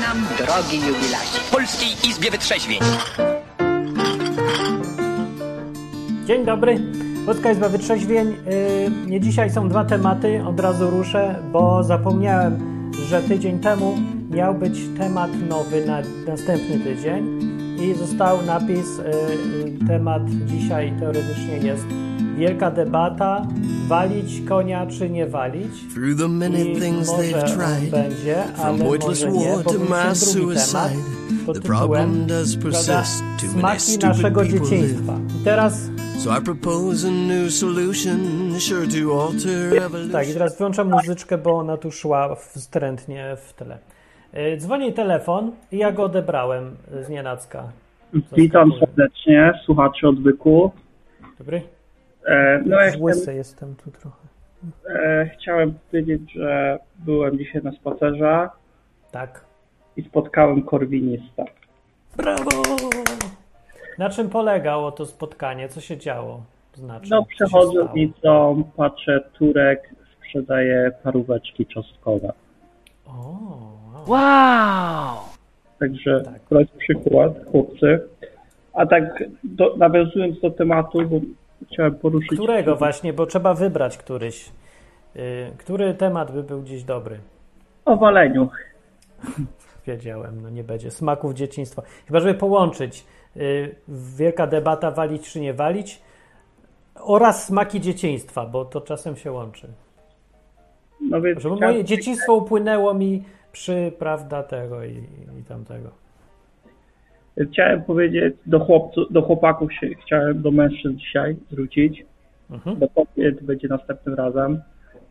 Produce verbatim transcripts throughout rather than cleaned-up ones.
Żegnam, drogi jubilacie. W Polskiej Izbie Wytrzeźwień. Dzień dobry, Polska Izba Wytrzeźwień. Yy, nie dzisiaj są dwa tematy, od razu ruszę, bo zapomniałem, że tydzień temu miał być temat nowy na następny tydzień i został napis, yy, temat dzisiaj teoretycznie jest wielka debata, walić konia czy nie walić. Through the many I things może they've on tried, będzie, from ale pointless może nie, war bo to był mass drugi temat suicide, pod the tytułem, problem does prawda, persist. Too many smaki stupid naszego people dzieciństwa. live. I teraz So I propose a new solution, sure to alter evolution. tak, i teraz włączam muzyczkę, bo ona tu szła wstrętnie w tle. Yy, Dzwoni telefon i ja go odebrałem z nienacka. Witam serdecznie, słuchaczy Odwyku. Dobry? E, no ja Łysy chciałem, jestem tu trochę. e, chciałem powiedzieć, że byłem dzisiaj na spacerze Tak. i spotkałem korwinista. Brawo! Na czym polegało to spotkanie? Co się działo? Znaczy, No co się przechodzę stało? ulicą, patrzę, Turek sprzedaje paróweczki czosnkowe. O, wow. Wow! Także Tak. to jest przykład, chłopcy. A tak do, nawiązując do tematu, bo chciałem poruszyć... Którego właśnie, bo trzeba wybrać któryś. Yy, który temat by był dziś dobry? O waleniu. Wiedziałem, no nie będzie. Smaków dzieciństwa. Chyba, żeby połączyć yy, wielka debata walić czy nie walić oraz smaki dzieciństwa, bo to czasem się łączy. No więc Żeby chciałem- moje dzieciństwo upłynęło mi przy, prawda, tego i, i tamtego. Chciałem powiedzieć do chłopców, do chłopaków się chciałem, do mężczyzn dzisiaj zwrócić, Mhm. do kobiet będzie następnym razem.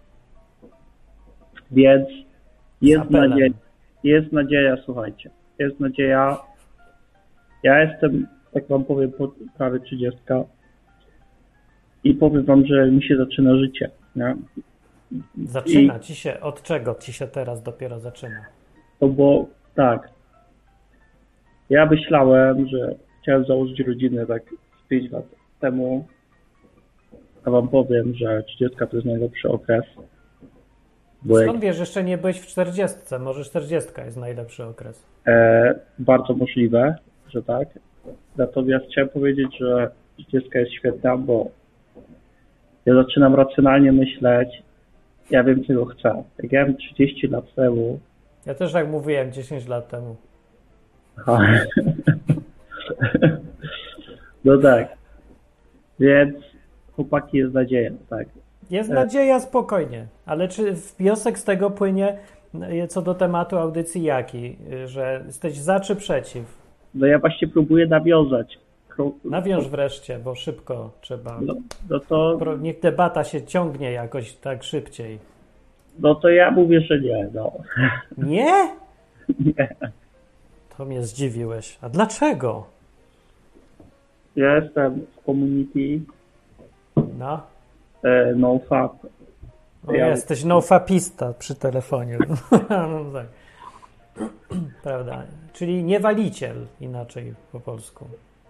Więc jest apelem. nadzieja, jest nadzieja, słuchajcie, jest nadzieja. Ja jestem, tak wam powiem, po prawie trzydziestka i powiem wam, że mi się zaczyna życie. Nie? Zaczyna ci się, od czego ci się teraz dopiero zaczyna? No bo tak, ja myślałem, że chciałem założyć rodzinę tak z pięć lat temu, a wam powiem, że trzydziestka to jest najlepszy okres. Bo jak, Skąd wiesz, jeszcze nie byłeś w czterdziestce? Może czterdziestka jest najlepszy okres. e, bardzo możliwe, że tak. Natomiast chciałem powiedzieć, że trzydziestka jest świetna, bo ja zaczynam racjonalnie myśleć, ja wiem czego chcę. Jak ja miałem trzydzieści lat temu, Ja też tak mówiłem dziesięć lat temu. aha, no tak, więc chłopaki jest nadzieja, tak. Jest nadzieja, spokojnie. Ale czy wniosek z tego płynie y, co do tematu audycji jaki? Y, Że jesteś za czy przeciw? No ja właśnie próbuję nawiązać. Kro- Nawiąż wreszcie, bo szybko trzeba. No, no, to, Pro- Niech debata się ciągnie jakoś tak szybciej. no to ja mówię, że nie, no. Nie? Nie. To mnie zdziwiłeś. A dlaczego? Ja jestem w community No. e, NoFap. No Ja- jesteś nofapista przy telefonie. No tak. Prawda. Czyli niewaliciel, inaczej po polsku.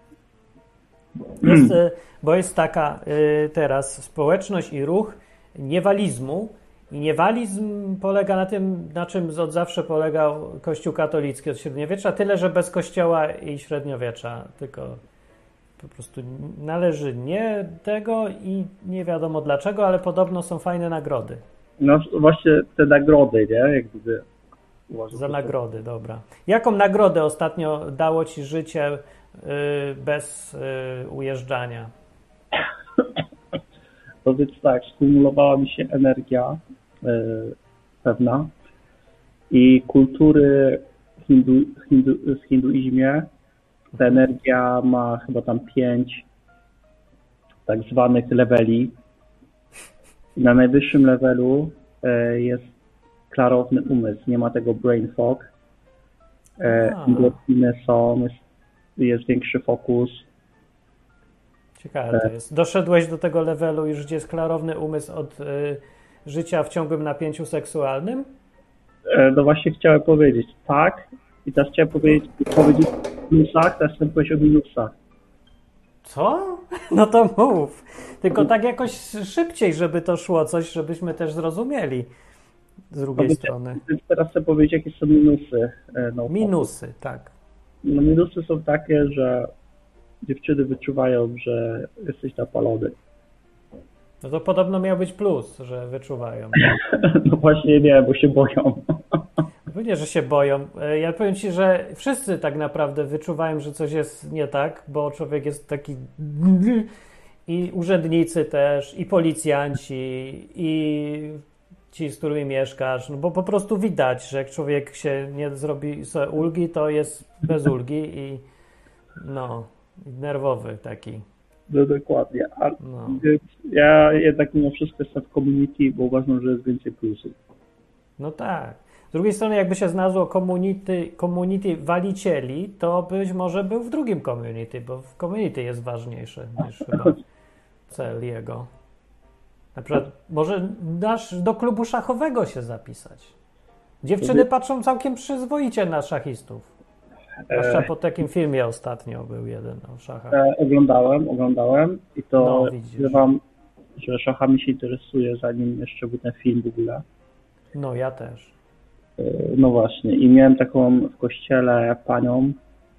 Jest, y, bo jest taka y, teraz społeczność i ruch niewalizmu. I niewalizm polega na tym, na czym od zawsze polegał Kościół katolicki od średniowiecza, tyle, że bez kościoła i średniowiecza, tylko po prostu należy nie tego i nie wiadomo dlaczego, ale podobno są fajne nagrody. No właśnie te nagrody, nie? Jak gdyby uważam, Za że- nagrody, dobra. Jaką nagrodę ostatnio dało ci życie y, bez y, ujeżdżania? To więc tak, skumulowała mi się energia e, pewna i kultury hindu, hindu, w hinduizmie ta energia ma chyba tam pięć tak zwanych leveli. I na najwyższym levelu e, jest klarowny umysł, nie ma tego brain fog. E, A. endorfiny są, jest, jest większy fokus. Ciekawe to jest. Doszedłeś do tego levelu już, gdzie jest klarowny umysł od y, życia w ciągłym napięciu seksualnym? E, No właśnie chciałem powiedzieć tak i teraz chciałem powiedzieć, powiedzieć o plusach, teraz chcę powiedzieć o minusach. Co? No to mów. Tylko tak jakoś szybciej, żeby to szło, coś, żebyśmy też zrozumieli. z drugiej No, strony. Więc teraz chcę powiedzieć, jakie są minusy. e, No, Minusy, tak. no, minusy są takie, że dziewczyny wyczuwają, że jesteś napalony. No to podobno miał być plus, że wyczuwają. No właśnie nie, bo się boją. Pewnie, że się boją. E, Ja powiem ci, że wszyscy tak naprawdę wyczuwają, że coś jest nie tak, bo człowiek jest taki i urzędnicy też, i policjanci, i ci, z którymi mieszkasz, no bo po prostu widać, że jak człowiek się nie zrobi sobie ulgi, to jest bez ulgi i no, i nerwowy taki. No dokładnie. A No. więc ja jednak mimo wszystko jestem w community, bo uważam, że jest więcej plusów. No tak. Z drugiej strony, jakby się znalazło community, community walicieli, to być może był w drugim community, bo w community jest ważniejsze niż chyba cel jego. Na przykład może dasz do klubu szachowego się zapisać. Dziewczyny patrzą całkiem przyzwoicie na szachistów. Zwłaszcza po takim filmie ostatnio był jeden o szachach. E, oglądałem, oglądałem i to No, widzisz. wam, że szachami się interesuje, zanim jeszcze był ten film w ogóle. No ja też. E, no właśnie. I miałem taką w kościele panią,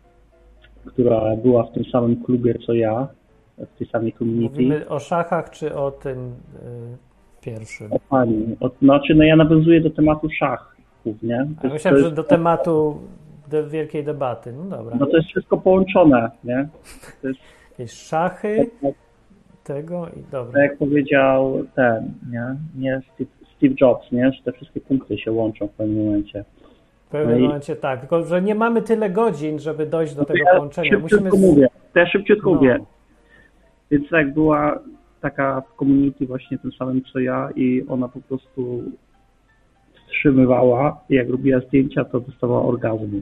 która była w tym samym klubie co ja, w tej samej community. Mówimy o szachach czy o tym y, pierwszym? O pani. O, znaczy, no ja nawiązuję do tematu szachów, nie? A To jest- myślałem, to że jest- do tematu de, wielkiej debaty. No dobra. No to jest wszystko połączone, nie? To jest Jakieś szachy tak, tego i tak dobra. jak powiedział ten, nie? Nie Steve, Steve Jobs, nie? Że te wszystkie punkty się łączą w pewnym momencie. W pewnym no i- momencie tak, tylko że nie mamy tyle godzin, żeby dojść do tego ja połączenia. szybciutko Musimy... z- mówię. To ja szybciutko No. mówię. Więc tak była taka w community właśnie tym samym co ja i ona po prostu wstrzymywała i jak robiła zdjęcia, to dostawała orgazmu.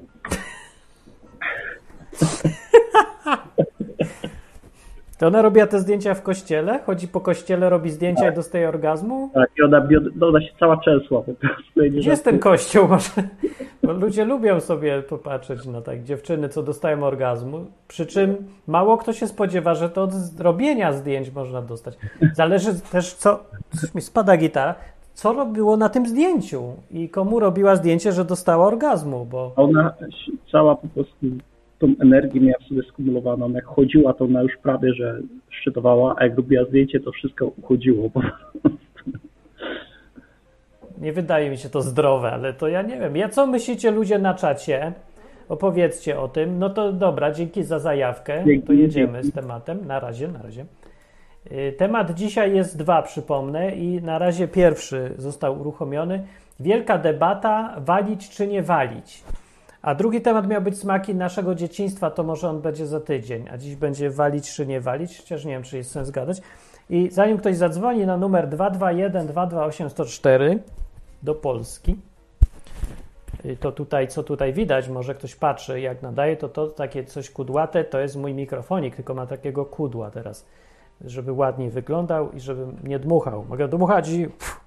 To ona robiła te zdjęcia w kościele? Chodzi po kościele, robi zdjęcia i dostaje orgazmu? Tak, i ona, bio- ona się cała trzęsła po prostu. Nie Gdzie jest ten kościół? Może... Bo ludzie lubią sobie popatrzeć na tak dziewczyny, co dostają orgazmu. Przy czym mało kto się spodziewa, że to od robienia zdjęć można dostać. Zależy też, co. Coś mi spada gitara. Co robiło na tym zdjęciu i komu robiła zdjęcie, że dostała orgazmu, bo Ona cała po prostu tą energię miała w sobie skumulowaną. Jak chodziła, to ona już prawie, że szczytowała, a jak robiła zdjęcie, to wszystko uchodziło. Po prostu. nie wydaje mi się to zdrowe, ale to ja nie wiem. Ja co myślicie ludzie na czacie? Opowiedzcie o tym. No to dobra, dzięki za zajawkę. Dzięki, To jedziemy dzięki. z tematem. Na razie, na razie. Y, Temat dzisiaj jest dwa, przypomnę, i na razie pierwszy został uruchomiony. Wielka debata, walić czy nie walić. A drugi temat miał być smaki naszego dzieciństwa, to może on będzie za tydzień, a dziś będzie walić czy nie walić, chociaż nie wiem, czy jest sens gadać. I zanim ktoś zadzwoni na numer dwa dwa jeden dwa dwa osiem zero cztery do Polski, y, to tutaj, co tutaj widać, może ktoś patrzy, jak nadaje, to to takie coś kudłate, to jest mój mikrofonik, tylko ma takiego kudła teraz, żeby ładniej wyglądał i żebym nie dmuchał. Mogę dmuchać i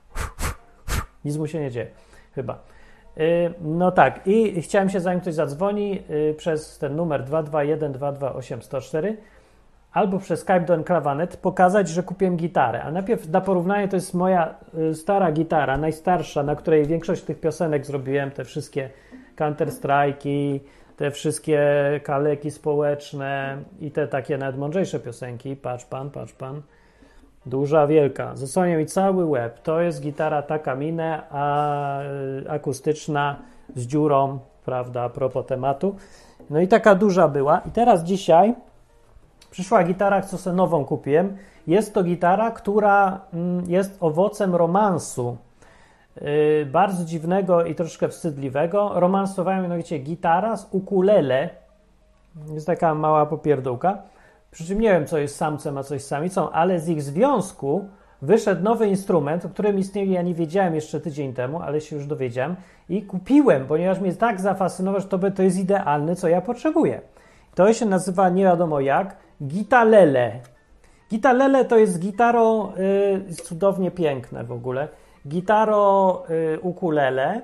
nic mu się nie dzieje, chyba. Y, No tak, i chciałem się, zanim ktoś zadzwoni, y, przez ten numer dwa dwa jeden dwa dwa osiem zero cztery albo przez Skype do Enklawanet pokazać, że kupiłem gitarę. A najpierw dla porównania to jest moja y, stara gitara, najstarsza, na której większość tych piosenek zrobiłem, te wszystkie Counter-Strike'i, te wszystkie kaleki społeczne i te takie nawet mądrzejsze piosenki. Patrz pan, patrz pan. Duża, wielka. Zasłania mi cały łeb. To jest gitara Takamine, a y, akustyczna z dziurą, prawda, a propos tematu. No i taka duża była. I teraz dzisiaj przyszła gitara, co sobie nową kupiłem. Jest to gitara, która mm, jest owocem romansu. Yy, bardzo dziwnego i troszkę wstydliwego. Romansowałem mianowicie gitara z ukulele. Jest taka mała popierdółka. Przy czym nie wiem, co jest samcem, a coś samicą, ale z ich związku wyszedł nowy instrument, o którym istnieje, ja nie wiedziałem jeszcze tydzień temu, ale się już dowiedziałem i kupiłem, ponieważ mnie tak zafascynował, że to, by- to jest idealne, co ja potrzebuję. To się nazywa nie wiadomo jak, gitalele. Gitalele to jest gitaro y, cudownie piękne w ogóle, gitaro y, ukulele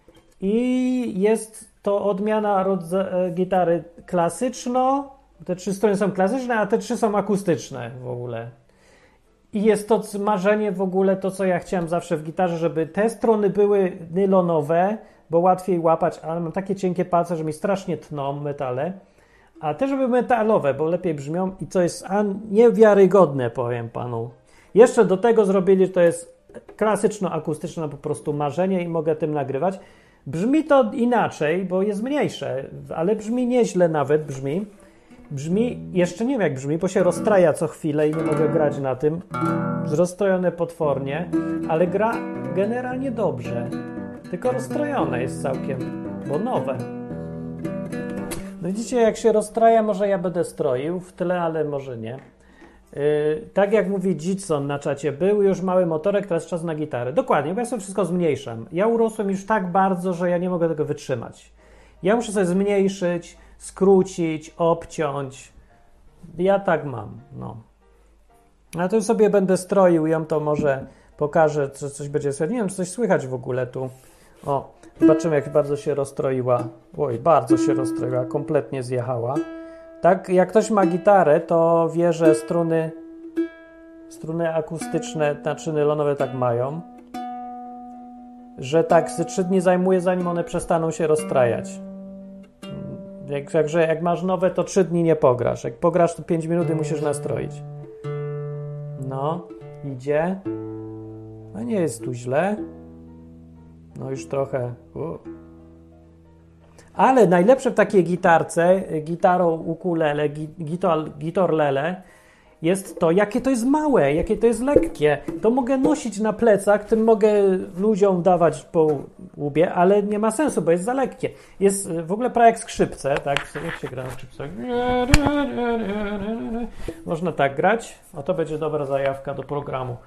i jest to odmiana rodza- y, gitary klasyczno. Te trzy strony są klasyczne, a te trzy są akustyczne w ogóle. I jest to marzenie w ogóle, to co ja chciałem zawsze w gitarze, żeby te struny były nylonowe, bo łatwiej łapać, ale mam takie cienkie palce, że mi strasznie tną metale, a te, żeby metalowe, bo lepiej brzmią i co jest niewiarygodne, powiem panu. Jeszcze do tego zrobili, że to jest klasyczno-akustyczne po prostu marzenie i mogę tym nagrywać. Brzmi to inaczej, bo jest mniejsze, ale brzmi nieźle nawet, brzmi. Brzmi, jeszcze nie wiem jak brzmi, bo się rozstraja co chwilę i nie mogę grać na tym. Rozstrojone potwornie, ale gra generalnie dobrze. Tylko rozstrojone jest całkiem, bo nowe. No widzicie, jak się rozstraja, może ja będę stroił w tyle, ale może nie. Yy, tak jak mówi Jitson na czacie, był już mały motorek, teraz czas na gitarę. Dokładnie, bo ja sobie wszystko zmniejszam. Ja urosłem już tak bardzo, że ja nie mogę tego wytrzymać. Ja muszę sobie zmniejszyć, skrócić, obciąć. Ja tak mam, no. A to sobie będę stroił ją, to może pokażę, że coś będzie słychać. Nie wiem, czy coś słychać w ogóle tu. O, zobaczymy, jak bardzo się rozstroiła. Oj, bardzo się rozstroiła, kompletnie zjechała. Tak, jak ktoś ma gitarę, to wie, że struny struny akustyczne, znaczy nylonowe tak mają, że tak ze trzy dni zajmuje, zanim one przestaną się rozstrajać. Jak, także jak masz nowe, to trzy dni nie pograsz. Jak pograsz, to pięć minut i musisz nastroić. No, idzie. No nie jest tu źle. No już trochę. U. Ale najlepsze w takiej gitarce, gitarą ukulele, gitar, gitarlele, jest to, jakie to jest małe, jakie to jest lekkie. To mogę nosić na plecach, tym mogę ludziom dawać po łbie, ale nie ma sensu, bo jest za lekkie. Jest w ogóle prawie jak skrzypce, tak? Jak się gra na skrzypcach? Można tak grać. O, to będzie dobra zajawka do programu.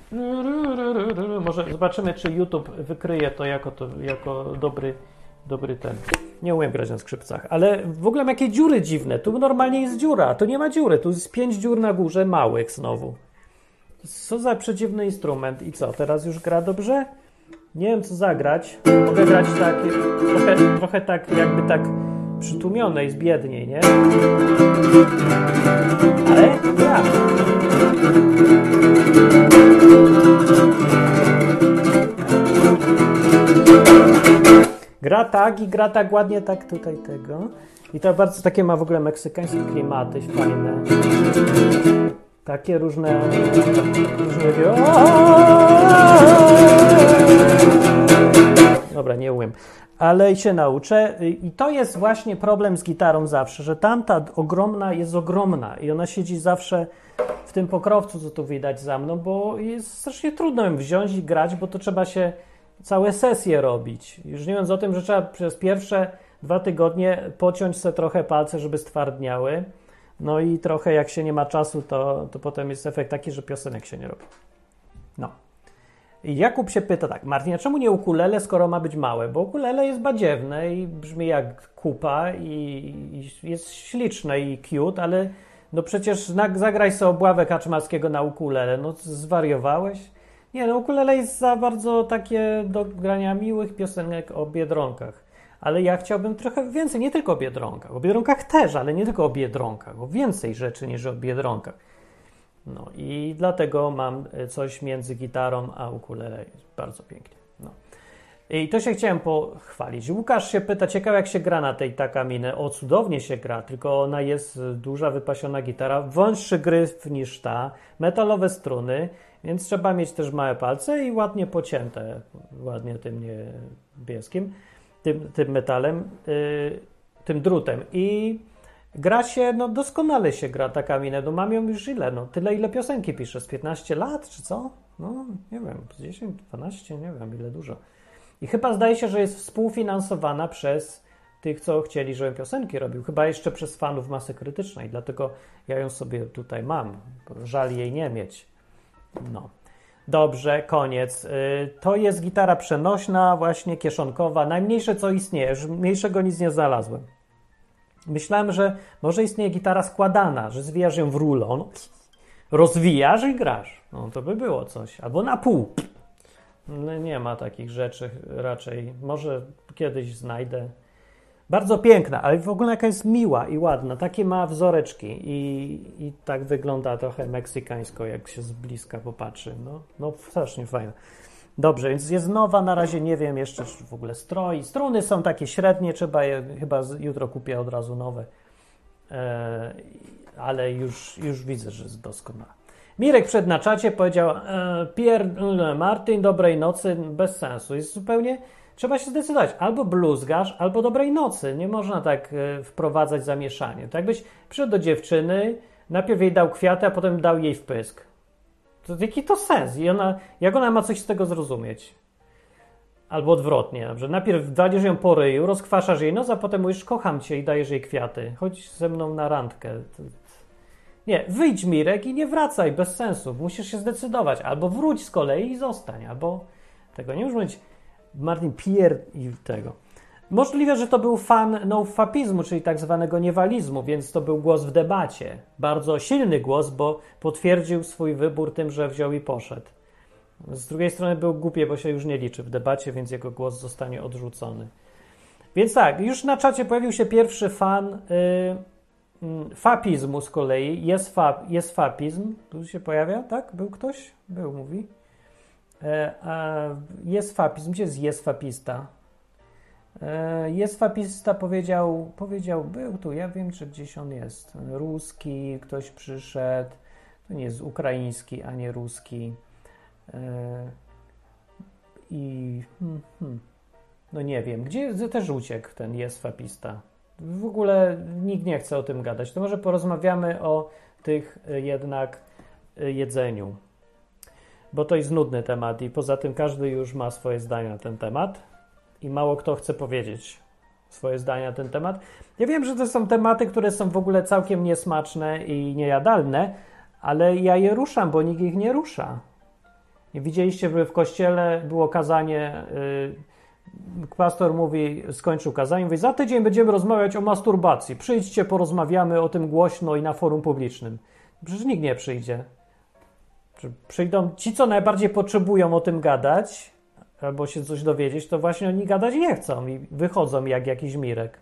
Może zobaczymy, czy YouTube wykryje to jako, to, jako dobry, dobry ten. Nie umiem grać na skrzypcach, ale w ogóle jakie dziury dziwne. Tu normalnie jest dziura, a tu nie ma dziury. Tu jest pięć dziur na górze, małych znowu. Co za przedziwny instrument. I co, teraz już gra dobrze? Nie wiem, co zagrać. Mogę grać tak, trochę, trochę tak, jakby tak przytłumione i zbiedniej, nie? Ale ja. Gra tak i gra tak ładnie, tak tutaj tego. I to bardzo takie ma w ogóle meksykańskie klimaty fajne. Takie różne... różne... Dobra, nie umiem. Ale się nauczę. I to jest właśnie problem z gitarą zawsze, że tamta ogromna jest ogromna i ona siedzi zawsze w tym pokrowcu, co tu widać za mną, bo jest strasznie trudno ją wziąć i grać, bo to trzeba się całe sesje robić. Już nie mówiąc o tym, że trzeba przez pierwsze dwa tygodnie pociąć sobie trochę palce, żeby stwardniały. No i trochę jak się nie ma czasu, to, to potem jest efekt taki, że piosenek się nie robi. No. I Jakub się pyta tak, Martin, a czemu nie ukulele, skoro ma być małe? Bo ukulele jest badziewne i brzmi jak kupa i, i jest śliczne i cute, ale no przecież na, zagraj sobie obławę Kaczmarskiego na ukulele. No zwariowałeś? Nie, no ukulele jest za bardzo takie do grania miłych piosenek o biedronkach. Ale ja chciałbym trochę więcej, nie tylko o biedronkach. O biedronkach też, ale nie tylko o biedronkach. O więcej rzeczy niż o biedronkach. No i dlatego mam coś między gitarą a ukulele. Bardzo pięknie. No. I to się chciałem pochwalić. Łukasz się pyta, ciekawe jak się gra na tej Takamine. O, cudownie się gra, tylko ona jest duża, wypasiona gitara, wąższy gryf niż ta, metalowe struny, więc trzeba mieć też małe palce i ładnie pocięte, ładnie tym niebieskim, tym, tym metalem, yy, tym drutem. I gra się, no doskonale się gra Takamine. No mam ją już ile? No tyle, ile piosenki piszę, z piętnaście lat, czy co? No nie wiem, z dziesięć, dwanaście, nie wiem, ile dużo. I chyba zdaje się, że jest współfinansowana przez tych, co chcieli, żebym piosenki robił. Chyba jeszcze przez fanów Masy Krytycznej, dlatego ja ją sobie tutaj mam. Żal jej nie mieć. No. Dobrze, koniec. To jest gitara przenośna, właśnie kieszonkowa. Najmniejsze, co istnieje. Już mniejszego nic nie znalazłem. Myślałem, że może istnieje gitara składana, że zwijasz ją w rulon, rozwijasz i grasz. No to by było coś. Albo na pół. No, nie ma takich rzeczy raczej. Może kiedyś znajdę. Bardzo piękna, ale w ogóle jaka jest miła i ładna. Takie ma wzoreczki i, i tak wygląda trochę meksykańsko, jak się z bliska popatrzy. No, no strasznie fajna. Dobrze, więc jest nowa, na razie nie wiem jeszcze czy w ogóle stroi. Struny są takie średnie, trzeba je, chyba jutro kupię od razu nowe. E, ale już, już widzę, że jest doskonała. Mirek przed na czacie powiedział e, Pierre Martin, dobrej nocy, bez sensu. Jest zupełnie, trzeba się zdecydować, albo bluzgasz, albo dobrej nocy. Nie można tak e, wprowadzać zamieszanie. Tak jakbyś przyszedł do dziewczyny, najpierw jej dał kwiaty, a potem dał jej wpysk. To jaki to sens? I ona, jak ona ma coś z tego zrozumieć? Albo odwrotnie, że najpierw walisz ją po ryju, rozkwaszasz jej nos, a potem mówisz kocham cię i dajesz jej kwiaty. Chodź ze mną na randkę. Nie, wyjdź Mirek i nie wracaj, bez sensu. Musisz się zdecydować. Albo wróć z kolei i zostań, albo tego nie może być Martin Pierre i tego. Możliwe, że to był fan no-fapizmu, czyli tak zwanego niewalizmu, więc to był głos w debacie. Bardzo silny głos, bo potwierdził swój wybór tym, że wziął i poszedł. Z drugiej strony był głupie, bo się już nie liczy w debacie, więc jego głos zostanie odrzucony. Więc tak, już na czacie pojawił się pierwszy fan y, y, fapizmu z kolei. Jest, fa, jest fapizm. Tu się pojawia, tak? Był ktoś? Był, mówi. E, a jest fapizm. Gdzie jest jest fapista? E, jest fapista powiedział, powiedział, był tu, ja wiem, czy gdzieś on jest. Ruski, ktoś przyszedł. To nie jest ukraiński, a nie ruski. I hmm, hmm, no nie wiem, gdzie też uciekł ten jest fapista. W ogóle nikt nie chce o tym gadać. To może porozmawiamy o tych jednak jedzeniu, bo to jest nudny temat i poza tym każdy już ma swoje zdanie na ten temat i mało kto chce powiedzieć swoje zdanie na ten temat. Ja wiem, że to są tematy, które są w ogóle całkiem niesmaczne i niejadalne, ale ja je ruszam, bo nikt ich nie rusza. Widzieliście, że w kościele było kazanie, yy, pastor mówi, skończył kazanie, mówi, za tydzień będziemy rozmawiać o masturbacji, przyjdźcie, porozmawiamy o tym głośno i na forum publicznym. Przecież nikt nie przyjdzie. Przyjdą ci, co najbardziej potrzebują o tym gadać, albo się coś dowiedzieć, to właśnie oni gadać nie chcą i wychodzą jak jakiś Mirek.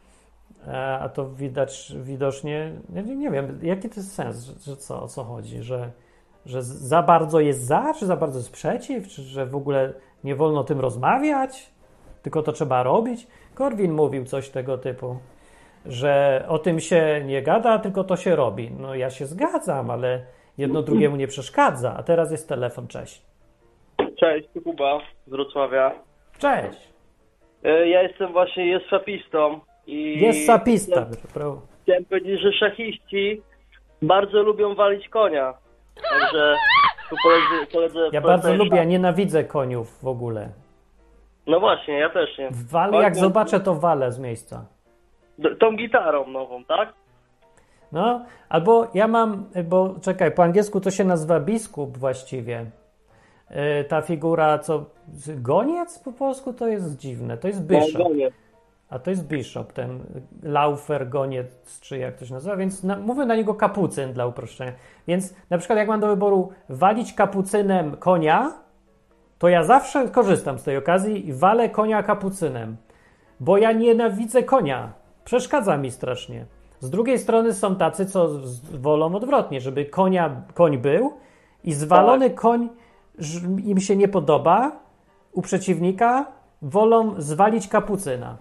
A to widać, widocznie, nie, nie wiem, jaki to jest sens, że, że co, o co chodzi, że Że za bardzo jest za, czy za bardzo jest przeciw, czy że w ogóle nie wolno o tym rozmawiać, tylko to trzeba robić. Korwin mówił coś tego typu, że o tym się nie gada, tylko to się robi. No ja się zgadzam, ale jedno drugiemu nie przeszkadza. A teraz jest telefon, cześć. Cześć, tu Kuba z Wrocławia. Cześć. Ja jestem właśnie jest sapistą i... Jest sapista. Chciałem, chciałem powiedzieć, że szachiści bardzo lubią walić konia. Także tu koledzy, koledzy Ja bardzo lubię, ja nienawidzę koniów w ogóle. No właśnie, ja też nie. Wal, jak zobaczę, to walę z miejsca. Tą gitarą nową, tak? No, albo ja mam, bo czekaj, po angielsku to się nazywa biskup właściwie. Yy, ta figura, co... Goniec po polsku to jest dziwne, to jest bishop. A to jest bishop, ten laufer, goniec, czy jak to się nazywa, więc na, mówię na niego kapucyn dla uproszczenia. Więc na przykład jak mam do wyboru walić kapucynem konia, to ja zawsze korzystam z tej okazji i walę konia kapucynem, bo ja nienawidzę konia. Przeszkadza mi strasznie. Z drugiej strony są tacy, co wolą odwrotnie, żeby konia, koń był i zwalony tak. koń im się nie podoba, u przeciwnika wolą zwalić kapucyna.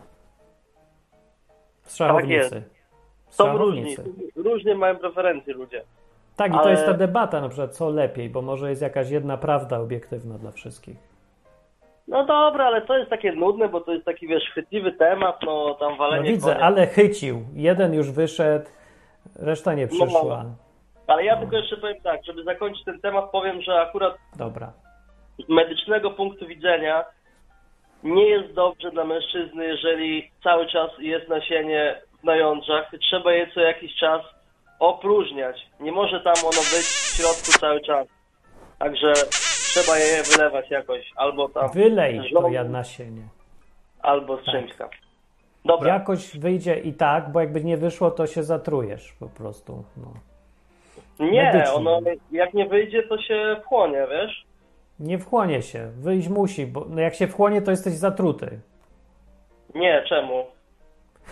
Z szachownicy. Tak są różni, różnie mają preferencje ludzie. Tak, ale... i to jest ta debata na przykład, co lepiej, bo może jest jakaś jedna prawda obiektywna dla wszystkich. No dobra, ale to jest takie nudne, bo to jest taki, wiesz, chwytliwy temat, no tam walenie no widzę, konia. Ale chycił. Jeden już wyszedł, reszta nie przyszła. No, ale ja no. tylko jeszcze powiem tak, żeby zakończyć ten temat, powiem, że akurat Dobra. z medycznego punktu widzenia nie jest dobrze dla mężczyzny, jeżeli cały czas jest nasienie na jądrzach. Trzeba je co jakiś czas opróżniać. Nie może tam ono być w środku cały czas. Także trzeba je wylewać jakoś. Albo tam... Wylej to ja nasienie. Albo z czymś tam. Dobra. Jakoś wyjdzie i tak, bo jakby nie wyszło, to się zatrujesz po prostu. No. Nie, Medycznie. ono jak nie wyjdzie, to się wchłonie, wiesz? Nie wchłonie się. Wyjść musi, bo no jak się wchłonie, to jesteś zatruty. Nie, czemu?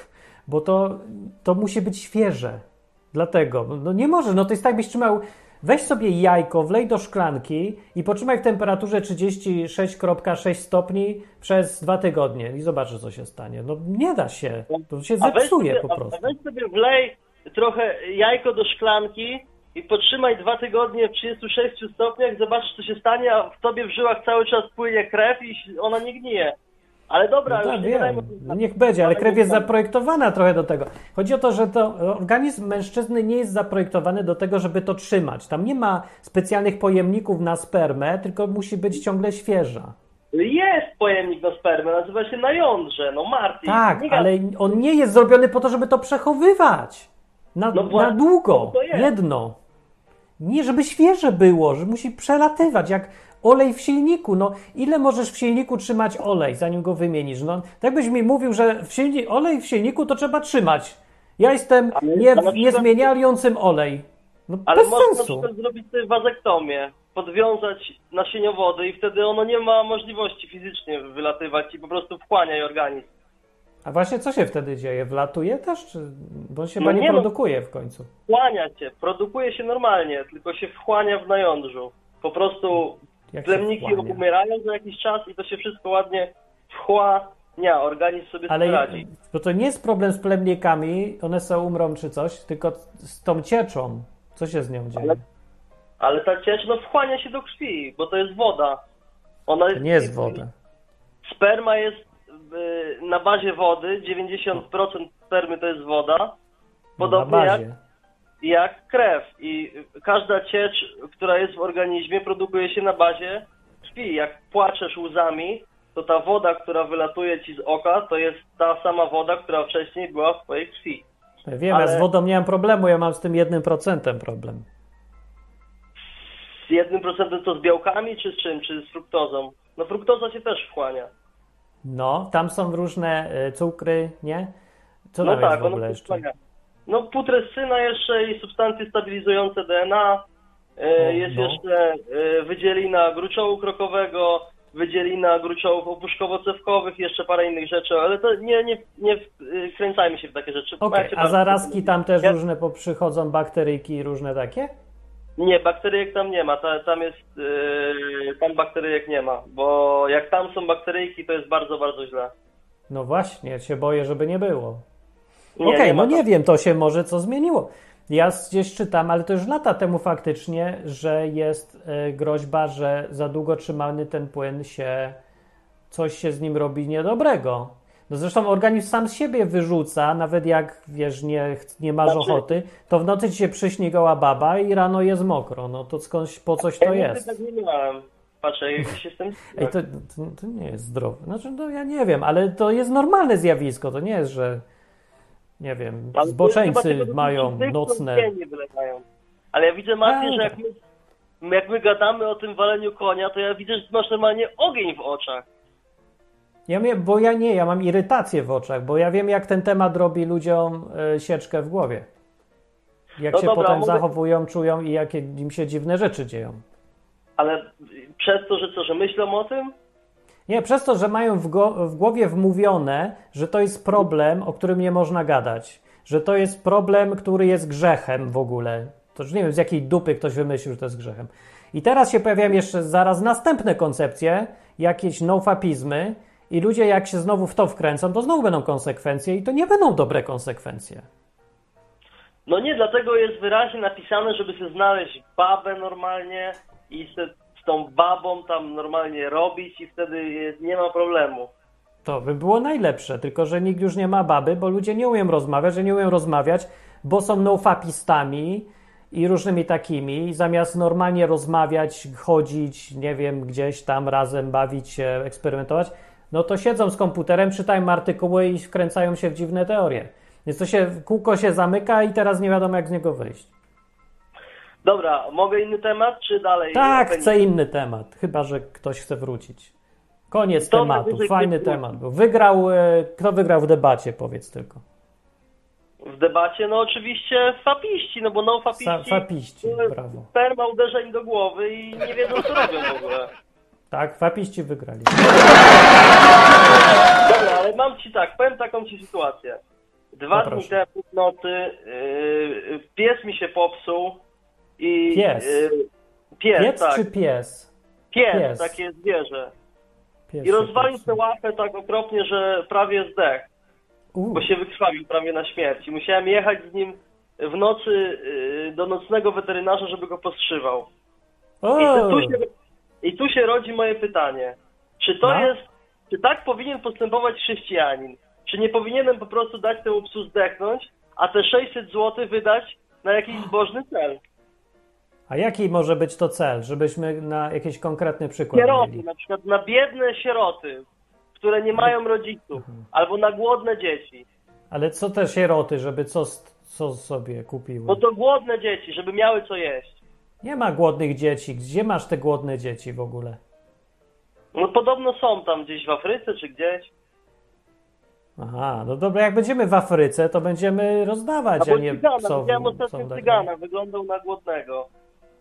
bo to, to musi być świeże. Dlatego, no nie może, no to jest tak, byś trzymał, weź sobie jajko, wlej do szklanki i potrzymaj w temperaturze trzydzieści sześć przecinek sześć stopni przez dwa tygodnie i zobaczysz, co się stanie. No nie da się, to się A weź zepsuje sobie, po a- prostu. A weź sobie wlej trochę jajko do szklanki i potrzymaj dwa tygodnie w trzydziestu sześciu stopniach, zobaczysz, co się stanie, a w tobie w żyłach cały czas płynie krew i ona nie gnije. Ale dobra, No już tak, nie wiem. gadajmy o No tym. niech będzie, ale Ale krew nie jest gadajmy. zaprojektowana trochę do tego. Chodzi o to, że to organizm mężczyzny nie jest zaprojektowany do tego, żeby to trzymać. Tam nie ma specjalnych pojemników na spermę, tylko musi być ciągle świeża. Jest pojemnik na spermę, nazywa się na jądrze, no Marty. Tak, nie ale on nie jest zrobiony po to, żeby to przechowywać. Na, No na właśnie, długo. to jest. Jedno. Nie, żeby świeże było, że musi przelatywać, jak olej w silniku. No, ile możesz w silniku trzymać olej, zanim go wymienisz? No, tak byś mi mówił, że w silni, olej w silniku to trzeba trzymać. Ja jestem Ale- nie, a na przykład- niezmieniającym olej. No, Ale bez można na sensu. przykład zrobić sobie wazektomię, podwiązać nasieniowody i wtedy ono nie ma możliwości fizycznie wylatywać i po prostu wchłania jej organizm. A właśnie co się wtedy dzieje? Wlatuje też? Czy... Bo on się No chyba nie, nie no. produkuje w końcu. Wchłania się, produkuje się normalnie, tylko się wchłania w najądrzu. Po prostu Jak się plemniki wchłania? umierają za jakiś czas i to się wszystko ładnie wchłania, organizm sobie Ale z tym radzi. bo to nie jest problem z plemnikami, one sobie umrą czy coś, tylko z tą cieczą. Co się z nią dzieje? Ale- Ale ta ciecz no wchłania się do krwi, bo to jest woda. Ona To nie jest woda. Sperma jest y, na bazie wody, dziewięćdziesiąt procent spermy to jest woda. No, na Podobnie jak, bazie. jak krew. I każda ciecz, która jest w organizmie, produkuje się na bazie krwi. Jak płaczesz łzami, to ta woda, która wylatuje ci z oka, to jest ta sama woda, która wcześniej była w twojej krwi. Ja wiem, ja z ale- wodą nie mam problemu, ja mam z tym jednym procentem problem. Z jednym procentem to z białkami, czy z czym? Czy z fruktozą? No fruktoza się też wchłania. No, tam są różne y, cukry, nie? Co No tam jest tak, w ono ogóle się jeszcze? wchłania. No putrescyna jeszcze i substancje stabilizujące D N A. E, O, jest no. jeszcze e, wydzielina gruczołu krokowego, wydzielina gruczołów opuszkowo-cewkowych, jeszcze parę innych rzeczy, ale to nie, nie, nie y, wkręcajmy się w takie rzeczy. Okej, Macie a tam- zarazki tam też Ja- różne poprzychodzą, bakteryjki i różne takie? Nie, bakteryjek tam nie ma, ta, tam jest, yy, tam bakteryjek nie ma, bo jak tam są bakteryjki, to jest bardzo, bardzo źle. No właśnie, się boję, żeby nie było. Nie, Okej, nie ma no nie tam. wiem, to się może co zmieniło. Ja gdzieś czytam, ale to już lata temu faktycznie, że jest e, groźba, że za długo trzymany ten płyn się, coś się z nim robi niedobrego. No zresztą organizm sam z siebie wyrzuca, nawet jak, wiesz, nie, ch- nie masz Znaczy- ochoty, to w nocy ci się przyśni goła baba i rano jest mokro. No to skądś, po coś to Ja nigdy jest. tak nie miałem. Patrzę, jakiś jestem... Ej, to, to, to nie jest zdrowe. Znaczy, no ja nie wiem, ale to jest normalne zjawisko. To nie jest, że nie wiem, Ale to chyba zboczeńcy tego mają wszyscy nocne. nie wylegają. Ale ja widzę, Martin, A, że tak. jak my, jak my gadamy o tym waleniu konia, to ja widzę, że ty masz normalnie ogień w oczach. Ja mia- bo ja nie, ja mam irytację w oczach, bo ja wiem, jak ten temat robi ludziom y, sieczkę w głowie. Jak No się dobra, potem mogę- zachowują, czują i jakie im się dziwne rzeczy dzieją. Ale przez to, że co, że myślą o tym? Nie, przez to, że mają w, go, w głowie wmówione, że to jest problem, o którym nie można gadać. Że to jest problem, który jest grzechem w ogóle. To już nie wiem, z jakiej dupy ktoś wymyślił, że to jest grzechem. I teraz się pojawiają jeszcze zaraz następne koncepcje, jakieś nofapizmy i ludzie jak się znowu w to wkręcą, to znowu będą konsekwencje i to nie będą dobre konsekwencje. No nie, dlatego jest wyraźnie napisane, żeby sobie znaleźć babę normalnie i se, z tą babą tam normalnie robić i wtedy jest, nie ma problemu. To by było najlepsze, tylko że nikt już nie ma baby, bo ludzie nie umieją rozmawiać, że nie umieją rozmawiać, bo są nofapistami i różnymi takimi. I zamiast normalnie rozmawiać, chodzić, nie wiem, gdzieś tam razem bawić się, eksperymentować, no to siedzą z komputerem, czytają artykuły i wkręcają się w dziwne teorie. Więc to się, kółko się zamyka i teraz nie wiadomo, jak z niego wyjść. Dobra, mogę inny temat, czy dalej? Tak, Openi- chcę inny temat, chyba że ktoś chce wrócić. Koniec To tematu, najwyżej fajny ktoś- temat był. Wygrał, e, kto wygrał w debacie, powiedz tylko. W debacie, no oczywiście fapiści, no bo no fapiści, Sa- fapiści, y, brawo. sperma uderza im do głowy i nie wiedzą, co robią w ogóle. Tak, fapiści wygrali. Dobra, ale mam ci tak, powiem taką ci sytuację. Dwa No dni proszę. temu w nocy yy, pies mi się popsuł i... Pies? Yy, pies, Piec tak. czy pies? Pies, pies? takie zwierzę. Pies I się rozwalił popsuł. tę łapę tak okropnie, że prawie zdechł, U, bo się wykrwawił prawie na śmierć. I musiałem jechać z nim w nocy yy, do nocnego weterynarza, żeby go postrzywał. o, I, te, tu się, I tu się rodzi moje pytanie. Czy to No. jest, czy tak powinien postępować chrześcijanin? Czy nie powinienem po prostu dać temu psu zdechnąć, a te sześćset złotych wydać na jakiś zbożny cel? A jaki może być to cel, żebyśmy na jakiś konkretny przykład Sieroty, mieli? na przykład na biedne sieroty, które nie mają rodziców, albo na głodne dzieci. Ale co te sieroty, żeby co, co sobie kupiły? No to głodne dzieci, żeby miały co jeść. Nie ma głodnych dzieci. Gdzie masz te głodne dzieci w ogóle? No podobno są tam gdzieś w Afryce czy gdzieś. Aha, no dobra, jak będziemy w Afryce, to będziemy rozdawać, a Albo nie cygana, psom. widziałem ostatnio psom cygana, wyglądał na głodnego.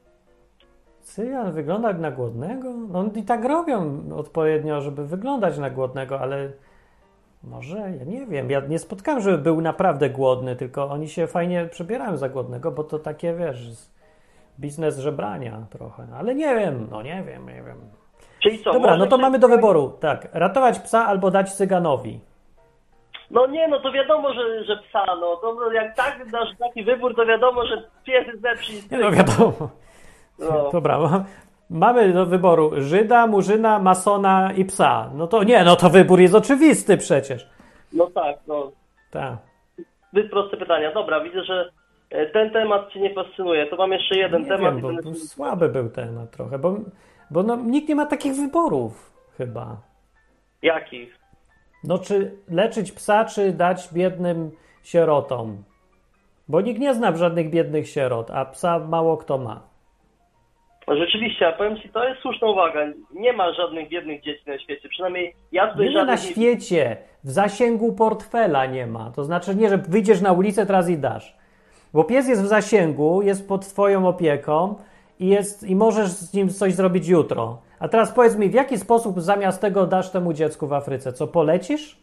Cygan wygląda jak na głodnego? No i tak robią odpowiednio, żeby wyglądać na głodnego, ale może, ja nie wiem, ja nie spotkałem, żeby był naprawdę głodny, tylko oni się fajnie przebierają za głodnego, bo to takie, wiesz, biznes żebrania trochę, ale nie wiem, no nie wiem, nie wiem. Czyli co? Dobra, może no to ktoś- mamy do wyboru, tak, ratować psa albo dać cyganowi. No nie, no to wiadomo, że, że psa, no to jak tak dasz taki wybór, to wiadomo, że pies jest lepszy niż Nie no, cygan. wiadomo. No. Dobra, ma- mamy do wyboru Żyda, Murzyna, Masona i psa. No to nie, no to wybór jest oczywisty przecież. No tak, no. Tak. Zbyt proste pytania. Dobra, widzę, że e, ten temat Cię nie fascynuje. To mam jeszcze jeden Nie temat. wiem, i bo ten bo jest- słaby był temat trochę, bo, bo no, nikt nie ma takich wyborów chyba. Jakich? No czy leczyć psa, czy dać biednym sierotom? Bo nikt nie zna żadnych biednych sierot, a psa mało kto ma. No rzeczywiście, a powiem Ci, to jest słuszna uwaga. Nie ma żadnych biednych dzieci na świecie. Przynajmniej ja tutaj Nie ma na żadnych... świecie, w zasięgu portfela nie ma. To znaczy nie, że wyjdziesz na ulicę teraz i dasz. Bo pies jest w zasięgu, jest pod twoją opieką i, jest, i możesz z nim coś zrobić jutro. A teraz powiedz mi, w jaki sposób zamiast tego dasz temu dziecku w Afryce? Co, polecisz?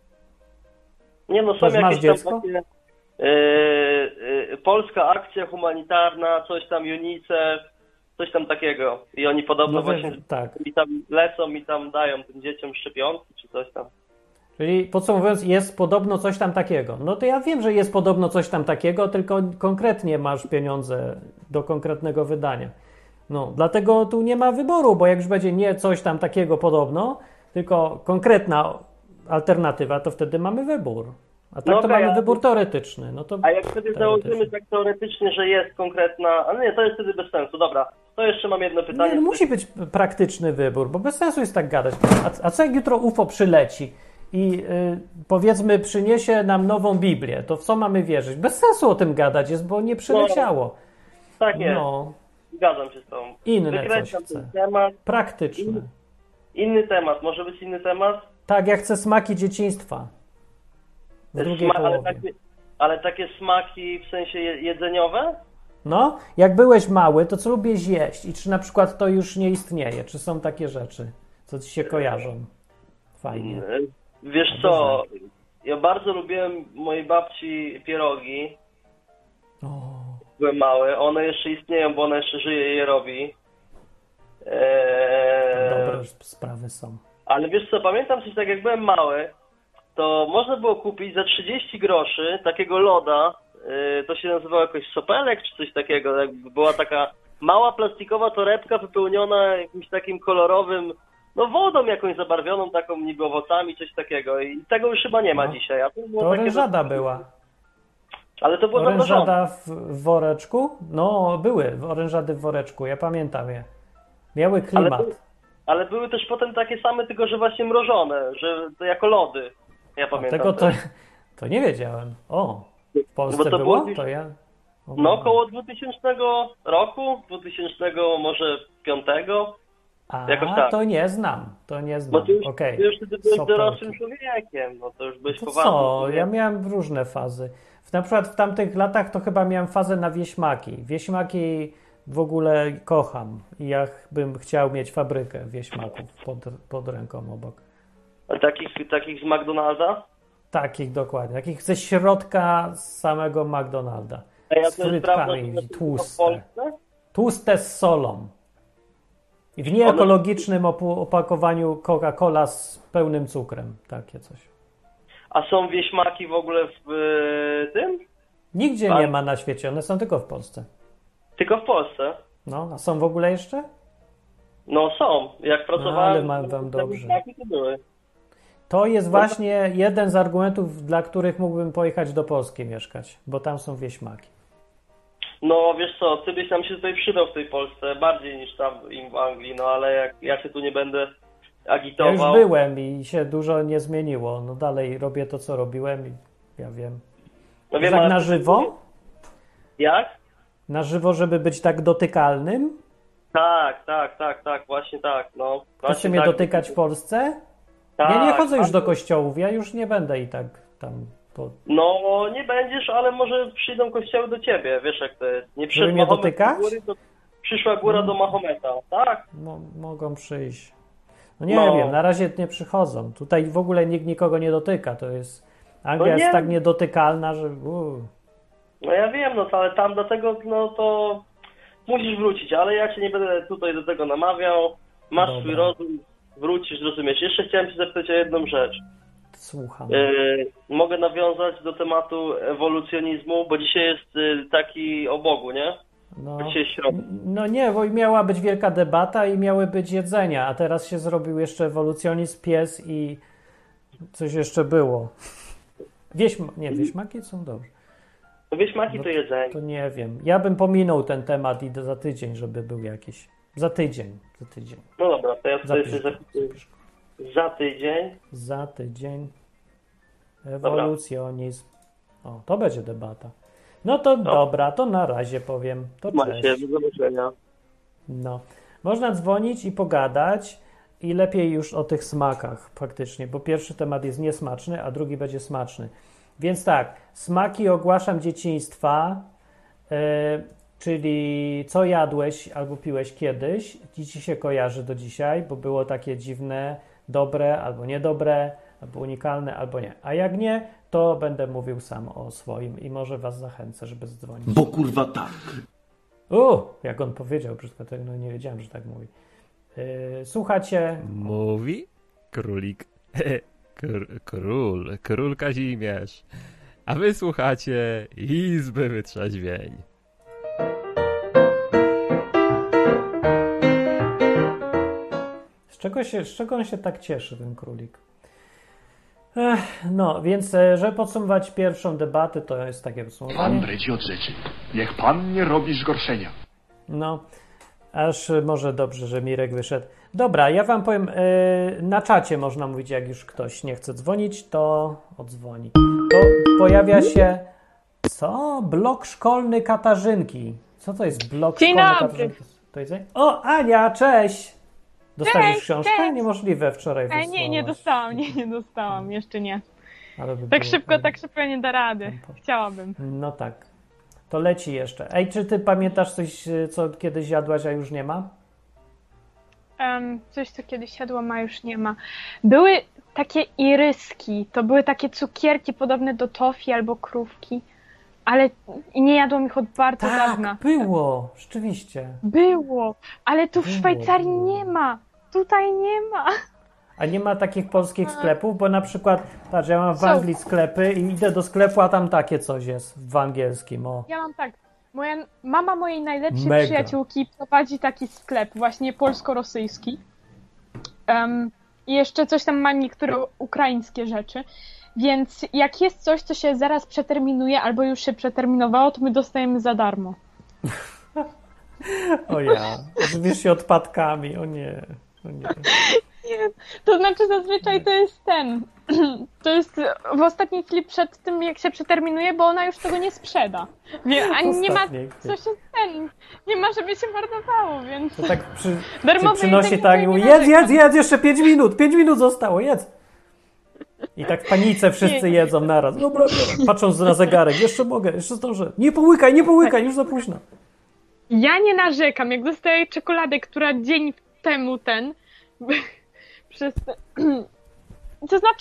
Nie no, są Masz- masz jakieś dziecko? tam takie... e, e, polska akcja humanitarna, coś tam UNICEF, coś tam takiego. I oni podobno No właśnie wiesz, tak. i tam lecą i tam dają tym dzieciom szczepionki czy coś tam. Czyli podsumowując, jest podobno coś tam takiego. No to ja wiem, że jest podobno coś tam takiego, tylko konkretnie masz pieniądze do konkretnego wydania. No, dlatego tu nie ma wyboru, bo jak już będzie nie coś tam takiego podobno, tylko konkretna alternatywa, to wtedy mamy wybór. A tak No to okej, mamy ale- wybór teoretyczny. No to A jak wtedy założymy teoretycznie. tak teoretycznie, że jest konkretna... Ale nie, to jest wtedy bez sensu. Dobra, to jeszcze mam jedno pytanie. Nie, no musi być praktyczny wybór, bo bez sensu jest tak gadać. A, a co jak jutro U F O przyleci i y, powiedzmy przyniesie nam nową Biblię, to w co mamy wierzyć? Bez sensu o tym gadać jest, bo nie przyleciało. Tak jest, No, zgadzam się z tobą. inne coś Wykreślam chcę. ten temat. Praktyczne. Inny temat, może być inny temat? Tak, jak chcę smaki dzieciństwa. W drugiej Sma- ale, połowie. takie, ale takie smaki w sensie je- jedzeniowe? No, jak byłeś mały, to co lubisz jeść? I czy na przykład to już nie istnieje? Czy są takie rzeczy, co ci się kojarzą? Fajnie. E, Wiesz co, ja bardzo lubiłem mojej babci pierogi. O, Byłem mały, one jeszcze istnieją, bo ona jeszcze żyje i je robi. Eee, dobre sprawy są. ale wiesz co, pamiętam coś tak, jak byłem mały, to można było kupić za trzydzieści groszy takiego loda, yy, to się nazywało jakoś sopelek czy coś takiego, jakby była taka mała plastikowa torebka wypełniona jakimś takim kolorowym, no wodą jakąś zabarwioną, taką niby owocami, coś takiego i tego już chyba nie ma No. dzisiaj. A to było To takie orężada za- była. Ale to było zamrożone. Orężada w, w woreczku? No, były orężady w woreczku, ja pamiętam je. Miały Ale, klimat. by, ale były też potem takie same, tylko że właśnie mrożone, że to jako lody. Ja A pamiętam. tego to, też. to nie wiedziałem. O, w Polsce Bo to było? było gdzieś- To ja... O, No około dwutysięcznego roku, dwutysięcznego może piątego. A, jakoś tak. to nie znam, to nie Bo znam. ty już, Okej. ty już wtedy byłeś Sopelki. dorosłym człowiekiem, no to już byłeś To poważny. co? człowiek. Ja miałem różne fazy. W, na przykład w tamtych latach to chyba miałem fazę na wieśmaki. Wieśmaki w ogóle kocham. I ja ch- bym chciał mieć fabrykę wieśmaków pod, pod ręką obok. A takich, takich z McDonalda? Takich dokładnie, takich ze środka samego McDonalda. A ja Z to jest prawda, frytkami, że to tylko w tłuste. Polsce? Tłuste z solą. I w nieekologicznym opu- opakowaniu Coca-Cola z pełnym cukrem. Takie coś. A są wieśmaki w ogóle w y, tym? Nigdzie A- nie ma na świecie, one są tylko w Polsce. Tylko w Polsce? No, a są w ogóle jeszcze? No są. Jak pracowałem, ale mam wam te dobrze. wieśmaki to były. To jest właśnie jeden z argumentów, dla których mógłbym pojechać do Polski mieszkać, bo tam są wieśmaki. No wiesz co, ty byś nam się tutaj przydał w tej Polsce bardziej niż tam im w Anglii, no ale jak ja się tu nie będę Ja agitował. już byłem i się dużo nie zmieniło. No dalej robię to, co robiłem i ja wiem. No Wiem, wiem, tak ale- na żywo? Jak? Na żywo, żeby być tak dotykalnym? Tak, tak, tak, tak, właśnie tak, no. Chcecie Właśnie mnie tak. dotykać w Polsce? Tak, Ja nie chodzę już tak. do kościołów, ja już nie będę i tak tam... To... No nie będziesz, ale może przyjdą kościoły do ciebie, wiesz jak to jest. Nie przyszedł mnie Mahomet dotykać? do góry, to przyszła góra do Mahometa, tak? Mo- mogą przyjść. No nie No. wiem, na razie nie przychodzą. Tutaj w ogóle nikt nikogo nie dotyka. To jest... Anglia No nie. jest tak niedotykalna, że... Uu. No ja wiem, no to, ale tam dlatego, no to musisz wrócić, ale ja cię nie będę tutaj do tego namawiał. Masz Dobra. swój rozum, wrócisz, rozumiesz. Jeszcze chciałem cię zapytać o jedną rzecz. Słucham. Yy, mogę nawiązać do tematu ewolucjonizmu, bo dzisiaj jest yy, taki o Bogu, nie? No, Dzisiaj jest środek. no nie, bo miała być wielka debata i miały być jedzenia, a teraz się zrobił jeszcze ewolucjonizm, pies i coś jeszcze było. Wieśma... Nie, wieśmaki są dobrze. No wieśmaki No to jedzenie. To nie wiem. Ja bym pominął ten temat i do- za tydzień, żeby był jakiś. Za tydzień. Za tydzień. No dobra, to ja tutaj Zapisz, sobie zapisuję. zapisz. Za tydzień. Za tydzień. Ewolucjonizm. O, to będzie debata. No to dobra, to na razie powiem. To Trzymaj się, cześć. do zobaczenia. No. Można dzwonić i pogadać i lepiej już o tych smakach faktycznie, bo pierwszy temat jest niesmaczny, a drugi będzie smaczny. Więc tak, smaki ogłaszam dzieciństwa, yy, czyli co jadłeś albo piłeś kiedyś i ci się kojarzy do dzisiaj, bo było takie dziwne, dobre albo niedobre, albo unikalne, albo nie. A jak nie, to będę mówił sam o swoim i może was zachęcę, żeby zdzwonić. Bo kurwa tak. U, jak on powiedział, brzydko, to no nie wiedziałem, że tak mówi. Yy, słuchacie, Mówi królik. Kr- król, król Kazimierz. A wy słuchacie Izby Wytrzeźwień. z czego, się, z czego on się tak cieszy, ten królik? Ech, no, więc e, żeby podsumować pierwszą debatę, to jest takie podsumowanie. Pan breci od rzeczy. Niech pan nie robi zgorszenia. No, aż e, może dobrze, że Mirek wyszedł. Dobra, ja wam powiem, e, na czacie można mówić, jak już ktoś nie chce dzwonić, to odzwoni. To pojawia się, co? Blok szkolny Katarzynki. Co to jest blok Dzień szkolny dobry. Katarzynki? To jest... O, Ania, cześć! Dostaniesz Cześć, książkę? cześć. Niemożliwe, wczoraj E, nie, nie wysłałaś. dostałam, nie, nie dostałam, jeszcze nie. Ale by Tak było szybko, fajnie. tak szybko nie da rady. Tam po- Chciałabym. No tak. To leci jeszcze. Ej, czy ty pamiętasz coś, co kiedyś jadłaś, a już nie ma? Em, coś, co kiedyś jadłam, a już nie ma. Były takie iryski, to były takie cukierki podobne do toffee albo krówki, ale i nie jadłam ich od bardzo dawna. Tak, było. Rzeczywiście. Było, ale tu w Było, Szwajcarii było. nie ma. Tutaj nie ma. A nie ma takich polskich sklepów? Bo na przykład, patrz, ja mam w Są. Anglii sklepy i idę do sklepu, a tam takie coś jest w angielskim. O. Ja mam tak. Moja mama mojej najlepszej Mega. przyjaciółki prowadzi taki sklep, właśnie polsko-rosyjski. Um, I jeszcze coś tam ma niektóre ukraińskie rzeczy. Więc jak jest coś, co się zaraz przeterminuje, albo już się przeterminowało, to my dostajemy za darmo. O ja. Żywisz się odpadkami. O nie. O nie. Nie, to znaczy zazwyczaj to jest ten. To jest w ostatniej chwili przed tym, jak się przeterminuje, bo ona już tego nie sprzeda. Wie, a nie ma Ostatniej chwili. co się ten. Nie ma, żeby się marnowało, więc. To tak przy, Darmowe ty przynosi jedzenie tak i to mówi, nie jedz, narzekam. jedz, jedz, jeszcze pięć minut, pięć minut zostało, jedz. I tak w panice wszyscy Nie, nie. jedzą naraz. Dobra, patrząc na zegarek, jeszcze mogę, jeszcze zdążę. Nie połykaj, nie połykaj, już za późno. Ja nie narzekam, jak dostaję czekoladę, która dzień temu ten. Przez. To znaczy,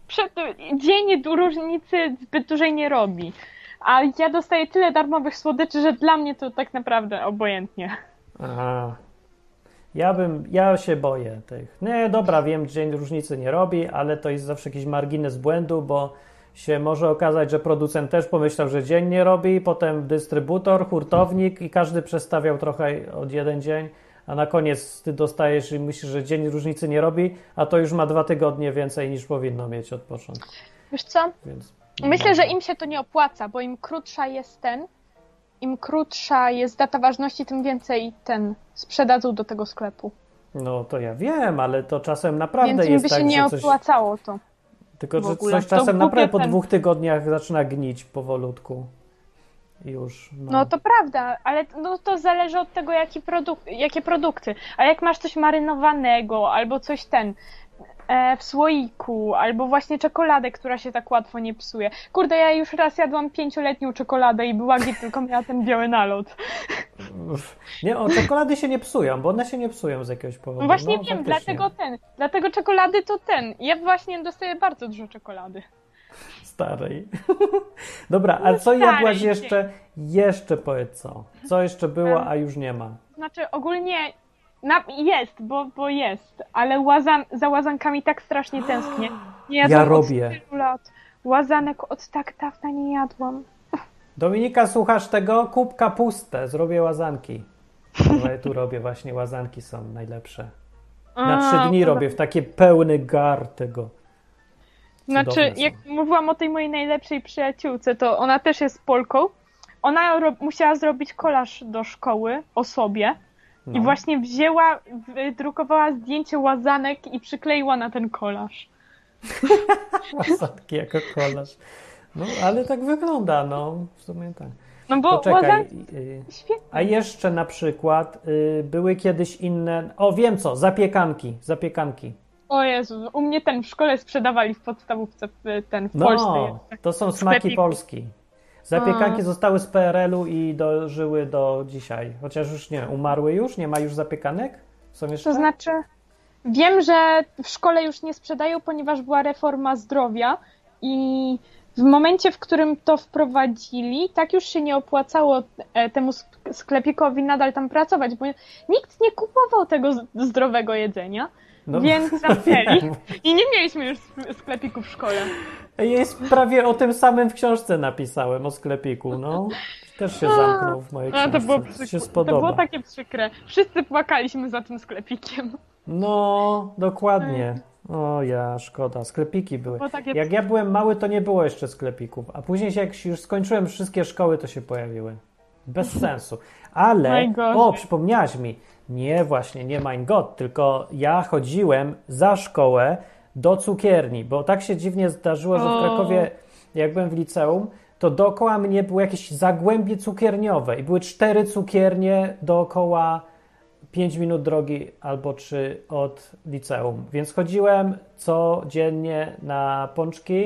przed, dzień różnicy zbyt dużej nie robi. A ja dostaję tyle darmowych słodyczy, że dla mnie to tak naprawdę obojętnie. Aha. Ja bym, ja się boję tych. Nie, dobra, wiem, dzień różnicy nie robi, ale to jest zawsze jakiś margines błędu, bo się może okazać, że producent też pomyślał, że dzień nie robi, potem dystrybutor, hurtownik i każdy przestawiał trochę od jeden dzień, a na koniec ty dostajesz i myślisz, że dzień różnicy nie robi, a to już ma dwa tygodnie więcej niż powinno mieć od początku. Wiesz co? Więc, Myślę, no. że im się to nie opłaca, bo im krótsza jest ten, im krótsza jest data ważności, tym więcej ten sprzedadzą do tego sklepu. No to ja wiem, ale to czasem naprawdę Więc im jest by tak, się nie że coś... opłacało to. Tylko, w że ogóle. coś To czasem głupie naprawdę po ten- dwóch tygodniach zaczyna gnić powolutku. Już. No, No to prawda, ale no, to zależy od tego, jaki produk- jakie produkty. A jak masz coś marynowanego, albo coś ten e, w słoiku, albo właśnie czekoladę, która się tak łatwo nie psuje. Kurde, ja już raz jadłam pięcioletnią czekoladę i była gdzie tylko miała ten biały nalot. Nie, o, czekolady się nie psują, bo one się nie psują z jakiegoś powodu. No właśnie no, wiem, faktycznie. dlatego ten, dlatego czekolady to ten. Ja właśnie dostaję bardzo dużo czekolady. Starej. Dobra, a co starej, jadłaś nie. jeszcze? Jeszcze powiedz co. Co jeszcze było, a już nie ma? Znaczy ogólnie na, jest, bo, bo jest, ale łazan, za łazankami tak strasznie tęsknię. Nie jadłam Ja robię. od tylu lat. Łazanek od tak dawna nie jadłam. Dominika, słuchasz tego? Kup kapustę, zrobię łazanki. Bo ja tu robię właśnie, łazanki są najlepsze. Na A, trzy dni dobra. robię, w taki pełny gar tego. Znaczy, Cudowne są. jak mówiłam o tej mojej najlepszej przyjaciółce, to ona też jest Polką. Ona ro- musiała zrobić kolaż do szkoły o sobie i No. właśnie wzięła, wydrukowała zdjęcie łazanek i przykleiła na ten kolaż. Łazanki jako kolaż. No, ale tak wygląda, no. W sumie tak. No bo Poczekaj. łazanki y, świetne. A jeszcze na przykład y, były kiedyś inne... O, wiem co, zapiekanki. Zapiekanki. O Jezu, u mnie ten w szkole sprzedawali w podstawówce w- ten w Polsce No, jeszcze. to są smaki sklepiku. Polski. Zapiekanki A. zostały z P R L-u i dożyły do dzisiaj. Chociaż już nie, umarły już? Nie ma już zapiekanek? Są jeszcze? To znaczy, wiem, że w szkole już nie sprzedają, ponieważ była reforma zdrowia i w momencie, w którym to wprowadzili, tak już się nie opłacało e, temu sk- sklepikowi nadal tam pracować, bo nikt nie kupował tego z- zdrowego jedzenia, No, więc zamknęli wiem. i nie mieliśmy już sk- sklepiku w szkole. Jest prawie o tym samym w książce napisałem, o sklepiku, no. Też się zamknął w mojej A, książce. to było, się przykre, to spodoba. było takie przykre. Wszyscy płakaliśmy za tym sklepikiem. No, dokładnie. O ja, szkoda. Sklepiki były. Było takie Jak ja byłem mały, to nie było jeszcze sklepików. A później, jak już skończyłem wszystkie szkoły, to się pojawiły. Bez sensu. Ale, Najgorzej. o, przypomniałaś mi. Nie, właśnie, nie mein Gott, tylko ja chodziłem za szkołę do cukierni, bo tak się dziwnie zdarzyło, że w O. Krakowie, jak byłem w liceum, to dookoła mnie było jakieś zagłębie cukierniowe i były cztery cukiernie dookoła pięć minut drogi albo trzy od liceum. Więc chodziłem codziennie na pączki,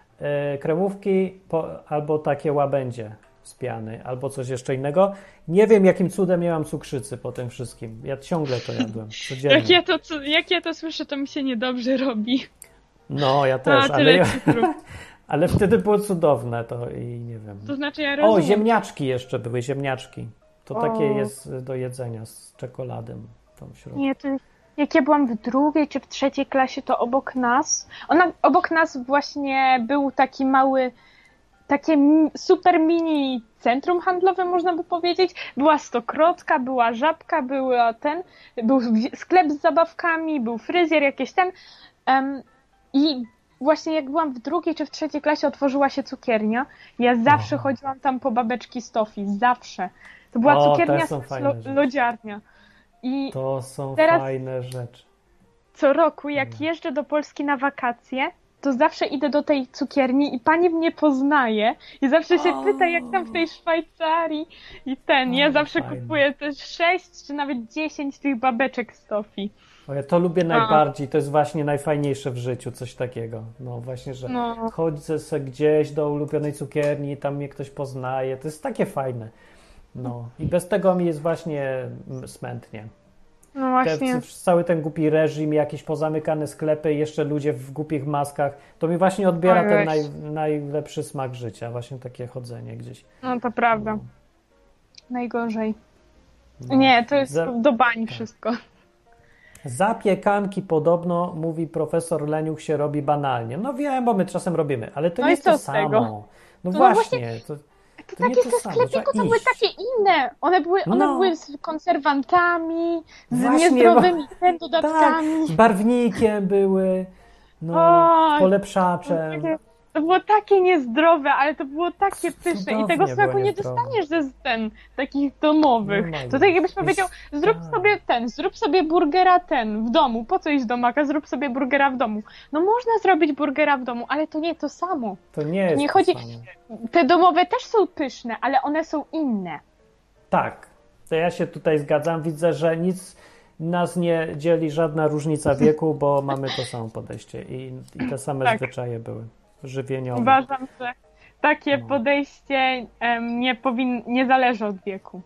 yy, kremówki po, albo takie łabędzie z piany, albo coś jeszcze innego. Nie wiem, jakim cudem miałam cukrzycy po tym wszystkim. Ja ciągle to jadłem, codziennie. Jak ja, to, co- jak ja to słyszę, to mi się niedobrze robi. No, ja też, A, ale, tyle cukru. ale wtedy było cudowne to i nie wiem. To znaczy ja O, rozumiem. ziemniaczki jeszcze były, ziemniaczki. To O. takie jest do jedzenia z czekoladem tam w środku. Nie, to jak ja byłam w drugiej czy w trzeciej klasie, to obok nas, ona, obok nas właśnie był taki mały, takie m- super mini centrum handlowe, można by powiedzieć. Była stokrotka, była żabka, była ten, był w- sklep z zabawkami, był fryzjer, jakieś ten. Em, I właśnie jak byłam w drugiej czy w trzeciej klasie, otworzyła się cukiernia. Ja zawsze O. chodziłam tam po babeczki z tofi, zawsze. To była O, cukiernia, te są z fajne lo- rzeczy. lodziarnia. I To są Teraz- fajne rzeczy. co roku, jak jeżdżę do Polski na wakacje, to zawsze idę do tej cukierni i pani mnie poznaje i zawsze się pyta, jak tam w tej Szwajcarii i ten. Ja O, zawsze fajne. kupuję też sześć czy nawet dziesięć tych babeczek z tofi. O, ja to lubię najbardziej, to jest właśnie najfajniejsze w życiu, coś takiego. No właśnie, że No. chodzę sobie gdzieś do ulubionej cukierni, tam mnie ktoś poznaje, to jest takie fajne. No i bez tego mi jest właśnie mm, smętnie. No właśnie. Te, cały ten głupi reżim, jakieś pozamykane sklepy i jeszcze ludzie w głupich maskach, to mi właśnie odbiera Oj, ten weź. naj, najlepszy smak życia, właśnie takie chodzenie gdzieś. No to prawda. No. Najgorzej. No. Nie, to jest Za- do bani wszystko. Zapiekanki podobno, mówi profesor Leniuch, się robi banalnie. No wiem, bo my czasem robimy, ale to No nie i jest to co z samo. tego? No, No właśnie, to, To, to nie takie to ze samo, sklepiku trzeba to były iść. takie inne. One były, one No. były z konserwantami, z Właśnie, niezdrowymi ten tak, dodatkami. z barwnikiem były, no, Oj, polepszaczem. Takie, to było takie niezdrowe, ale to było takie pyszne i Cudownie tego było smaku nie niezdrowe. dostaniesz ze ten, takich domowych. No, To tak jakbyś jest- powiedział, zrób tak. sobie ten, zrób sobie burgera ten w domu. Po co iść do Maka? Zrób sobie burgera w domu. No można zrobić burgera w domu, ale to nie to samo. To nie jest Nie to chodzi- samo. Te domowe też są pyszne, ale one są inne. Tak, to ja się tutaj zgadzam. Widzę, że nic nas nie dzieli, żadna różnica wieku, bo mamy to samo podejście i, i te same Tak. zwyczaje były żywieniowe. Uważam, że takie No. podejście em, nie, powin- nie zależy od wieku.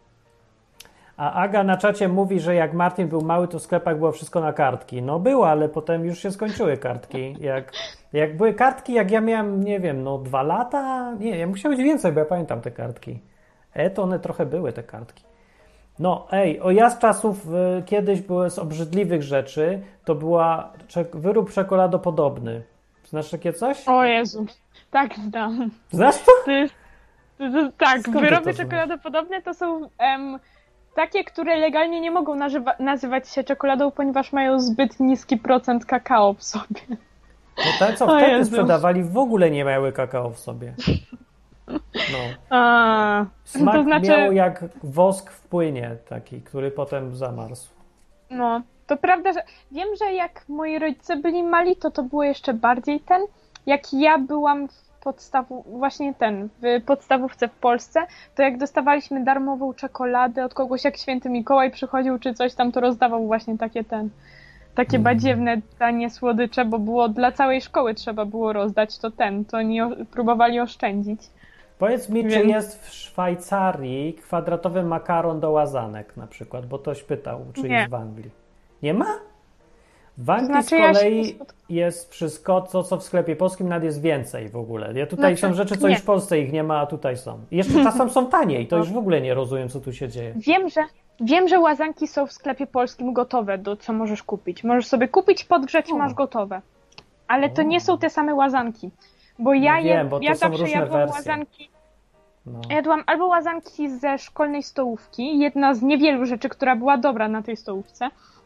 A Aga na czacie mówi, że jak Martin był mały, to w sklepach było wszystko na kartki. No było, ale potem już się skończyły kartki. Jak, jak były kartki, jak ja miałem, nie wiem, no dwa lata, nie, ja musiał być więcej, bo ja pamiętam te kartki. E, to one trochę były, te kartki. No, ej, o ja z czasów y, kiedyś były z obrzydliwych rzeczy, to była czek- wyrób czekoladopodobny. Znasz takie coś? O Jezu, tak znam. Znasz to? To jest, to, to, tak, Skąd ty wyroby to znasz? czekoladopodobne to są em, takie, które legalnie nie mogą nażywa- nazywać się czekoladą, ponieważ mają zbyt niski procent kakao w sobie. No te, co O wtedy Jezu. sprzedawali, w ogóle nie miały kakao w sobie. No. A, Smak to znaczy, miał jak wosk w płynie, taki, który potem zamarzł. no, to prawda, że wiem, że jak moi rodzice byli mali, to to było jeszcze bardziej ten. Jak ja byłam w podstawu, właśnie ten, w podstawówce w Polsce, to jak dostawaliśmy darmową czekoladę od kogoś, jak święty Mikołaj przychodził czy coś tam, to rozdawał właśnie takie ten, takie Mm. badziewne danie słodycze, bo było dla całej szkoły trzeba było rozdać, to ten, to oni o, próbowali oszczędzić. Powiedz mi, czy Więc- jest w Szwajcarii kwadratowy makaron do łazanek na przykład, bo ktoś pytał, czy Nie. jest w Anglii. Nie ma? W Anglii Znaczy, z ja się kolei nie spotkałam. jest wszystko, to co w sklepie polskim, nawet jest więcej w ogóle. Ja tutaj Znaczy, są rzeczy, co nie. już w Polsce ich nie ma, a tutaj są. I jeszcze czasem są taniej, to już w ogóle nie rozumiem, co tu się dzieje. Wiem, że wiem, że łazanki są w sklepie polskim gotowe, do co możesz kupić. Możesz sobie kupić, podgrzeć, O. masz gotowe. Ale to O. nie są te same łazanki. Bo ja No je, wiem, bo to ja są zawsze różne jadłam wersje. łazanki. No. Jadłam albo łazanki ze szkolnej stołówki, jedna z niewielu rzeczy, która była dobra na tej stołówce.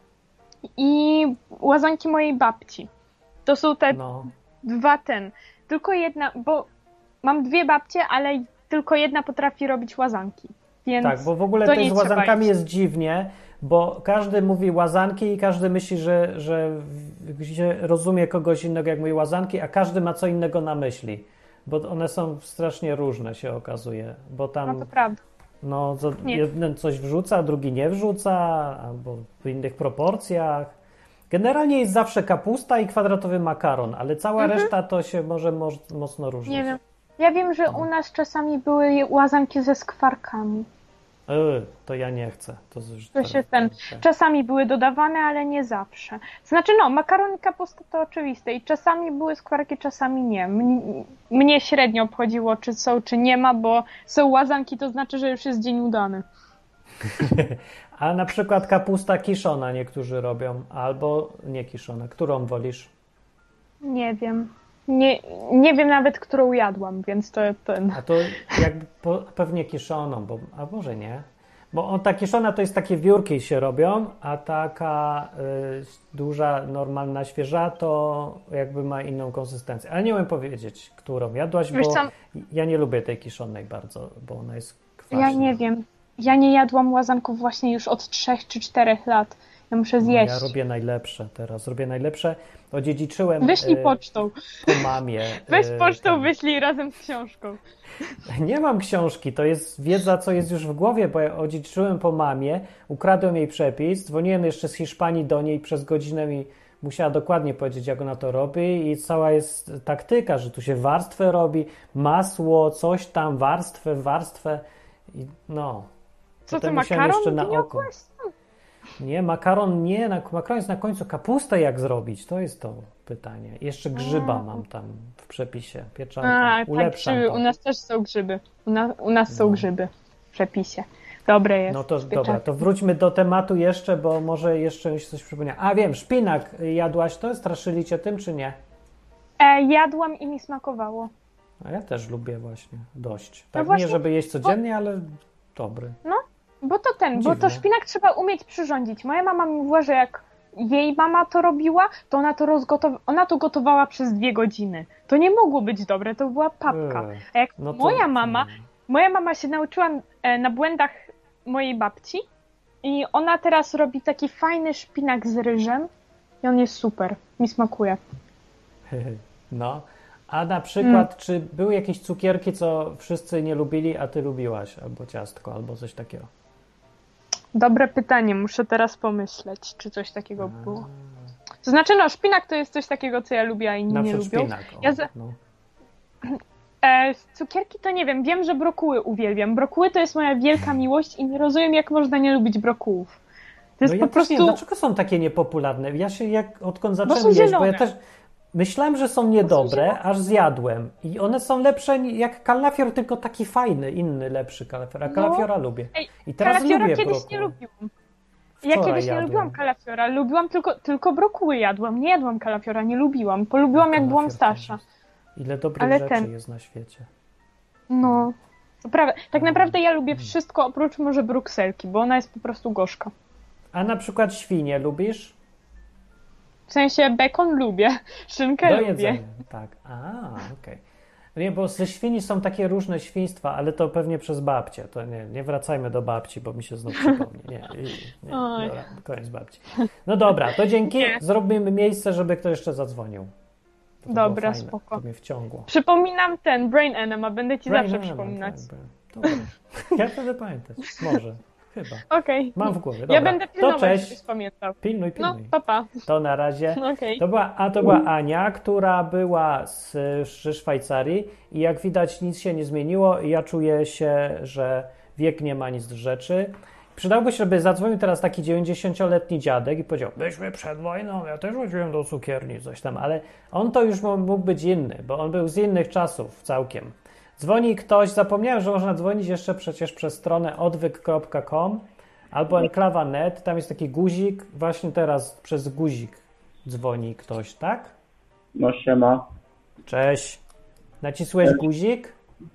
I łazanki mojej babci. To są te No. dwa ten. Tylko jedna, bo mam dwie babcie, ale tylko jedna potrafi robić łazanki. Więc Tak, bo w ogóle to też nie z trzeba łazankami iść. jest dziwnie, bo każdy mówi łazanki i każdy myśli, że, że w- gdzie rozumie kogoś innego jak mówi łazanki, a każdy ma co innego na myśli, bo one są strasznie różne, się okazuje, bo No tam to prawda. no, co, Nie. jeden coś wrzuca, drugi nie wrzuca, albo w innych proporcjach. Generalnie jest zawsze kapusta i kwadratowy makaron, ale cała Mhm. reszta to się może moż, mocno różnić. Nie wiem. Ja wiem, że u nas czasami były łazanki ze skwarkami. Yy, to ja nie chcę. To, już To się ten. tak. Czasami były dodawane, ale nie zawsze. Znaczy, no, makaron i kapusta to oczywiste. I czasami były skwarki, czasami nie. M- mnie średnio obchodziło, czy są, czy nie ma, bo są łazanki, to znaczy, że już jest dzień udany. A na przykład kapusta kiszona niektórzy robią, albo nie kiszona. Którą wolisz? Nie wiem. Nie, nie wiem nawet, którą jadłam, więc to ten. A to jakby po, pewnie kiszoną, bo, a może nie. Bo on, ta kiszona to jest takie wiórki się robią, a taka y, duża, normalna, świeża to jakby ma inną konsystencję. Ale nie umiem powiedzieć, którą jadłaś, Wiesz bo co? ja nie lubię tej kiszonej bardzo, bo ona jest kwaśna. Ja nie wiem. Ja nie jadłam łazanków właśnie już od trzech czy czterech lat. Ja muszę No, zjeść. ja robię najlepsze teraz, robię najlepsze. Odziedziczyłem Wyślij y, pocztą. po mamie. Weź y, pocztą, ten- wyślij razem z książką. Nie mam książki, to jest wiedza, co jest już w głowie, bo ja odziedziczyłem po mamie, ukradłem jej przepis, dzwoniłem jeszcze z Hiszpanii do niej przez godzinę mi musiała dokładnie powiedzieć, jak ona to robi i cała jest taktyka, że tu się warstwę robi, masło, coś tam, warstwę, warstwę i no. Co to, Potem musiałem makaron? jeszcze na Ty nie oko. okłamstwo. Nie, makaron nie, na, makaron jest na końcu. Kapustę jak zrobić? To jest to pytanie. Jeszcze grzyba mam tam w przepisie. Pieczarka. A, tak, Ulepszam grzyby. to. U nas też są grzyby. U, na, u nas są No. grzyby w przepisie. Dobre jest. No to z dobra, pieczarką. to wróćmy do tematu jeszcze, bo może jeszcze mi się coś przypomniało. A wiem, szpinak jadłaś to? Straszyli cię tym, czy nie? E, jadłam i mi smakowało. A ja też lubię właśnie, dość. Tak, No właśnie, nie żeby jeść codziennie, ale dobry. Bo to ten, bo Dziwne. to szpinak trzeba umieć przyrządzić. Moja mama mówiła, że jak jej mama to robiła, to ona to rozgotow- ona to gotowała przez dwie godziny. To nie mogło być dobre, to była papka. Eee, A jak no to- moja mama, moja mama się nauczyła e, na błędach mojej babci i ona teraz robi taki fajny szpinak z ryżem i on jest super. Mi smakuje. No, a na przykład, czy były jakieś cukierki, co wszyscy nie lubili, a ty lubiłaś? Albo ciastko, albo coś takiego. Dobre pytanie, muszę teraz pomyśleć, czy coś takiego było. To znaczy, no, szpinak to jest coś takiego, co ja lubię, a inni Na nie przykład lubią. szpinak. O, Ja za- no. E, cukierki to nie wiem, wiem, że brokuły uwielbiam. Brokuły to jest moja wielka miłość i nie rozumiem, jak można nie lubić brokułów. To jest No ja po też prostu... nie wiem, dlaczego są takie niepopularne? Ja się jak odkąd zacząłem są jeść, bo zielone. ja też myślałem, że są niedobre, aż zjadłem. I one są lepsze ni- jak kalafior, tylko taki fajny, inny, lepszy kalafior. A No. kalafiora lubię. Ej, I teraz kalafiora lubię kiedyś brokuły. nie lubiłam. Ja Wczoraj kiedyś nie jadłem. lubiłam kalafiora, lubiłam tylko, tylko brokuły jadłam, nie jadłam kalafiora, nie lubiłam. Polubiłam, jak byłam Kalafior też starsza. jest. Ile dobrych Ale rzeczy ten- jest na świecie. No, to prawda. Tak Mm. naprawdę ja lubię wszystko, oprócz może brukselki, bo ona jest po prostu gorzka. A na przykład świnie lubisz? W sensie bekon lubię, szynkę Do lubię. jedzenia, tak. A, okej. Nie, bo ze świni są takie różne świństwa, ale to pewnie przez babcię. To nie, nie wracajmy do babci, bo mi się znów przypomni. Nie, nie, nie Oj. dobra, koniec babci. No dobra, to dzięki. Nie. Zrobimy miejsce, żeby ktoś jeszcze zadzwonił. To Dobra, było fajne, spoko. To mnie wciągło. Przypominam ten, Brain Enema, będę ci Brain zawsze Enema, przypominać. tak, dobra. Ja wtedy pamiętać. Może. Chyba. Okej. Mam w głowie. Dobra. Ja będę To pilnować, cześć. żebyś pamiętał. Pilnuj, No, pilnuj. papa. To na razie. Okej. To była, a to była Ania, która była z, ze Szwajcarii i jak widać nic się nie zmieniło i ja czuję się, że wiek nie ma nic do rzeczy. Przydałby się, żeby zadzwonił teraz taki dziewięćdziesięcioletni dziadek i powiedział, myśmy przed wojną, ja też chodziłem do cukierni, coś tam, ale on to już mógł być inny, bo on był z innych czasów całkiem. Dzwoni ktoś, zapomniałem, że można dzwonić jeszcze przecież przez stronę odwyk kropka com albo enklawa kropka net, tam jest taki guzik, właśnie teraz przez guzik dzwoni ktoś, tak? No siema. Cześć. Nacisłeś Cześć. guzik?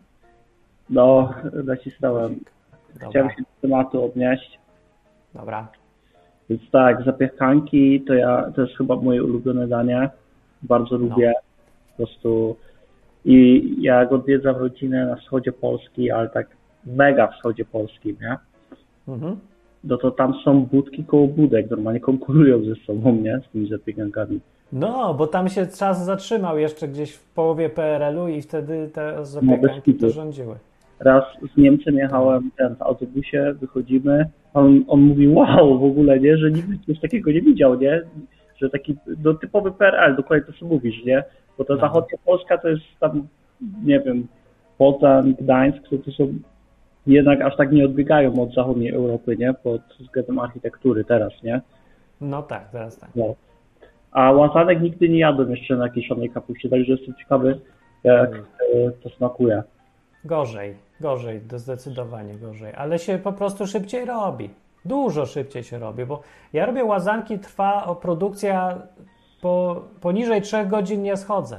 No, nacisnąłem. Dobra, Chciałem się do tematu odnieść. dobra. Więc tak, zapiekanki to ja, to jest chyba moje ulubione danie. Bardzo lubię. Po prostu. I jak odwiedzam rodzinę na wschodzie Polski, ale tak mega wschodzie Polski, nie? Mhm. No to tam są budki koło budek, normalnie konkurują ze sobą, nie? Z tymi zapiekankami. No, bo tam się czas zatrzymał jeszcze gdzieś w połowie P R L u i wtedy te bez zapiekanki kitu. to rządziły. Raz z Niemcem jechałem ten, w autobusie, wychodzimy, a on, on mówi, wow, w ogóle, nie, że nigdy coś takiego nie widział, nie? Że taki no, typowy P R L, dokładnie to co mówisz, nie? Bo ta No. zachodnia Polska to jest tam, nie wiem, Poznań, Gdańsk, to, to są jednak aż tak nie odbiegają od zachodniej Europy, nie? Pod względem architektury teraz, nie? No tak, teraz tak. No. A łazanek nigdy nie jadłem jeszcze na kiszonej kapuście, także jestem ciekawy, jak Mm. e, to smakuje. Gorzej, gorzej, to zdecydowanie gorzej, ale się po prostu szybciej robi. Dużo szybciej się robi, bo ja robię łazanki, trwa o produkcja po, poniżej trzech godzin nie schodzę.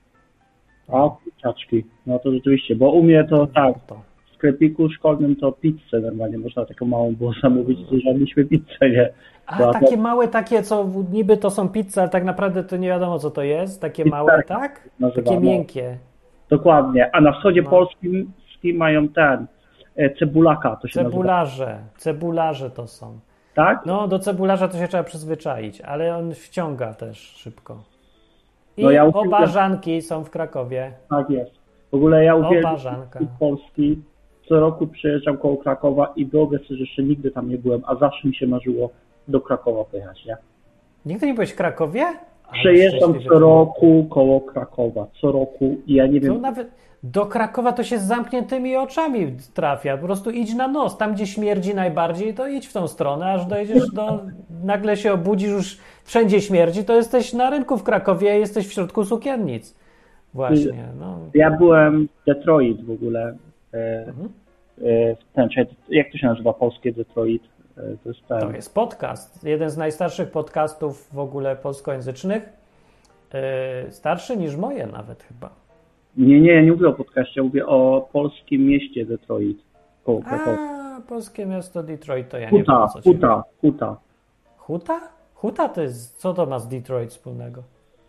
A, kurczaczki, no to rzeczywiście, bo u mnie to tak, To. w sklepiku szkolnym to pizzę normalnie można taką małą było zamówić, to żadliśmy pizzę, nie? A To- takie małe, takie co niby to są pizze, ale tak naprawdę to nie wiadomo co to jest. Takie Pizza, małe, tak? nazywamy. Takie miękkie. Dokładnie, a na wschodzie No. polskim polskim mają ten, e, cebulaka to się nazywa, Cebularze, cebularze to są. tak? No, do cebularza to się trzeba przyzwyczaić, ale on wciąga też szybko. I No ja uwielbiam- obarzanki są w Krakowie. Tak jest. W ogóle ja uwielbiam Obarzanka. Polski, co roku przyjeżdżam koło Krakowa i wyobraź sobie, że jeszcze nigdy tam nie byłem, a zawsze mi się marzyło do Krakowa pojechać, nie? Nigdy nie byłeś w Krakowie? Przejeżdżam co roku koło Krakowa, co roku i ja nie To wiem... nawet do Krakowa to się z zamkniętymi oczami trafia. Po prostu idź na nos. Tam, gdzie śmierdzi najbardziej, to idź w tą stronę, aż dojdziesz do... Nagle się obudzisz, już wszędzie śmierdzi, to jesteś na rynku w Krakowie, jesteś w środku sukiennic. Właśnie, no. Ja byłem w Detroit w ogóle. E, Mhm. e, w ten, czekaj, jak to się nazywa polskie Detroit? E, to jest ten... To jest podcast. Jeden z najstarszych podcastów w ogóle polskojęzycznych. Yy, starszy niż moje nawet chyba. Nie, nie, nie mówię o podcaście, mówię o polskim mieście Detroit. Koło Krakowa. A, polskie miasto Detroit, to ja nie wiem, Huta, o co ci chodzi. Huta, Huta. Huta? Huta to jest, co to ma z Detroit wspólnego?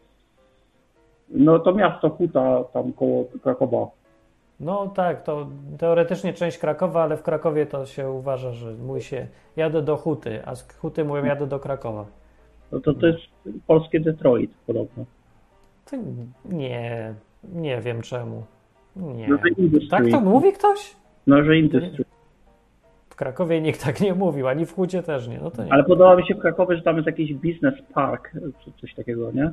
No to miasto Huta tam koło Krakowa. No tak, to teoretycznie część Krakowa, ale w Krakowie to się uważa, że mówi się jadę do Huty, a z Huty mówią jadę do Krakowa. No to to jest polskie Detroit podobno. To nie, nie wiem czemu. Nie. No, że industry. Tak to mówi ktoś? No, że industry. W Krakowie nikt tak nie mówił, ani w Hucie też nie. No to nie. Ale podoba mi się w Krakowie, że tam jest jakiś business park, czy coś takiego, nie?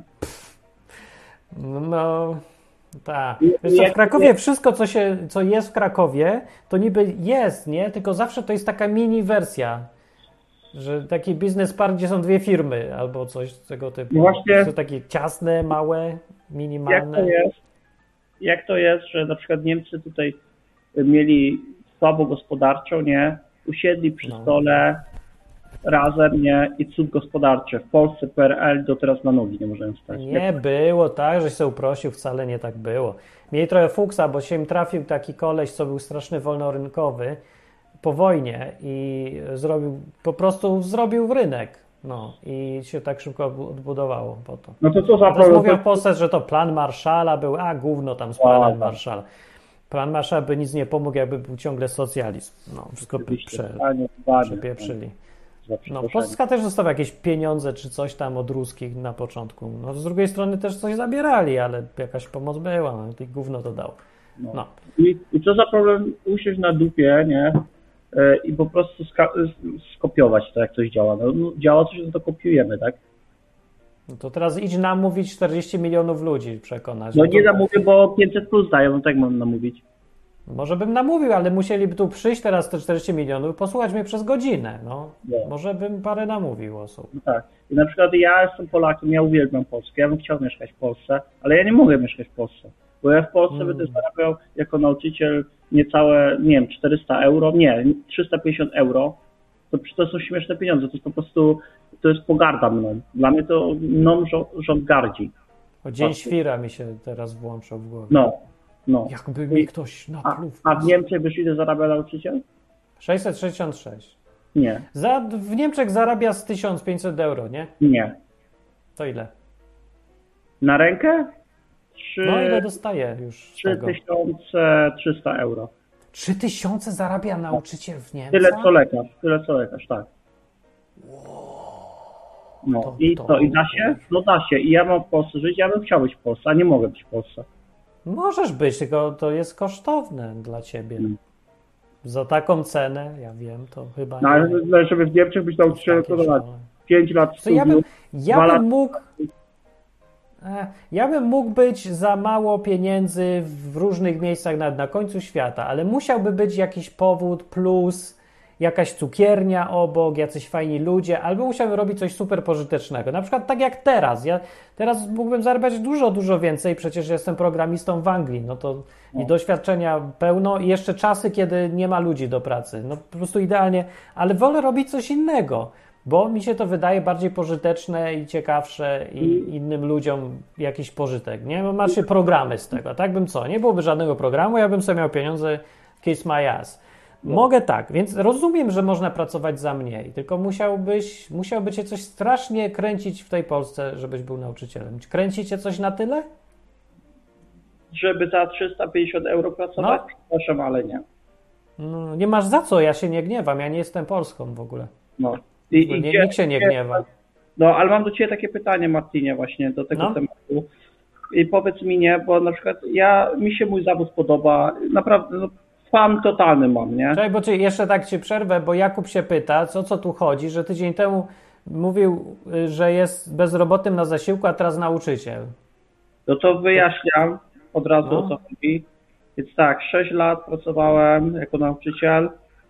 No, tak. I- Wiesz co, jak- w Krakowie wszystko, co, się, co jest w Krakowie, to niby jest, nie? Tylko zawsze to jest taka mini wersja, że taki biznes park, gdzie są dwie firmy albo coś tego typu. No właśnie- Są takie ciasne, małe, Jak minimalne. to jest? Jak to jest, że na przykład Niemcy tutaj mieli słabo gospodarczo, nie? Usiedli przy No. stole razem, nie? I cud gospodarczy. W Polsce P R L do teraz na nogi nie możemy stać. Nie było tak, żeś się uprosił, wcale nie tak było. Mieli trochę fuksa, bo się im trafił taki koleś, co był straszny wolnorynkowy po wojnie i zrobił, po prostu zrobił rynek. No i się tak szybko odbudowało po to. No to co za A teraz mówią problem? w Polsce, że to plan Marszala był, a gówno tam z A, planem tak. Marszala. Plan Marszala by nic nie pomógł, jakby był ciągle socjalizm. No, wszystko by Oczywiście, prze, totalnie, totalnie. przepieprzyli. Za No, przeproszenie. Polska też dostała jakieś pieniądze czy coś tam od ruskich na początku. No, z drugiej strony też coś zabierali, ale jakaś pomoc była, no i gówno to dał. No. No. I, I co za problem usiąść na dupie, nie? E, I po prostu ska- skopiować to, jak coś działa. No, no działa coś, no to kopiujemy, tak? No to teraz idź namówić czterdzieści milionów ludzi przekonać. No to, nie namówię, bo pięćset plus dają, no tak mam namówić. Może bym namówił, ale musieliby tu przyjść teraz te czterdzieści milionów i posłuchać mnie przez godzinę. No. No. Może bym parę namówił osób. No tak. I na przykład ja jestem Polakiem, ja uwielbiam Polskę, ja bym chciał mieszkać w Polsce, ale ja nie mogę mieszkać w Polsce. Bo ja w Polsce Mm. będę zarabiał jako nauczyciel niecałe, nie wiem, czterysta euro, nie, trzysta pięćdziesiąt euro. To, to są śmieszne pieniądze, to jest po prostu, to jest pogarda mną. Dla mnie to mną rząd, rząd gardzi. O Dzień Tak. Świra mi się teraz włączył w głowie. No, no. Jakby mi ktoś A, napluł w a w Niemczech wiesz, ile zarabia nauczyciel? sześćset sześćdziesiąt sześć. Nie, Za, w Niemczech zarabia z tysiąc pięćset euro, nie? nie. To ile? Na rękę? No ile dostaje już z trzy tego? tysiące trzysta euro. trzy tysiące zarabia nauczyciel w Niemczech? Tyle co lekarz, tyle co lekarz, tak. No To- i to- to, i da się? No da się. I ja mam w Polsce żyć, ja bym chciał być w Polsce, a nie mogę być w Polsce. Możesz być, tylko to jest kosztowne dla ciebie. Mm. Za taką cenę, ja wiem, to chyba No nie. ale żeby w Niemczech być nauczycielem, to Takie lat szkoły. pięć lat Co ja bym, studiów, ja dwa bym lata- mógł. E, Ja bym mógł być za mało pieniędzy w różnych miejscach nawet na końcu świata, ale musiałby być jakiś powód, plus jakaś cukiernia obok, jacyś fajni ludzie, albo musiałbym robić coś super pożytecznego. Na przykład tak jak teraz. Ja teraz mógłbym zarabiać dużo, dużo więcej, przecież jestem programistą w Anglii, no to i doświadczenia pełno i jeszcze czasy, kiedy nie ma ludzi do pracy. No po prostu idealnie, ale wolę robić coś innego. Bo mi się to wydaje bardziej pożyteczne i ciekawsze i innym ludziom jakiś pożytek, nie? Bo macie programy z tego, tak bym co? Nie byłoby żadnego programu, ja bym sobie miał pieniądze kiss my ass. Mogę tak, więc rozumiem, że można pracować za mniej, tylko musiałbyś, musiałby cię coś strasznie kręcić w tej Polsce, żebyś był nauczycielem. Kręci cię coś na tyle? żeby za trzysta pięćdziesiąt euro pracować, No. przepraszam, ale nie. No, nie masz za co, ja się nie gniewam, ja nie jestem Polską w ogóle. No. I, Nie, gdzie- nikt się nie gdzie- gniewa. No, ale mam do Ciebie takie pytanie, Martinie, właśnie do tego No. tematu. I powiedz mi nie, bo na przykład ja, mi się mój zawód podoba, naprawdę, no, fan totalny mam, nie? Czekaj, bo czy jeszcze tak Cię przerwę, bo Jakub się pyta, co co tu chodzi, że tydzień temu mówił, że jest bezrobotnym na zasiłku, a teraz nauczyciel. No to wyjaśniam od razu, No. o co chodzi. Więc tak, sześć lat pracowałem jako nauczyciel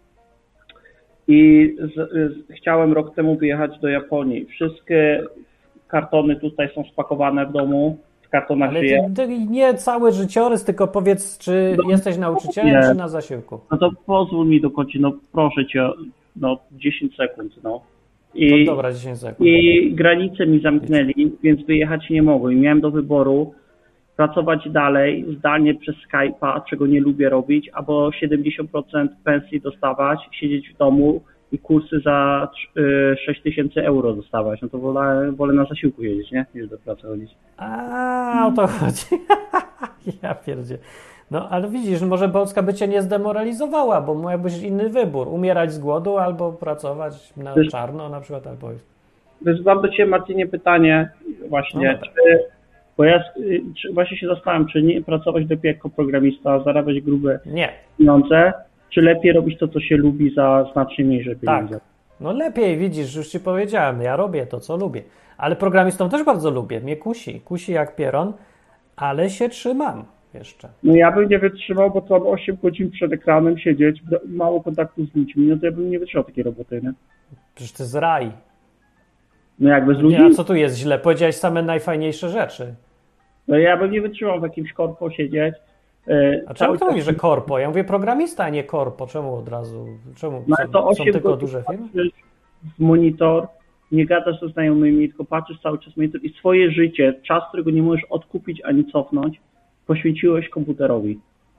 i z, z, chciałem rok temu wyjechać do Japonii. Wszystkie kartony tutaj są spakowane w domu, w kartonach Ale żyję. ty, ty nie cały życiorys, tylko powiedz, czy No, jesteś nauczycielem, nie. czy na zasiłku. No to pozwól mi dokończyć, no proszę cię, no dziesięć sekund, no. No I, dobra, dziesięć sekund. I granice mi zamknęli, więc wyjechać nie mogłem. Miałem do wyboru pracować dalej, zdalnie przez Skype'a, czego nie lubię robić, albo siedemdziesiąt procent pensji dostawać, siedzieć w domu i kursy za y, sześć tysięcy euro dostawać. No to wolę, wolę na zasiłku jeździć, nie? Niż do pracy chodzić. A, o to chodzi. Ja pierdzie. No, ale widzisz, może Polska by cię nie zdemoralizowała, bo miałbyś inny wybór. Umierać z głodu albo pracować na Wiesz- czarno na przykład. Albo... Więc mam do Ciebie, Marcinie, pytanie właśnie, No dobra. czy, bo ja y, czy, właśnie się zastanawiam, czy nie pracować lepiej jako programista, zarabiać grube Nie, pieniądze, czy lepiej robić to, co się lubi za znacznie mniejsze pieniądze. tak. No lepiej, widzisz, już ci powiedziałem, ja robię to, co lubię. Ale programistą też bardzo lubię, mnie kusi, kusi jak pieron, ale się trzymam jeszcze. No ja bym nie wytrzymał, bo to mam osiem godzin przed ekranem siedzieć, mało kontaktu z ludźmi, no to ja bym nie wytrzymał takiej roboty, nie? Przecież to jest raj. No jak bez ludzi, Nie, a co tu jest źle? Powiedziałeś same najfajniejsze rzeczy. no ja bym nie wytrzymał w jakimś korpo siedzieć. e, A czemu cały to czas- mówisz, że korpo? Ja mówię programista, a nie korpo. Czemu od razu? Czemu? No Są, ale to są osiem tylko godzin duże firmy? patrzysz w monitor, nie gadasz ze znajomymi, tylko patrzysz cały czas w monitor i swoje życie, czas, którego nie możesz odkupić ani cofnąć, poświęciłeś komputerowi.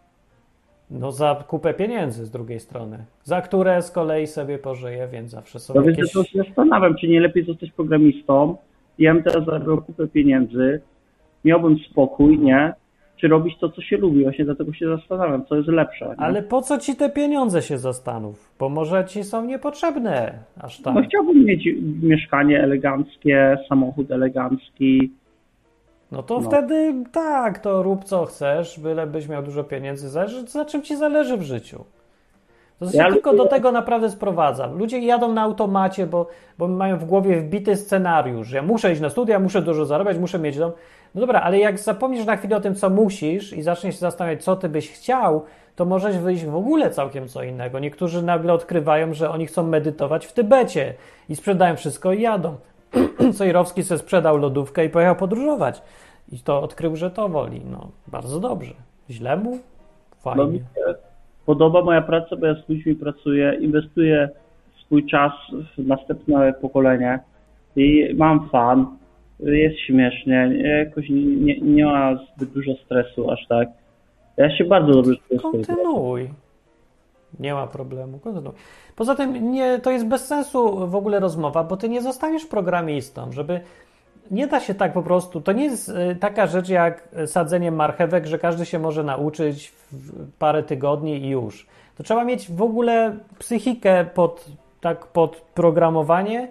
No za kupę pieniędzy z drugiej strony, za które z kolei sobie pożyję, więc zawsze są No więc jakieś... ja to się zastanawiam, czy nie lepiej zostać programistą, ja bym teraz zarabiał kupę pieniędzy, miałbym spokój, nie? Czy robić to, co się lubi? Właśnie dlatego się zastanawiam, co jest lepsze. Nie? Ale po co ci te pieniądze, się zastanów? Bo może ci są niepotrzebne aż tak. No chciałbym mieć mieszkanie eleganckie, samochód elegancki. No to No. wtedy tak, to rób co chcesz, byle byś miał dużo pieniędzy. Zależy, za czym ci zależy w życiu. To się Ja tylko lubię- do tego naprawdę sprowadzam. Ludzie jadą na automacie, bo, bo mają w głowie wbity scenariusz. Ja muszę iść na studia, muszę dużo zarabiać, muszę mieć dom. No dobra, ale jak zapomnisz na chwilę o tym, co musisz i zaczniesz się zastanawiać, co ty byś chciał, to możesz wyjść w ogóle całkiem co innego. Niektórzy nagle odkrywają, że oni chcą medytować w Tybecie i sprzedają wszystko i jadą. Cojrowski sobie sprzedał lodówkę i pojechał podróżować. I to odkrył, że to woli. No, bardzo dobrze. Źle mu? No, mi Fajnie. się podoba moja praca, bo ja z ludźmi pracuję, inwestuję swój czas w następne pokolenie i mam fan, jest śmiesznie, jakoś nie, nie, nie ma zbyt dużo stresu aż tak. Ja się bardzo dobrze czuję w swojej pracy. Kontynuuj. Nie ma problemu. Kontynuuj. Poza tym nie, to jest bez sensu w ogóle rozmowa, bo ty nie zostaniesz programistą, żeby... Nie da się tak po prostu. To nie jest y, taka rzecz jak sadzenie marchewek, że każdy się może nauczyć w parę tygodni i już. To trzeba mieć w ogóle psychikę pod, tak, pod programowanie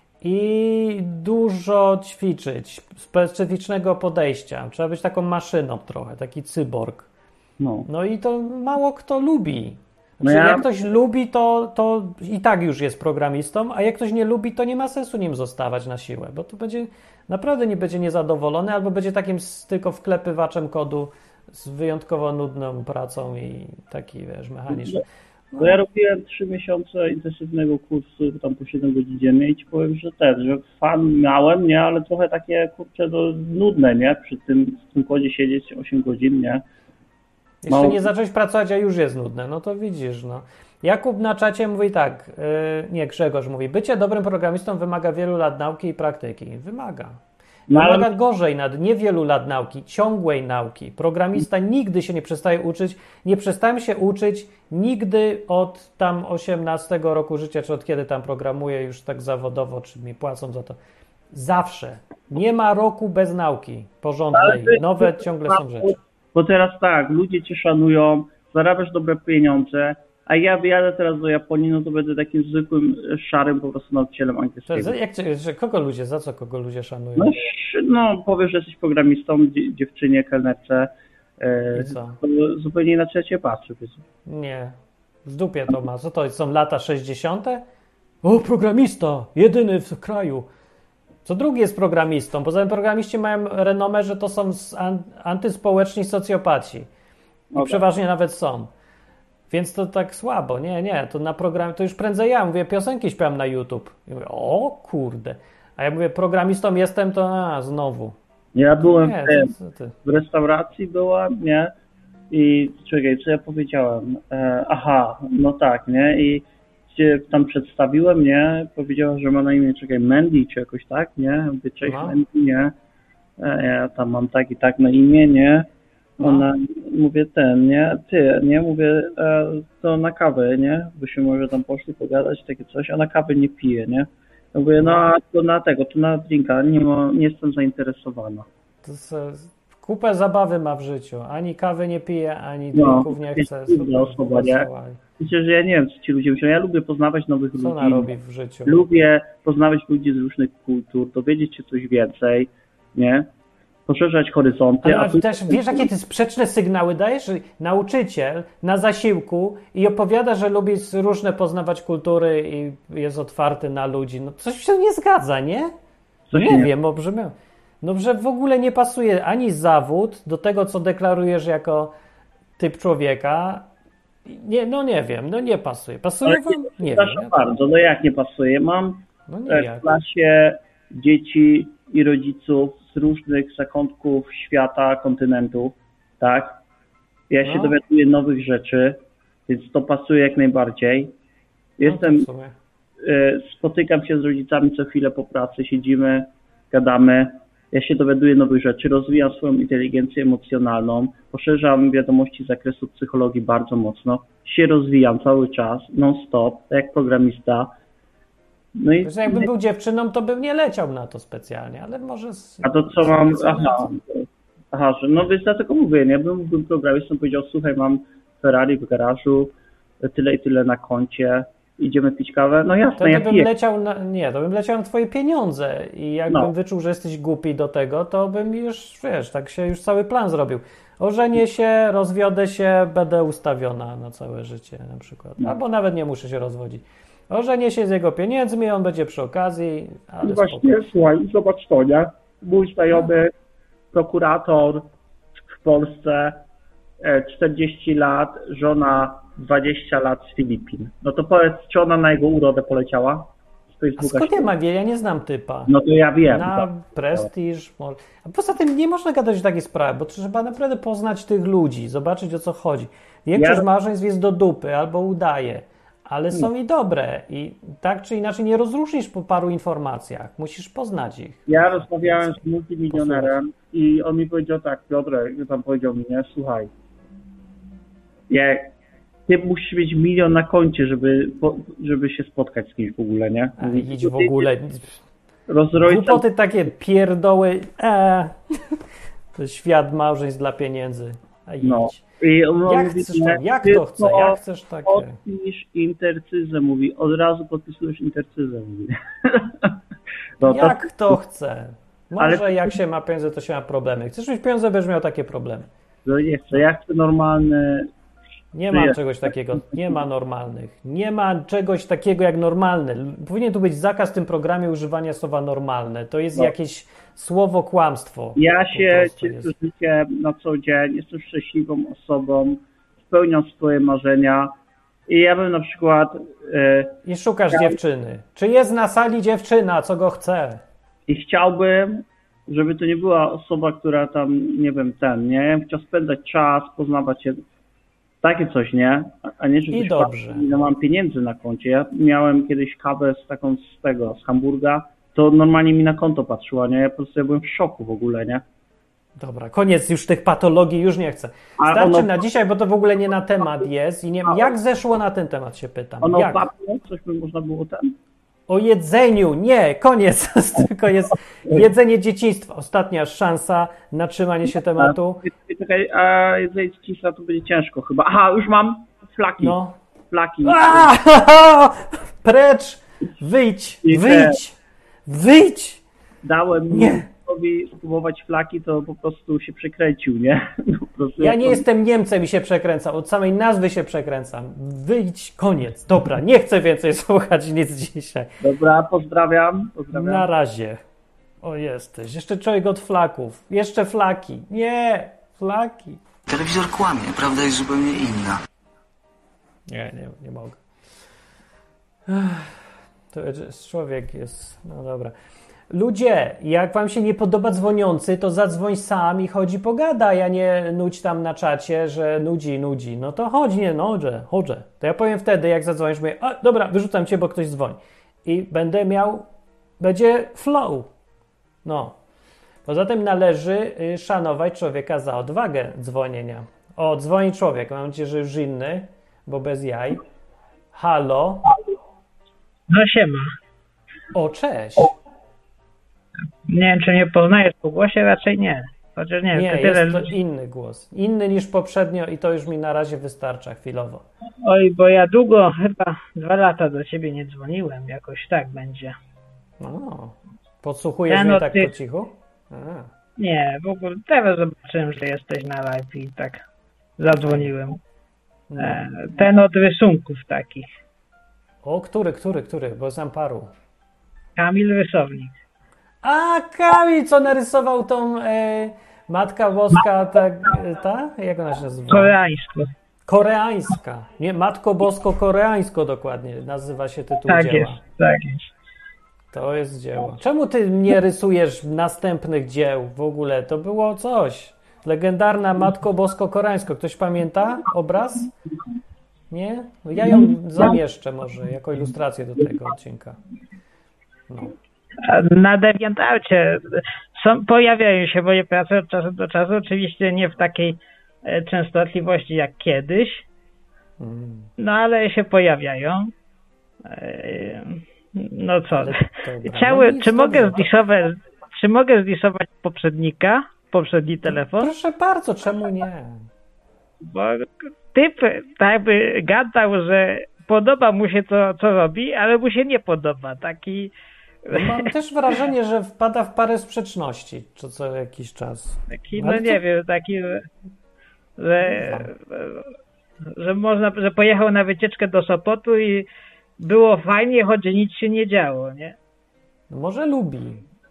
i dużo ćwiczyć, specyficznego podejścia. Trzeba być taką maszyną trochę, taki cyborg. No. No i to mało kto lubi. No Znaczy, ja- Jak ktoś lubi, to, to i tak już jest programistą, a jak ktoś nie lubi, to nie ma sensu nim zostawać na siłę, bo to będzie naprawdę nie będzie niezadowolony, albo będzie takim s- tylko wklepywaczem kodu z wyjątkowo nudną pracą i taki, wiesz, mechaniczny. Bo ja robiłem trzy miesiące intensywnego kursu, tam po siedem godzin dziennie i ci powiem, że też, że fan miałem, nie, ale trochę takie, kurczę, no, nudne, nie, przy tym, w tym kodzie siedzieć osiem godzin, nie. Jeszcze No. nie zacząłeś pracować, a już jest nudne, no to widzisz, no. Jakub na czacie mówi tak, yy, nie, Grzegorz mówi, bycie dobrym programistą wymaga wielu lat nauki i praktyki. Wymaga. No, ale- Wymaga gorzej, nad nie wielu lat nauki, ciągłej nauki. Programista nigdy się nie przestaje uczyć, nie przestałem się uczyć nigdy od tam osiemnastego roku życia, czy od kiedy tam programuję już tak zawodowo, czy mi płacą za to. Zawsze. Nie ma roku bez nauki porządnej. Nowe ciągle są rzeczy. Bo teraz tak, ludzie cię szanują, zarabiasz dobre pieniądze, a ja wyjadę teraz do Japonii, no to będę takim zwykłym, szarym po prostu nauczycielem To, angielskiego. za- jak, cię- że kogo ludzie, za co kogo ludzie szanują? No, sz- no powiesz, że jesteś programistą, dzie- dziewczynie, kelnerce, e, I co? to zupełnie inaczej cię patrzy. Wiesz. Nie. W dupie to ma. Co to są lata sześćdziesiąte? O, programista, jedyny w kraju. Co drugi jest programistą. Poza tym programiści mają renomę, że to są an- antyspołeczni socjopaci. I No tak. przeważnie nawet są. Więc to tak słabo. Nie, nie, to na program, to już prędzej ja mówię, piosenki śpiewam na YouTube. I mówię, o kurde. A ja mówię, programistą jestem, to a, znowu. Ja byłem Nie, w, tym, co, co ty? w restauracji, byłem, nie? I czekaj, co ja powiedziałem? E, aha, no tak, nie? I się tam przedstawiłem, nie? Powiedziała, że ma na imię, czekaj, Mandy czy jakoś tak, nie? Mówię, cześć No. Mandy, nie? E, ja tam mam tak i tak na imię, nie? Ona, mówię, ten, nie? Ty, nie? Mówię, e, to na kawę, nie? Byśmy może tam poszli pogadać, takie coś, a na kawę nie piję, nie? Ja mówię, no a to na tego, to na drinka, nie, ma, nie jestem zainteresowana. To se, kupę zabawy ma w życiu. Ani kawy nie pije, ani No, drinków nie jest chce. inna osoba, nie? wesoła. Przecież ja nie wiem, co ci ludzie myślą. Ja lubię poznawać nowych Co ludzi. ona robi w życiu? Lubię poznawać ludzi z różnych kultur, dowiedzieć się coś więcej, nie? Poszerzać horyzonty. Ale a tu... też wiesz, jakie ty sprzeczne sygnały dajesz? Że nauczyciel na zasiłku i opowiada, że lubi różne poznawać kultury i jest otwarty na ludzi. No coś się nie zgadza, nie? Coś nie nie. wiem, bo brzmi... No, że w ogóle nie pasuje ani zawód do tego, co deklarujesz jako typ człowieka. Nie, no nie wiem, no nie pasuje. Pasuje Ale wam? Nie przepraszam wiem. bardzo, no jak nie pasuje? Mam No e, nie w jak. klasie dzieci i rodziców z różnych zakątków świata, kontynentów, tak? Ja się No. dowiaduję nowych rzeczy, więc to pasuje jak najbardziej. Jestem, No to w sumie. e, spotykam się z rodzicami co chwilę po pracy, siedzimy, gadamy. Ja się dowiaduję nowych rzeczy, rozwijam swoją inteligencję emocjonalną, poszerzam wiadomości z zakresu psychologii bardzo mocno, się rozwijam cały czas, non-stop, tak jak programista. No i, Wiesz, jakbym był dziewczyną, to bym nie leciał na to specjalnie, ale może... Z... a to co mam, aha, aha, że no więc dlatego mówię, nie, bym był programistą, powiedział, słuchaj, mam Ferrari w garażu, tyle i tyle na koncie, idziemy pić kawę, no jasne, Wtedy ja bym piję. leciał na, nie, to bym leciał na twoje pieniądze i jakbym No. wyczuł, że jesteś głupi do tego, to bym już, wiesz, tak się już cały plan zrobił. Ożenię się, rozwiodę się, będę ustawiona na całe życie na przykład. No. Albo nawet nie muszę się rozwodzić. Ożenię się z jego pieniędzmi, on będzie przy okazji, ale I właśnie, spoko. słuchaj, zobacz to, nie? Mój znajomy prokurator w Polsce, e, czterdzieści lat, żona dwadzieścia lat z Filipin. No to powiedz, czy ona na jego urodę poleciała? Z A Facebooka skąd się- ja mam wiedzieć? Ja nie znam typa. No to ja wiem. Na tak. prestiż. może- A poza tym nie można gadać o takiej sprawie, bo trzeba naprawdę poznać tych ludzi, zobaczyć o co chodzi. Większość Ja- małżeństw jest do dupy albo udaje, ale są i dobre i tak czy inaczej nie rozróżnisz po paru informacjach. Musisz poznać ich. Ja rozmawiałem z multimilionerem i on mi powiedział tak, Piotrek, tam powiedział mi, nie, słuchaj, jak ty musisz mieć milion na koncie, żeby, po- żeby się spotkać z kimś w ogóle, nie? A idź w ogóle. Rozrojca, Głupoty takie pierdoły. E, to świat małżeństw dla pieniędzy. A idź. no. I on Jak mówi, chcesz nie, to? Jak ty to chce? Jak chcesz takie? podpisz intercyzę, mówi, od razu podpisujesz intercyzę, mówi. No to, Jak to chce? Może Ale- jak się ma pieniądze, to się ma problemy. Chcesz mieć pieniądze, będziesz miał takie problemy. to nie chcę, ja chcę normalny, Nie ma Żyję. czegoś takiego, nie ma normalnych. Nie ma czegoś takiego jak normalny. Powinien tu być zakaz w tym programie używania słowa normalne. To jest No. jakieś słowo kłamstwo. ja Po się prostu cieszę jest. życie na co dzień, jestem szczęśliwą osobą, spełniam swoje marzenia i ja bym na przykład e, I szukasz dziewczyny. Czy jest na sali dziewczyna, co go chce? i chciałbym, żeby to nie była osoba, która tam, nie wiem, ten, nie, ja bym chciał spędzać czas, poznawać się, takie coś, nie, A- a nie, żeby I dobrze. ile mam pieniędzy na koncie. Ja miałem kiedyś kawę z taką z tego, z Hamburga, to normalnie mi na konto patrzyła, nie, ja po prostu ja byłem w szoku w ogóle, nie. Dobra, koniec już tych patologii, już nie chcę. A Starczy ono- na dzisiaj, bo to w ogóle nie na temat jest i nie jak zeszło na ten temat się pytam. Ono Jak? papnie, coś by można było ten? O jedzeniu, nie, koniec, tylko jest jedzenie dzieciństwa. Ostatnia szansa na trzymanie się tematu. A, czekaj, a jedzenie cisza to będzie ciężko chyba. Aha, już mam flaki, No. flaki. Aaaa! Precz! Wyjdź! Nie. Wyjdź! Wyjdź! Dałem mi Nie. Niemcowi spróbować flaki, to po prostu się przekręcił, nie? Po prostu Ja jak nie on- jestem Niemcem i się przekręcam. Od samej nazwy się przekręcam. Wyjdź, koniec. Dobra, nie chcę więcej słuchać nic dzisiaj. Dobra, pozdrawiam. pozdrawiam. Na razie. O, jesteś. Jeszcze człowiek od flaków. Jeszcze flaki. Nie, flaki. Telewizor kłamie, prawda jest zupełnie inna. Nie, nie, nie mogę. Ech, to jest, człowiek jest... No dobra. Ludzie, jak wam się nie podoba dzwoniący, to zadzwoń sam i chodzi pogadaj, a nie nudź tam na czacie, że nudzi, nudzi. No to chodź, nie, no, chodzę, chodzę. To ja powiem wtedy, jak zadzwonisz, mówię, a dobra, wyrzucam cię, bo ktoś dzwoni. I będę miał, będzie flow. No. Poza tym należy y, szanować człowieka za odwagę dzwonienia. O, dzwoni człowiek, mam nadzieję, że już inny, bo bez jaj. Halo? No siema. O, cześć. Nie wiem, czy mnie poznajesz po głosie, raczej nie. Chociaż nie, Nie, to tyle jest to ludzi. inny głos. Inny niż poprzednio i to już mi na razie wystarcza chwilowo. Oj, bo ja długo, chyba dwa lata do ciebie nie dzwoniłem, jakoś tak będzie. O, podsłuchujesz Ten mnie od tak tych- po cichu? A, Nie, w ogóle teraz zobaczyłem, że jesteś na live i tak zadzwoniłem. no. E, ten od rysunków takich. O, który, który, który? Bo znam paru. Kamil Rysownik. A, Kamil, co narysował tą e, Matka Boska, ta, e, ta? Jak ona się nazywa? Koreańsko. Koreańska. Nie, Matko Bosko koreańsko dokładnie nazywa się tytuł Tak dzieła. jest, tak jest. To jest dzieło. Czemu ty nie rysujesz następnych dzieł w ogóle? To było coś. Legendarna Matko Bosko koreańsko. Ktoś pamięta obraz? Nie? No ja ją zamieszczę może jako ilustrację do tego odcinka. No. A na DeviantArcie są, pojawiają się moje prace od czasu do czasu, oczywiście nie w takiej e, częstotliwości jak kiedyś, Mm. no ale się pojawiają. E, no co, Ale dobra, chciały, no nic, czy mogę dobrze. zdisować, czy mogę zdisować poprzednika, poprzedni telefon? Proszę bardzo, czemu nie? Bo typ tak by gadał, że podoba mu się to, co robi, ale mu się nie podoba. Taki, No mam też wrażenie, że wpada w parę sprzeczności co, co jakiś czas. taki no Ale nie to- wiem, taki, że, że, że można, że pojechał na wycieczkę do Sopotu i było fajnie, choć nic się nie działo, nie? No może lubi.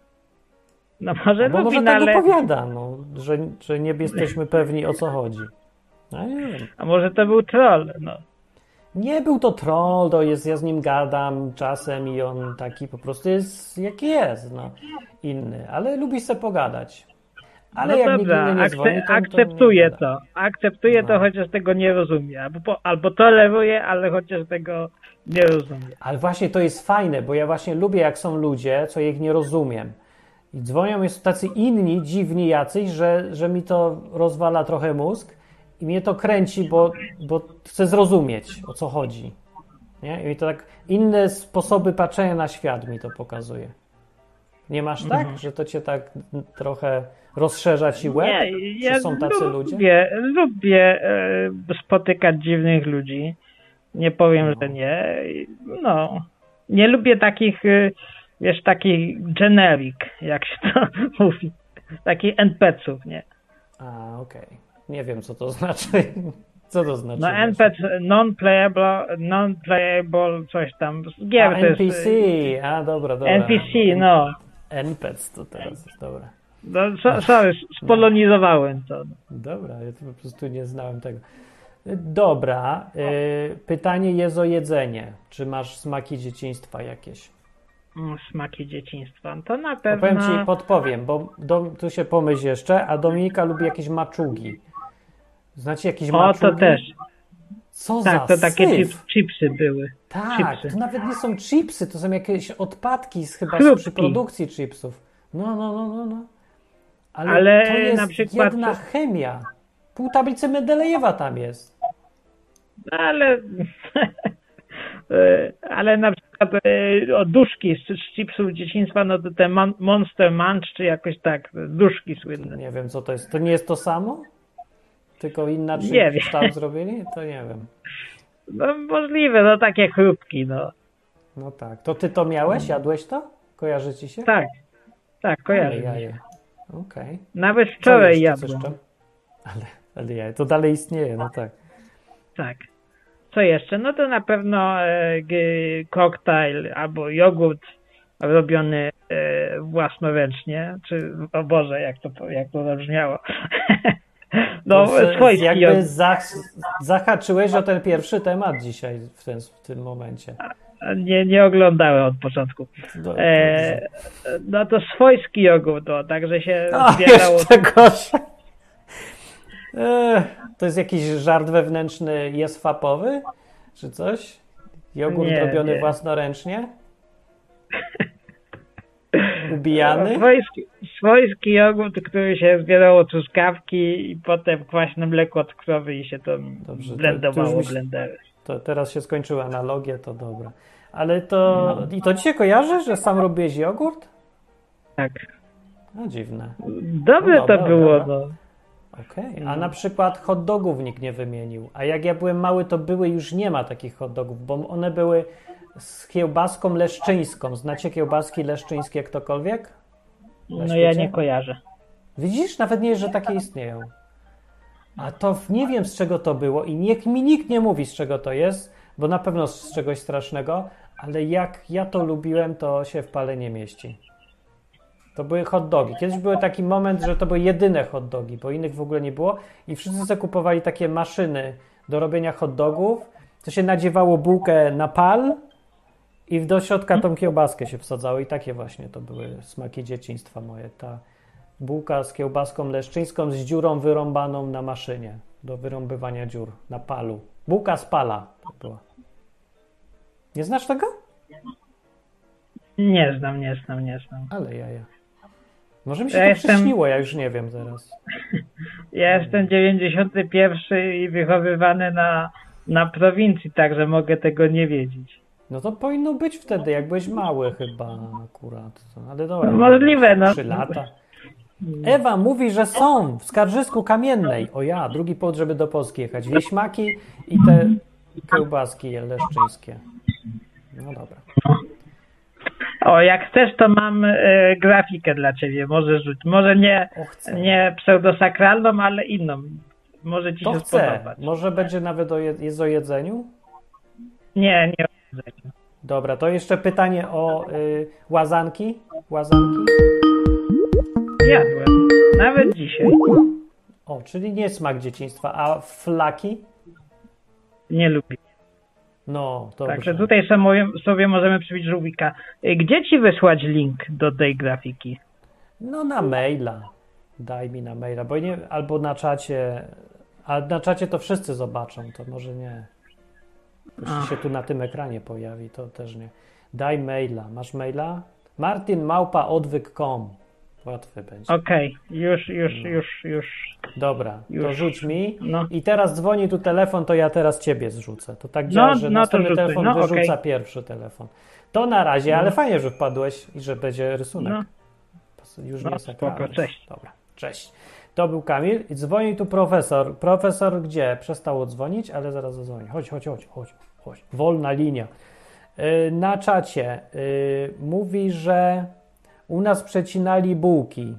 No może Albo lubi, może no, tak ale, opowiada, no, że, że nie jesteśmy pewni o co chodzi. No nie wiem. a może to był troll, no. Nie był to troll, to jest, ja z nim gadam czasem i on taki po prostu jest jaki jest, no, inny, ale lubi se pogadać. Ale no jak dobra, nikt inny nie akce- dzwoni, to, to akceptuję nie gada. to. Akceptuję No. to, chociaż tego nie rozumie. Albo, po, albo toleruję, ale chociaż tego nie rozumie. Ale właśnie to jest fajne, bo ja właśnie lubię, jak są ludzie, co ja ich nie rozumiem. I dzwonią jest tacy inni, dziwni jacyś, że, że mi to rozwala trochę mózg i mnie to kręci, bo, bo chcę zrozumieć, o co chodzi. Nie? I mi to tak inne sposoby patrzenia na świat mi to pokazuje. Nie masz tak, Mhm. że to cię tak trochę rozszerza ci łeb? Nie, Że ja są tacy lubię, ludzie? lubię e, spotykać dziwnych ludzi. Nie powiem, że nie. I, No, nie lubię takich, e, wiesz, takich generic, jak się to mówi. Takich en pe ce ów, nie? A, okej. Nie wiem, co to znaczy. Co to znaczy? No właśnie? en pe ce, non-playable, non-playable, coś tam. Z gier A, to jest, en pi si, a dobra, dobra. en pe ce, no. en pe ce to teraz jest, dobra. no so, sorry, spolonizowałem to. Dobra, ja to po prostu nie znałem tego. Dobra, y, pytanie jest o jedzenie. Czy masz smaki dzieciństwa jakieś? Mm, Smaki dzieciństwa. To na To pewno... powiem ci, podpowiem, bo do, tu się pomyśl jeszcze, a Dominika lubi jakieś maczugi. Znacie jakieś O, maczugi? to też. Co Tak, za to takie syf. chips, chipsy były. Tak, chipsy. to nawet nie są chipsy, to są jakieś odpadki z, chyba z, Chrupki. przy produkcji chipsów. No, no, no, no, no. Ale, Ale to jest na przykład- jedna chemia. Pół tablicy Mendelejewa tam jest. No, ale... e, ale na przykład e, o duszki z, z chipsów dzieciństwa, no to te mon, Monster Munch, czy jakoś tak, duszki słynne. Nie wiem, co to jest. To nie jest to samo? Tylko inaczej Nie wiem. kształt zrobili? To nie wiem. No możliwe, no takie chrupki, no. No tak. To ty to miałeś? Jadłeś to? Kojarzy ci się? Tak, tak, Ale kojarzę. jaje. Okej. Okay. Nawet wczoraj jadłem. Ale, ale ja, to dalej istnieje, no tak. Tak. Co jeszcze? No to na pewno e, g, koktajl albo jogurt robiony e, własnoręcznie. Czy, o Boże, jak to, jak to zabrzmiało. No, to swojski jakby jogurt. zah, zahaczyłeś o ten pierwszy temat dzisiaj w, ten, w tym momencie. Nie, nie oglądałem od początku. No, e, no to swojski jogurt, to także się A, zbierało. jeszcze gorzej. Ech, to jest jakiś żart wewnętrzny jesfapowy? Czy coś? Jogurt Nie, robiony nie. własnoręcznie? Ubijany? Swojski, swojski jogurt, który się zbierało truskawki i potem kwaśne mleko od krowy i się to Dobrze, blendowało to, to blenderem. To teraz się skończyły analogie, to dobra. Ale to... No. I to ci się kojarzy, że sam robiłeś jogurt? Tak. No dziwne. Dobre no, dobra, to było, dobra. no. Okej, okay. A na przykład hot dogów nikt nie wymienił. A jak ja byłem mały, to były, już nie ma takich hot dogów, bo one były z kiełbaską leszczyńską. Znacie kiełbaski leszczyńskie ktokolwiek? No ja nie kojarzę. Widzisz? Nawet nie, że takie istnieją. A to nie wiem, z czego to było i niech mi nikt nie mówi, z czego to jest, bo na pewno z czegoś strasznego, ale jak ja to lubiłem, to się w pale nie mieści. To były hot dogi. Kiedyś był taki moment, że to były jedyne hot dogi, bo innych w ogóle nie było i wszyscy zakupowali takie maszyny do robienia hot dogów, to się nadziewało bułkę na pal i do środka tą kiełbaskę się wsadzało i takie właśnie to były smaki dzieciństwa moje. Ta bułka z kiełbaską leszczyńską z dziurą wyrąbaną na maszynie do wyrąbywania dziur na palu. Bułka z pala to była. Nie znasz tego? Nie znam, nie znam, nie znam. Ale jaja. Może mi się ja to jestem... przyśniło, ja już nie wiem teraz. Ja jestem dziewięćdziesiąty pierwszy i wychowywany na, na prowincji, także mogę tego nie wiedzieć. No to powinno być wtedy, jak byłeś mały chyba akurat. Ale dobra. Możliwe, no. Trzy lata. Ewa mówi, że są w Skarżysku Kamiennej. O ja, drugi powód, żeby do Polski jechać. Wieśmaki i te kiełbaski leszczyńskie. No dobra. O, jak chcesz, to mam e, grafikę dla ciebie. Może rzuć. Może nie, nie pseudosakralną, ale inną. Może ci to się chcę. spodobać. Może będzie nawet o, je, jest o jedzeniu? Nie, nie o jedzeniu. Dobra, to jeszcze pytanie o y, łazanki. Łazanki? Jadłem. Nawet dzisiaj. O, czyli nie smak dzieciństwa. A flaki? Nie lubię. No, dobrze. Także tutaj sobie możemy przybić żółwika. Gdzie ci wysłać link do tej grafiki? No na maila. Daj mi na maila, bo nie, albo na czacie. A na czacie to wszyscy zobaczą, to może nie. Jeśli się tu na tym ekranie pojawi, to też nie. Daj maila. Masz maila? martin małpa odwyk kropka com. Łatwy będzie. Okej, okay. już, już, no. już, już. Dobra, już. To rzuć mi. No. I teraz dzwoni tu telefon, to ja teraz ciebie zrzucę. To tak działa, no, że no, następny telefon no, wyrzuca okay. pierwszy telefon. To na razie, no. ale fajnie, że wpadłeś i że będzie rysunek. No. Już no, nie spoko, cześć. Dobra, cześć. To był Kamil i dzwoni tu profesor. Profesor gdzie? Przestało dzwonić, ale zaraz zadzwoni. Chodź, chodź, chodź, chodź, chodź. Wolna linia. Yy, na czacie yy, mówi, że u nas przecinali bułki.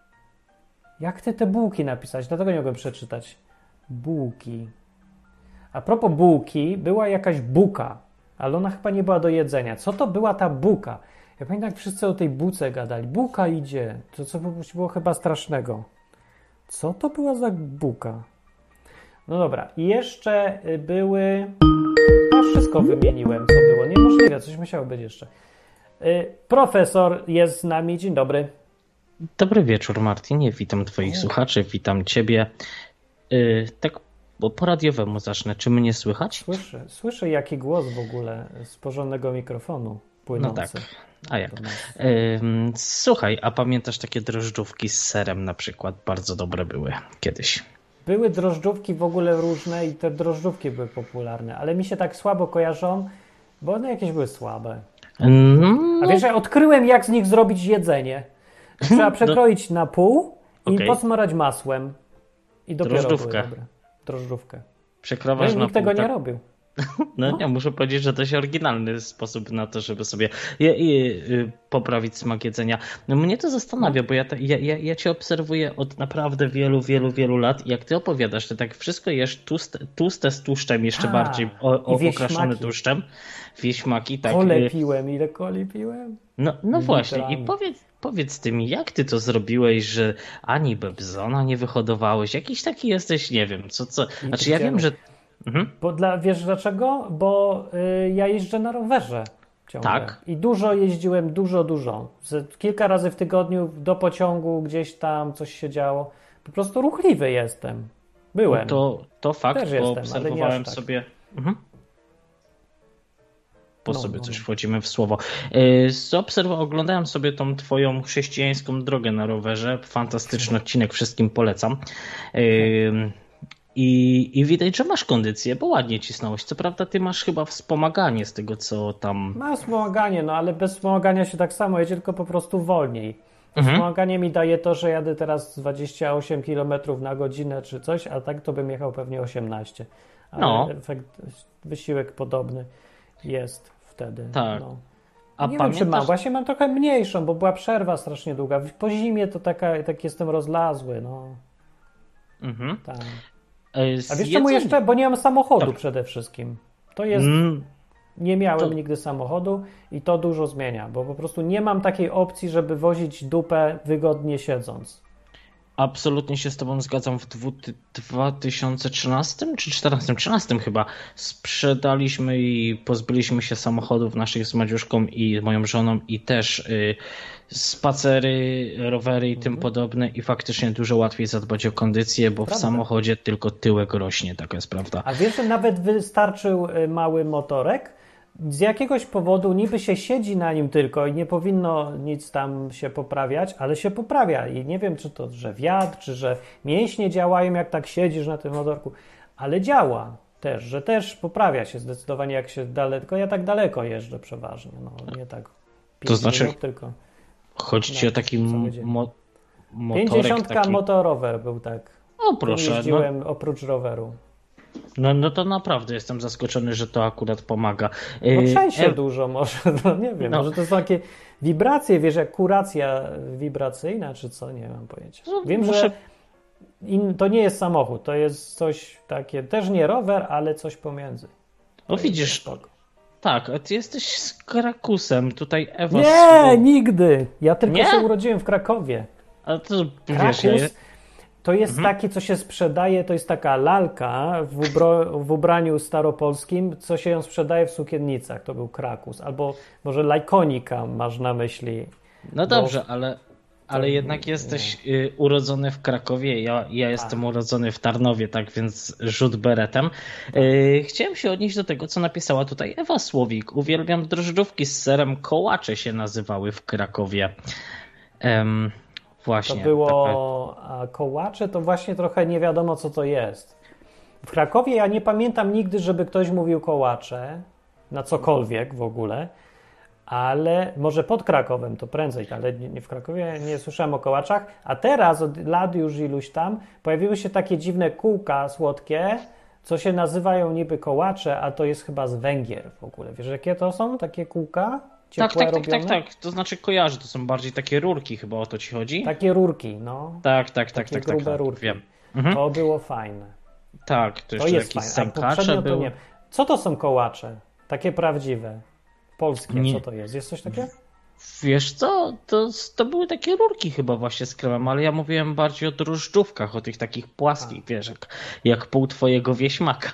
Jak ty te bułki napisać? Dlatego nie mogłem przeczytać. Bułki. A propos bułki, była jakaś buka, ale ona chyba nie była do jedzenia. Co to była ta buka? Ja pamiętam, jak wszyscy o tej buce gadali. Buka idzie. To co było chyba strasznego. Co to była za buka? No dobra. I jeszcze były... A wszystko wymieniłem, co było. Niemożliwe, coś musiało być jeszcze. Profesor jest z nami. Dzień dobry. Dobry wieczór, Martinie. Witam twoich o. słuchaczy, witam ciebie. Yy, tak bo po radiowemu zacznę. Czy mnie słychać? Słyszę, słyszę jaki głos w ogóle z porządnego mikrofonu płynący. No tak, a jak? Yy, słuchaj, a pamiętasz takie drożdżówki z serem na przykład? Bardzo dobre były kiedyś. Były drożdżówki w ogóle różne i te drożdżówki były popularne, ale mi się tak słabo kojarzą, bo one jakieś były słabe. No. A wiesz, ja odkryłem, jak z nich zrobić jedzenie. Trzeba przekroić na pół i okay. posmarać masłem. I dopiero Drożdżówkę. były dobre. Drożdżówkę. Przekrowasz no, na nikt tego pół, nie tak, robił. No nie, muszę powiedzieć, że to jest oryginalny sposób na to, żeby sobie je, je, y, poprawić smak jedzenia. No mnie to zastanawia, bo ja, te, ja, ja, ja cię obserwuję od naprawdę wielu, wielu, wielu lat i jak ty opowiadasz, to tak wszystko jesz tłuste, tłuste z tłuszczem, jeszcze A, bardziej o, o, i wieśmaki. okraszone tłuszczem. Wieśmaki, tak. Kole y, piłem, ile coli piłem? No, no właśnie i Literalnie. powiedz, powiedz ty mi, jak ty to zrobiłeś, że ani Bebzona nie wyhodowałeś? Jakiś taki jesteś, nie wiem, co, co... Znaczy ja wiem, że... Mhm. Bo dla, wiesz dlaczego? Bo y, ja jeżdżę na rowerze ciągle. Tak. I dużo jeździłem, dużo, dużo. Z, kilka razy w tygodniu do pociągu, gdzieś tam coś się działo. Po prostu ruchliwy jestem. Byłem. No to, to fakt, Też bo jestem, ale nie obserwowałem aż tak. sobie... Mhm. Po No, sobie no, coś no. wchodzimy w słowo. Yy, Zaobserwowałem, oglądałem sobie tą twoją chrześcijańską drogę na rowerze. Fantastyczny odcinek, wszystkim polecam. Yy, I, I widać, że masz kondycję, bo ładnie cisnąłeś. Co prawda ty masz chyba wspomaganie z tego, co tam... Mam wspomaganie, no ale bez wspomagania się tak samo jedzie, tylko po prostu wolniej. Mhm. Wspomaganie mi daje to, że jadę teraz dwadzieścia osiem kilometrów na godzinę czy coś, a tak to bym jechał pewnie osiemnaście. Ale No. efekt, wysiłek podobny jest wtedy. Tak. No. A Nie wiem, czy mam. pamiętasz... Właśnie mam trochę mniejszą, bo była przerwa strasznie długa. Po zimie to taka, tak jestem rozlazły, no. Mhm. Tak. Yy, A wiesz z czemu jedzeniem- jeszcze? Bo nie mam samochodu Tak. przede wszystkim. To jest... Mm, Nie miałem To- nigdy samochodu i to dużo zmienia, bo po prostu nie mam takiej opcji, żeby wozić dupę wygodnie siedząc. Absolutnie się z tobą zgadzam. W dwu- dwa tysiące trzynastym czy czternastym? trzynastym chyba sprzedaliśmy i pozbyliśmy się samochodów naszych z Madziuszką i moją żoną i też y, spacery, rowery i Mhm. tym podobne i faktycznie dużo łatwiej zadbać o kondycję, bo w Prawda. samochodzie tylko tyłek rośnie, taka jest prawda. A wiesz, że nawet wystarczył y, mały motorek? Z jakiegoś powodu niby się siedzi na nim tylko i nie powinno nic tam się poprawiać, ale się poprawia i nie wiem, czy to, że wiatr, czy że mięśnie działają, jak tak siedzisz na tym motorku, ale działa też, że też poprawia się zdecydowanie, jak się daleko, ja tak daleko jeżdżę przeważnie, no nie tak pięć znaczy, minut, tylko Chodzi ci o taki co m- będzie? mo- motorek pięćdziesiątka taki... motorower był tak. O proszę, no, Jeździłem oprócz roweru. no, no to naprawdę jestem zaskoczony, że to akurat pomaga. Bo Y, trzęsie e- dużo może, no nie wiem, No. może to są takie wibracje, wiesz, jak kuracja wibracyjna, czy co, nie mam pojęcia. No, Wiem, muszę- że in, to nie jest samochód, to jest coś takie, też nie rower, ale coś pomiędzy. No To widzisz, jest spoko. tak, a ty jesteś z Krakusem, tutaj Ewa... Nie, słowo- nigdy! Ja tylko Nie? się urodziłem w Krakowie. A to wiesz, Krakus ja... je- to jest Mhm. takie, co się sprzedaje, to jest taka lalka w, ubro, w ubraniu staropolskim, co się ją sprzedaje w sukiennicach, to był Krakus. Albo może Lajkonika masz na myśli. No bo- dobrze, ale, ale jednak jesteś y, urodzony w Krakowie, ja, ja jestem urodzony w Tarnowie, tak więc rzut beretem. Y, chciałem się odnieść do tego, co napisała tutaj Ewa Słowik. Uwielbiam drożdżówki z serem, kołacze się nazywały w Krakowie. Em, To właśnie. było, a kołacze to właśnie trochę nie wiadomo, co to jest. W Krakowie ja nie pamiętam nigdy, żeby ktoś mówił kołacze, na cokolwiek w ogóle, ale może pod Krakowem to prędzej, ale nie, nie w Krakowie nie słyszałem o kołaczach, a teraz od lat już iluś tam pojawiły się takie dziwne kółka słodkie, co się nazywają niby kołacze, a to jest chyba z Węgier w ogóle. Wiesz, jakie to są takie kółka? Tak, Ciepłe tak, tak, tak, robione? tak. To znaczy kojarzę, to są bardziej takie rurki, chyba o to ci chodzi? Takie rurki, no. Tak, tak, tak, Takie tak, tak, grube tak, rurki. wiem. Mhm. To było fajne. Tak, to To jeszcze jest jakieś fajne. A sękacze poprzednio to były. nie. Co to są kołacze? Takie prawdziwe. Polskie, Nie. co to jest? Jest coś takiego? Wiesz co, to, to były takie rurki chyba właśnie z kremem, ale ja mówiłem bardziej o drożdżówkach, o tych takich płaskich, wiesz, jak, jak pół twojego wieśmaka.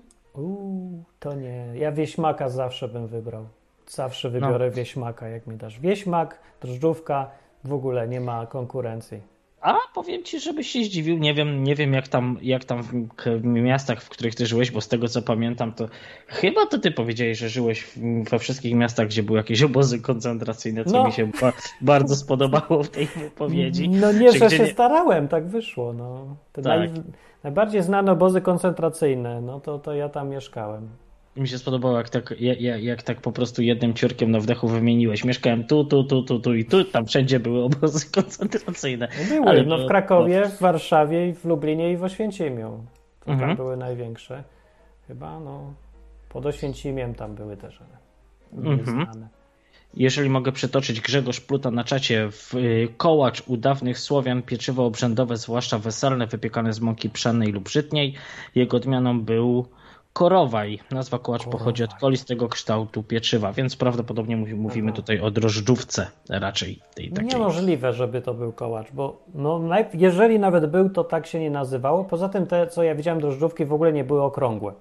Uuu, to nie. Ja wieśmaka zawsze bym wybrał. Zawsze wybiorę No. wieśmaka, jak mi dasz. Wieśmak, drożdżówka, w ogóle nie ma konkurencji. A powiem ci, żebyś się zdziwił, nie wiem, nie wiem jak tam, jak tam w, w miastach, w których ty żyłeś, bo z tego co pamiętam, to chyba to ty powiedziałeś, że żyłeś w, we wszystkich miastach, gdzie były jakieś obozy koncentracyjne, co No. mi się ba, bardzo spodobało w tej wypowiedzi. No nie, że gdzie się nie- starałem, tak wyszło. No. Te Tak. naj, najbardziej znane obozy koncentracyjne, no to, to ja tam mieszkałem. Mi się spodobało, jak tak, jak, jak, jak tak po prostu jednym ciurkiem na wdechu wymieniłeś. Mieszkałem tu, tu, tu, tu, tu i tu, tam wszędzie były obozy koncentracyjne. Były, Ale no to- w Krakowie, w Warszawie, i w Lublinie i w Oświęcimiu. To Mhm. tam były największe. Chyba, no. Pod Oświęcimiem tam były też, ale Mhm. nieznane. Jeżeli mogę przytoczyć, Grzegorz Pluta na czacie, w y, kołacz u dawnych Słowian, pieczywo obrzędowe, zwłaszcza weselne, wypiekane z mąki pszennej lub żytniej. Jego odmianą był korowaj. Nazwa kołacz Korowaj. pochodzi od kolistego kształtu pieczywa, więc prawdopodobnie mówi- mówimy tutaj o drożdżówce raczej tej takiej. Niemożliwe, żeby to był kołacz, bo no, najp- jeżeli nawet był, to tak się nie nazywało. Poza tym te, co ja widziałem, drożdżówki w ogóle nie były okrągłe.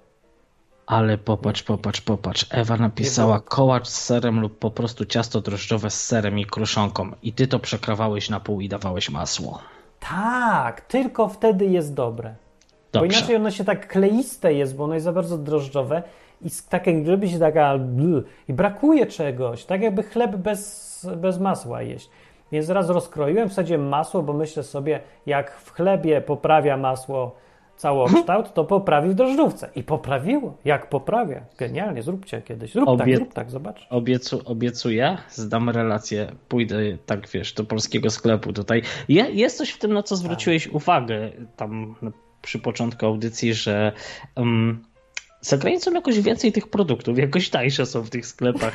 Ale popatrz, popatrz, popatrz. Ewa napisała kołacz z serem lub po prostu ciasto drożdżowe z serem i kruszonką. I ty to przekrawałeś na pół i dawałeś masło. Tak, tylko wtedy jest dobre. Bo Dobrze. inaczej ono się tak kleiste jest, bo ono jest za bardzo drożdżowe i z- tak jak robi się taka bl, i brakuje czegoś, tak jakby chleb bez, bez masła jeść. Więc raz rozkroiłem, wsadziłem masło, bo myślę sobie, jak w chlebie poprawia masło całokształt, to poprawi w drożdżówce. I poprawiło. Jak poprawia. Genialnie, zróbcie kiedyś. Zrób tak, Obie- zrób tak, zobacz. Obiecu, obiecuję, zdam relację, pójdę tak wiesz, do polskiego sklepu tutaj. Je, jest coś w tym, na co zwróciłeś uwagę tam na- przy początku audycji, że um, za granicą jakoś więcej tych produktów, jakoś tańsze są w tych sklepach.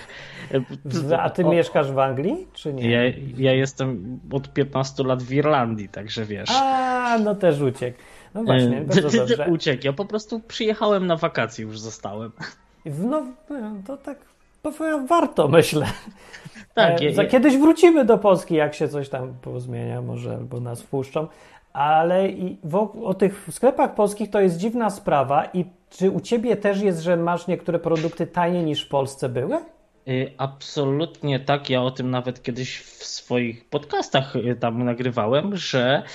A ty O- mieszkasz w Anglii, czy nie? Ja, ja jestem od piętnastu lat w Irlandii, także wiesz. A, no też uciekł. No właśnie, E, bardzo dobrze. Uciekł. Ja po prostu przyjechałem na wakacje, już zostałem. No, to tak powiem, warto, myślę. Tak, E, ja- Za ja- kiedyś wrócimy do Polski, jak się coś tam pozmienia, może albo nas wpuszczą. Ale i wo- o tych sklepach polskich to jest dziwna sprawa. I czy u ciebie też jest, że masz niektóre produkty taniej niż w Polsce były? Y, Absolutnie tak. Ja o tym nawet kiedyś w swoich podcastach y, tam nagrywałem, że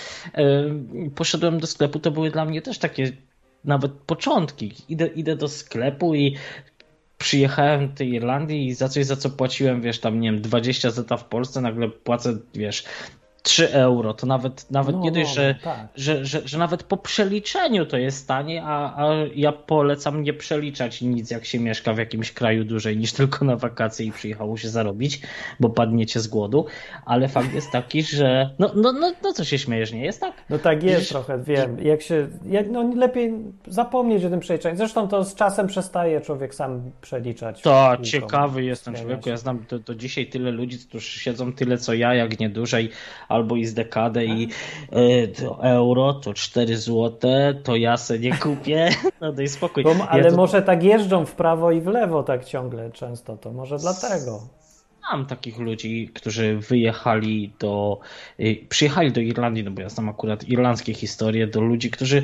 y, poszedłem do sklepu, to były dla mnie też takie nawet początki. Idę, idę do sklepu i przyjechałem do tej Irlandii i za coś, za co płaciłem, wiesz, tam nie wiem, dwadzieścia zeta w Polsce, nagle płacę, wiesz, trzy euro. To nawet, nawet No, nie dość, no, że, tak. że, że, że nawet po przeliczeniu to jest tanie, a, a ja polecam nie przeliczać nic, jak się mieszka w jakimś kraju dłużej niż tylko na wakacje i przyjechało się zarobić, bo padniecie z głodu. Ale fakt jest taki, że no, no, no, no co się śmiejesz, nie jest tak? No tak jest Widzisz? trochę, wiem. Jak się, jak, no lepiej zapomnieć o tym przeliczaniu. Zresztą to z czasem przestaje człowiek sam przeliczać. To Kółko, ciekawy jestem zmienia człowieku, się. ja znam do, do dzisiaj tyle ludzi, którzy siedzą tyle co ja, jak nie dłużej, albo i z dekadę i y, to euro, to cztery złote, to ja se nie kupię, no daj spokój. Bo, Ja ale to może tak jeżdżą w prawo i w lewo tak ciągle często, to może dlatego. znam takich ludzi, którzy wyjechali do, y, przyjechali do Irlandii, no bo ja znam akurat irlandzkie historie, do ludzi, którzy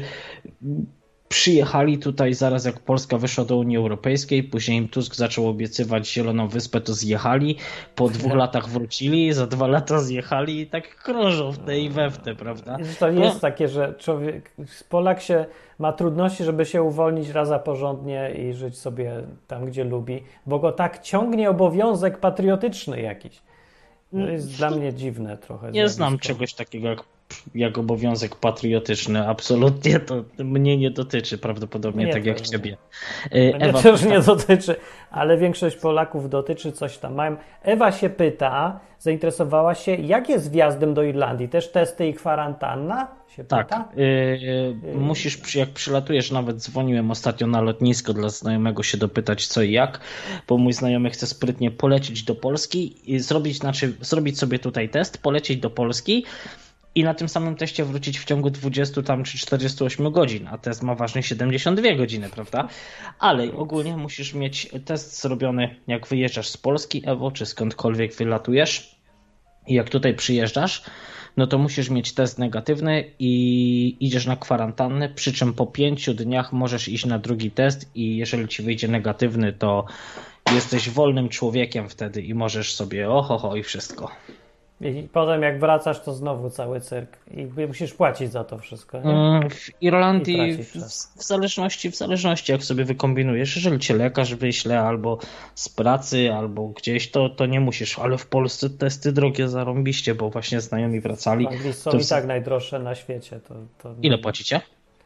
przyjechali tutaj zaraz jak Polska wyszła do Unii Europejskiej, później im Tusk zaczął obiecywać Zieloną Wyspę, to zjechali, po dwóch latach wrócili, za dwa lata zjechali i tak krążą w te i we w te, prawda? To jest No, takie, że człowiek, Polak się ma trudności, żeby się uwolnić raz a porządnie i żyć sobie tam, gdzie lubi, bo go tak ciągnie obowiązek patriotyczny jakiś. To jest dla mnie dziwne trochę. nie znam zjawisko. czegoś takiego jak, jak obowiązek patriotyczny, absolutnie to mnie nie dotyczy prawdopodobnie Nie, tak jak też nie. ciebie. Mnie Ewa też pyta- nie dotyczy, ale większość Polaków dotyczy, coś tam mają. Ewa się pyta, zainteresowała się, jak jest z wjazdem do Irlandii? Też testy i kwarantanna? Się Tak, pyta? yy, musisz, przy- jak przylatujesz, nawet dzwoniłem ostatnio na lotnisko dla znajomego się dopytać co i jak, bo mój znajomy chce sprytnie polecieć do Polski i zrobić, znaczy, zrobić sobie tutaj test, polecieć do Polski i na tym samym teście wrócić w ciągu dwudziestu tam czy czterdziestu ośmiu godzin, a test ma ważnych siedemdziesiąt dwie godziny, prawda? Ale ogólnie musisz mieć test zrobiony, jak wyjeżdżasz z Polski, Ewo, czy skądkolwiek wylatujesz i jak tutaj przyjeżdżasz, no to musisz mieć test negatywny i idziesz na kwarantannę, przy czym po pięciu dniach możesz iść na drugi test i jeżeli ci wyjdzie negatywny, to jesteś wolnym człowiekiem wtedy i możesz sobie ohoho i wszystko. I potem jak wracasz, to znowu cały cyrk. I musisz płacić za to wszystko, nie? Mm, W I Irlandii tracisz w, czas. w zależności, w zależności jak sobie wykombinujesz, jeżeli cię lekarz wyśle albo z pracy, albo gdzieś, to, to nie musisz, ale w Polsce testy drogie zarąbiście, bo właśnie znajomi wracali. W Anglii są To i w- tak najdroższe na świecie. To, to Ile płacicie?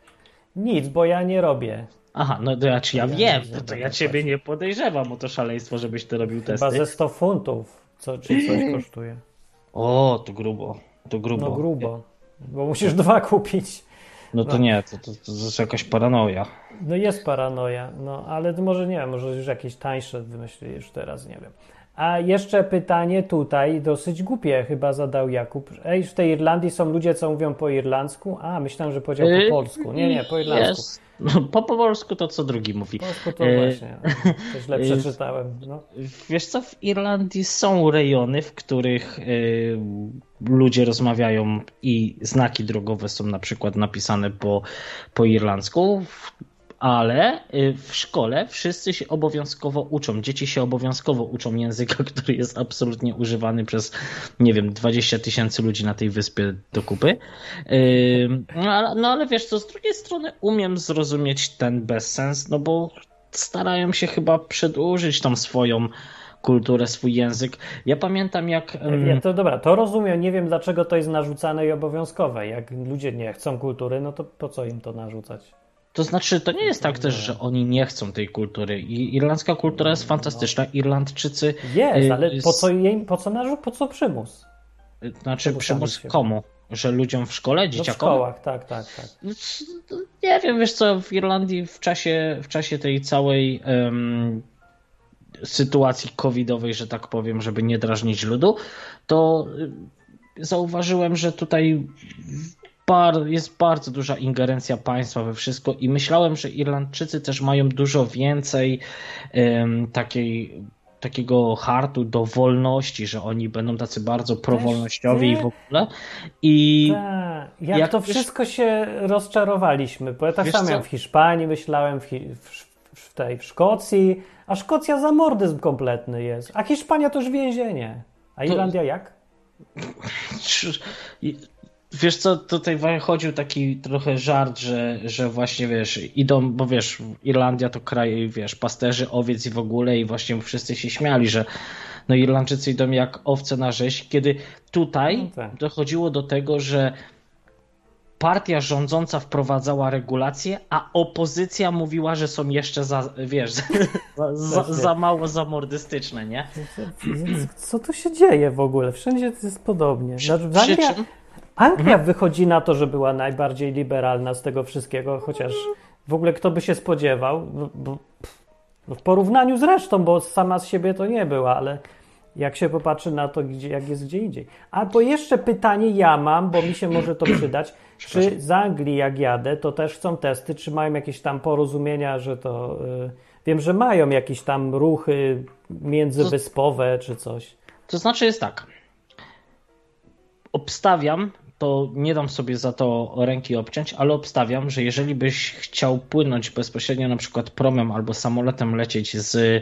Nic, bo ja nie robię. Aha, no to ja, czy ja Ja wiem, nie no to będę ja ciebie nie podejrzewam o to szaleństwo, żebyś ty robił Chyba testy. ze sto funtów, co, czy coś kosztuje. O, to grubo, to grubo. No grubo, bo musisz dwa kupić. No to No. nie, to, to, to jest jakaś paranoja. No jest paranoja, no ale to może nie wiem, może już jakieś tańsze wymyśli już teraz, nie wiem. A jeszcze pytanie tutaj, dosyć głupie chyba zadał Jakub. Ej, w tej Irlandii są ludzie, co mówią po irlandzku? A, myślałem, że powiedział po polsku. Nie, nie, po irlandzku. Jest. No, po, po polsku to co drugi mówi. Po polsku to E, właśnie, to źle przeczytałem. No. Wiesz co, w Irlandii są rejony, w których y, ludzie rozmawiają i znaki drogowe są na przykład napisane po, po irlandzku, ale y, w szkole wszyscy się obowiązkowo uczą, dzieci się obowiązkowo uczą języka, który jest absolutnie używany przez, nie wiem, dwadzieścia tysięcy ludzi na tej wyspie do kupy. Y, no, ale, no ale wiesz co, z drugiej strony umiem zrozumieć ten bezsens, no bo starają się chyba przedłużyć tą swoją kulturę, swój język. Ja pamiętam jak... Ja to dobra, to rozumiem, nie wiem dlaczego to jest narzucane i obowiązkowe. Jak ludzie nie chcą kultury, no to po co im to narzucać? To znaczy, to nie jest tak też, że oni nie chcą tej kultury. I irlandzka kultura jest fantastyczna. Irlandczycy... Jest, ale y, po co jej, po co narzuc, po co przymus? Znaczy Przymus przymus się- komu? Że ludziom w szkole, No w dzieciakom? szkołach, tak, tak, tak. Nie wiem, wiesz co, w Irlandii w czasie, w czasie tej całej em, sytuacji covidowej, że tak powiem, żeby nie drażnić ludu, to y, zauważyłem, że tutaj bar, jest bardzo duża ingerencja państwa we wszystko i myślałem, że Irlandczycy też mają dużo więcej em, takiej takiego hartu do wolności, że oni będą tacy bardzo prowolnościowi i w ogóle. I Tak. Jak, jak to wiesz- wszystko się rozczarowaliśmy, bo ja tak Wiesz samo co? miałem w Hiszpanii, myślałem w, Hi- w, w tej w Szkocji, a Szkocja zamordyzm kompletny jest, a Hiszpania to już więzienie. A Irlandia jak? Wiesz co, tutaj chodził taki trochę żart, że, że właśnie wiesz, idą, bo wiesz, Irlandia to kraj, wiesz, pasterzy owiec i w ogóle i właśnie wszyscy się śmiali, że no Irlandczycy idą jak owce na rzeź, kiedy tutaj No tak. dochodziło do tego, że partia rządząca wprowadzała regulacje, a opozycja mówiła, że są jeszcze za, wiesz, za, za, za mało zamordystyczne, nie? Co tu się dzieje w ogóle? Wszędzie to jest podobnie. Znaczy, Przy Anglia, czym- Anglia wychodzi na to, że była najbardziej liberalna z tego wszystkiego, chociaż w ogóle kto by się spodziewał, bo, bo, no w porównaniu z resztą, bo sama z siebie to nie była, ale jak się popatrzy na to, gdzie, jak jest gdzie indziej. A bo jeszcze pytanie ja mam, bo mi się może to przydać. Czy z Anglii jak jadę, to też chcą testy, czy mają jakieś tam porozumienia, że to... Y, wiem, że mają jakieś tam ruchy międzywyspowe czy coś. To znaczy jest tak. Obstawiam, to nie dam sobie za to ręki obciąć, ale obstawiam, że jeżeli byś chciał płynąć bezpośrednio na przykład promem albo samolotem lecieć z...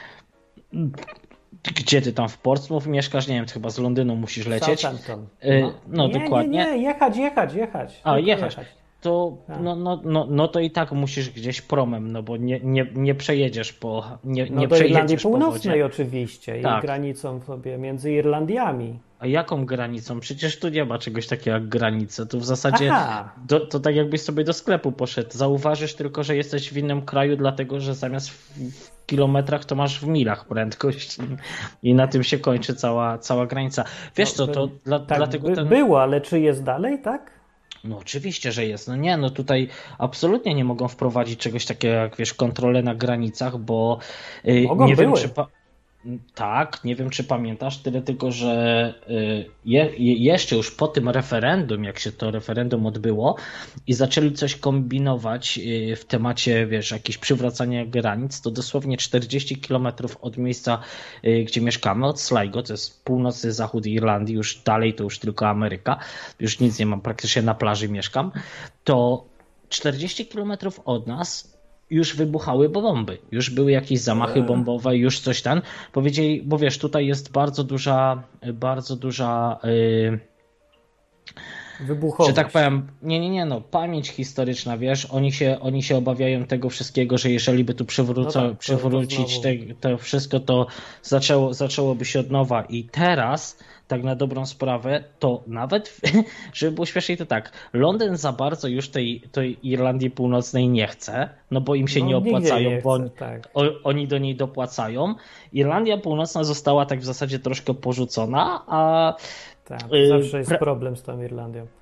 Gdzie ty tam w Portsmouth mieszkasz? Nie wiem, ty chyba z Londynu musisz lecieć. Southampton. Y, No, no nie, dokładnie. Nie, nie, jechać, jechać, jechać. A, Tylko jechać. To, no, no, no, no to i tak musisz gdzieś promem, no bo nie, nie, nie przejedziesz po nie, No nie do Irlandii przejedziesz po Północnej wodzie. oczywiście Tak. i granicą sobie między Irlandiami. A jaką granicą? Przecież tu nie ma czegoś takiego jak granica. Tu w zasadzie Aha. do, to tak jakbyś sobie do sklepu poszedł. Zauważysz tylko, że jesteś w innym kraju, dlatego że zamiast w, w kilometrach to masz w milach prędkość i na tym się kończy cała, cała granica. Wiesz co, to dla, Tak dlatego by, ten... było, ale czy jest dalej, tak? No oczywiście, że jest. No nie, no tutaj absolutnie nie mogą wprowadzić czegoś takiego jak, wiesz, kontrolę na granicach, bo yy, Mogą, nie wiem, były. czy... Pa... Tak, nie wiem, czy pamiętasz, tyle tylko, że yy, je, je, jeszcze już po tym referendum, jak się to referendum odbyło i zaczęli coś kombinować yy, w temacie, wiesz, jakieś przywracania granic, to dosłownie czterdzieści kilometrów od miejsca, yy, gdzie mieszkamy, od Sligo, to jest północny zachód Irlandii, już dalej to już tylko Ameryka, już nic nie mam, praktycznie na plaży mieszkam, to czterdzieści kilometrów od nas już wybuchały bomby, już były jakieś zamachy bombowe, już coś tam. Powiedzieli, bo wiesz, tutaj jest bardzo duża, bardzo duża, yy, Wybuchowość. że tak powiem, nie, nie, nie, no, pamięć historyczna, wiesz, oni się, oni się obawiają tego wszystkiego, że jeżeli by tu przywróco, No tak, to- przywrócić to te, znowu. to wszystko, to zaczęło, zaczęłoby się od nowa i teraz, tak na dobrą sprawę, to nawet, żeby było śmieszniej, to tak, Londyn za bardzo już tej, tej Irlandii Północnej nie chce, no bo im się No, nie nigdzie opłacają, nie bo chce, oni, tak. o, oni do niej dopłacają. Irlandia Północna została tak w zasadzie troszkę porzucona, a Tak, Yy, zawsze jest pra- problem z tą Irlandią.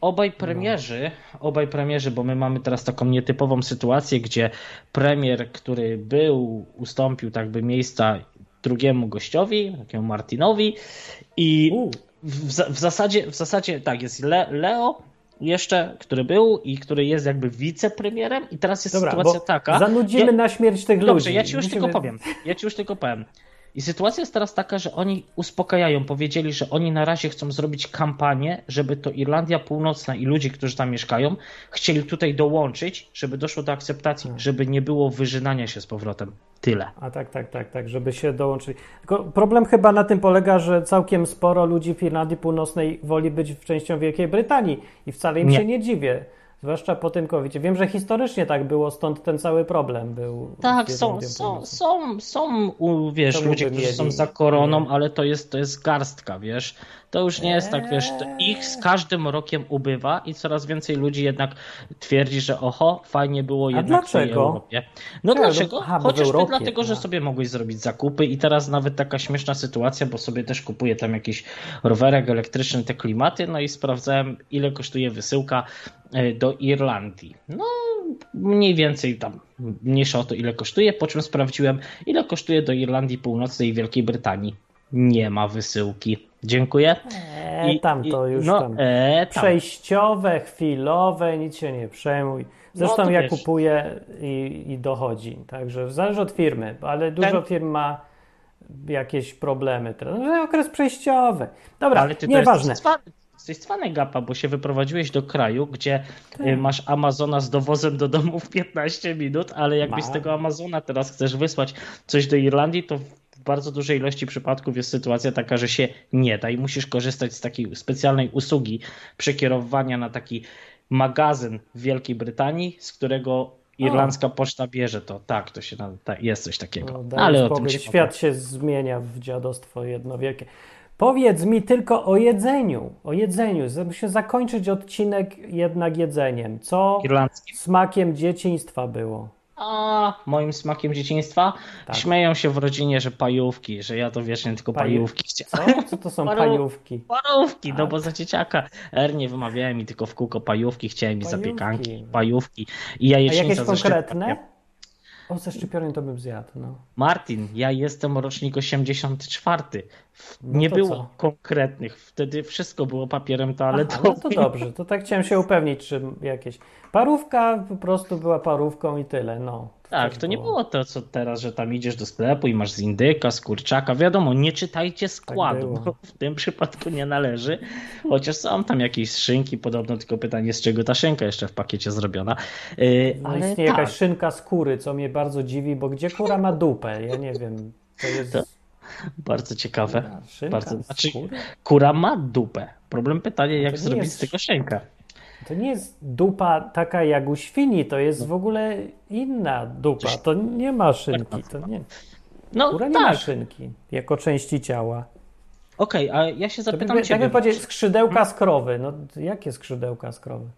obaj premierzy, obaj premierzy, bo my mamy teraz taką nietypową sytuację, gdzie premier, który był, ustąpił tak by miejsca drugiemu gościowi, takiemu Martinowi i w, w, zasadzie, w zasadzie tak, jest Le, Leo jeszcze, który był i który jest jakby wicepremierem i teraz jest Dobra, sytuacja taka... zanudzimy ja, na śmierć tych dobrze, ludzi. Dobrze, ja ci już Musimy... tylko powiem, ja ci już tylko powiem. I sytuacja jest teraz taka, że oni uspokajają, powiedzieli, że oni na razie chcą zrobić kampanię, żeby to Irlandia Północna i ludzie, którzy tam mieszkają, chcieli tutaj dołączyć, żeby doszło do akceptacji, żeby nie było wyżynania się z powrotem. Tyle. A tak, tak, tak, tak, żeby się dołączyli. Tylko problem chyba na tym polega, że całkiem sporo ludzi w Irlandii Północnej woli być w częścią Wielkiej Brytanii i wcale im Nie. się nie dziwię. Zwłaszcza po tym kowidzie. Wiem, że historycznie tak było, stąd ten cały problem był. Tak, z są, Irlandią są, Północną. są, są, u- wiesz, To ludzie, by którzy mieli. są za koroną, ale to jest, to jest garstka, wiesz. To już nie jest tak, wiesz, to ich z każdym rokiem ubywa i coraz więcej ludzi jednak twierdzi, że oho, fajnie było jednak w tej dlaczego? Europie. No Czemu? dlaczego? Aha, bo w Chociażby Europie, dlatego, że tak. sobie mogłeś zrobić zakupy i teraz nawet taka śmieszna sytuacja, bo sobie też kupuję tam jakiś rowerek elektryczny, te klimaty, no i sprawdzałem, ile kosztuje wysyłka e, do Irlandii. No mniej więcej tam, mniejsza o to, ile kosztuje, po czym sprawdziłem, ile kosztuje do Irlandii Północnej i Wielkiej Brytanii. Nie ma wysyłki. Dziękuję. E, I- tam to i- już no, tam. e, tam. Przejściowe, chwilowe, nic się nie przejmuj. Zresztą No to ja wiesz. kupuję i, i dochodzi. Także zależy od firmy, ale dużo Ten- firm ma jakieś problemy teraz. No, okres przejściowy. Dobra, Ale ty nieważne. to jesteś cwany, jesteś cwany, Gapa, bo się wyprowadziłeś do kraju, gdzie y, masz Amazona z dowozem do domu w piętnaście minut, ale jakbyś Ma. z tego Amazona teraz chcesz wysłać coś do Irlandii, to w bardzo dużej ilości przypadków jest sytuacja taka, że się nie da i musisz korzystać z takiej specjalnej usługi przekierowania na taki magazyn w Wielkiej Brytanii, z którego irlandzka poczta bierze to. Tak, to się na- ta- jest coś takiego. No, daj ale o spokój, tym się świat się zmienia w dziadostwo jedno wielkie. Powiedz mi tylko o jedzeniu. O jedzeniu. Musimy zakończyć odcinek jednak jedzeniem. Co irlandzkim. smakiem dzieciństwa było? A moim smakiem dzieciństwa Tak. śmieją się w rodzinie, że pajówki, że ja to wiecznie tylko Paju- pajówki chciałem. Co? Co to są Paru- pajówki? Parówki, no A. bo za dzieciaka R nie wymawiałem i tylko w kółko pajówki, chciałem i Pajówki. zapiekanki, pajówki i A jajecznica jakieś ze konkretne? szczypiorkiem. O, ze szczypiorem to bym zjadł, no. Martin, ja jestem rocznik osiemdziesiąty czwarty. No Nie to było co? konkretnych, wtedy wszystko było papierem Aha, toaletowym. no to dobrze, to tak chciałem się upewnić, czy jakieś... Parówka po prostu była parówką i tyle, no. Tak, coś to nie było to, co teraz, że tam idziesz do sklepu i masz z indyka, z kurczaka. Wiadomo, nie czytajcie składu, było. bo w tym przypadku nie należy. Chociaż są tam jakieś szynki, podobno tylko pytanie, z czego ta szynka jeszcze w pakiecie zrobiona. Yy, No ale istnieje tak, jakaś szynka z kury, co mnie bardzo dziwi, bo gdzie kura ma dupę? Ja nie wiem. To jest... To bardzo ciekawe. Kura, szynka Bardzo, z znaczy, kury? kura ma dupę. Problem pytanie, jak nie zrobić jest- z tego szynkę. To nie jest dupa taka jak u świni, to jest w ogóle inna dupa. To nie ma szynki. To nie... No Kura nie ma tak, szynki jako części ciała. okej, a ja się To by, zapytam tak ciebie. by powiedzieć skrzydełka z krowy. No jakie skrzydełka z krowy?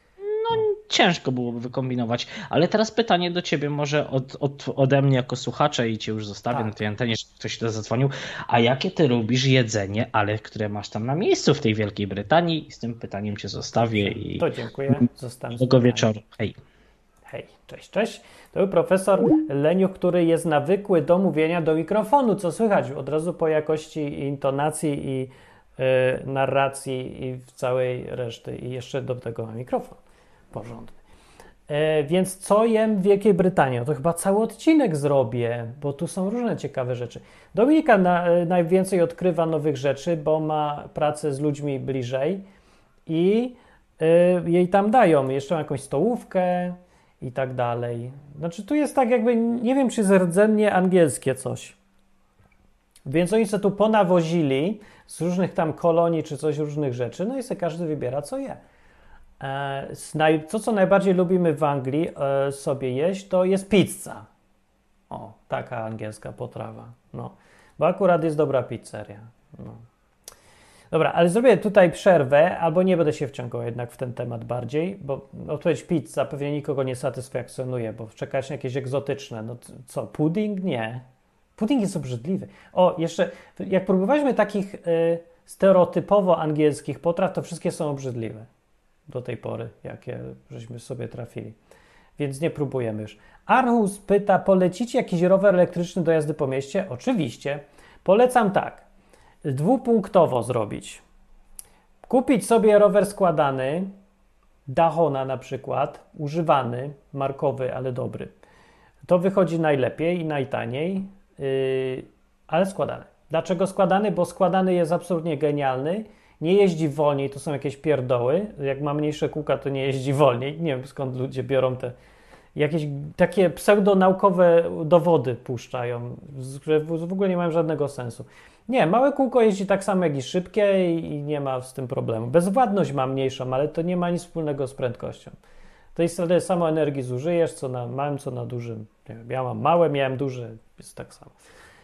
Ciężko byłoby wykombinować, ale teraz pytanie do ciebie może od, od, ode mnie jako słuchacza i cię już zostawię Tak. na tej antenie, że ktoś źle zadzwonił. A jakie ty lubisz jedzenie, ale które masz tam na miejscu w tej Wielkiej Brytanii? I z tym pytaniem cię zostawię i To dziękuję. Zostanę do wieczoru. Hej. Hej, cześć, cześć. To był profesor Leniuch, który jest nawykły do mówienia do mikrofonu, co słychać od razu po jakości intonacji i y, narracji i w całej reszty. I jeszcze do tego ma mikrofon porządny. E, więc co jem w Wielkiej Brytanii? To chyba cały odcinek zrobię, bo tu są różne ciekawe rzeczy. Dominika na, e, najwięcej odkrywa nowych rzeczy, bo ma pracę z ludźmi bliżej i e, jej tam dają. Jeszcze ma jakąś stołówkę i tak dalej. Znaczy tu jest tak jakby, nie wiem czy jest rdzennie angielskie coś. Więc oni sobie tu ponawozili z różnych tam kolonii czy coś, różnych rzeczy, no i sobie każdy wybiera co je. To, co najbardziej lubimy w Anglii e, sobie jeść, to jest pizza. O, taka angielska potrawa. No, bo akurat jest dobra pizzeria. No. Dobra, ale zrobię tutaj przerwę, albo nie będę się wciągał jednak w ten temat bardziej, bo odpowiedź pizza pewnie nikogo nie satysfakcjonuje, bo czekać na jakieś egzotyczne. No co, pudding? Nie. Pudding jest obrzydliwy. O, jeszcze, jak próbowaliśmy takich y, stereotypowo angielskich potraw, to wszystkie są obrzydliwe. do tej pory, jakie żeśmy sobie trafili. Więc nie próbujemy już. Arhus pyta, polecicie jakiś rower elektryczny do jazdy po mieście? Oczywiście. Polecam tak, dwupunktowo zrobić. Kupić sobie rower składany, Dahona na przykład, używany, markowy, ale dobry. To wychodzi najlepiej i najtaniej, yy, ale składany. Dlaczego składany? Bo składany jest absolutnie genialny, nie jeździ wolniej, to są jakieś pierdoły. Jak ma mniejsze kółka, to nie jeździ wolniej. Nie wiem, skąd ludzie biorą te jakieś takie pseudonaukowe dowody puszczają, że w ogóle nie mają żadnego sensu. Nie, małe kółko jeździ tak samo jak i szybkie i, i nie ma z tym problemu. Bezwładność ma mniejszą, ale to nie ma nic wspólnego z prędkością. To jest tyle samo energii zużyjesz, co na małym, co na dużym. Nie wiem, ja mam małe, miałem duże, jest tak samo.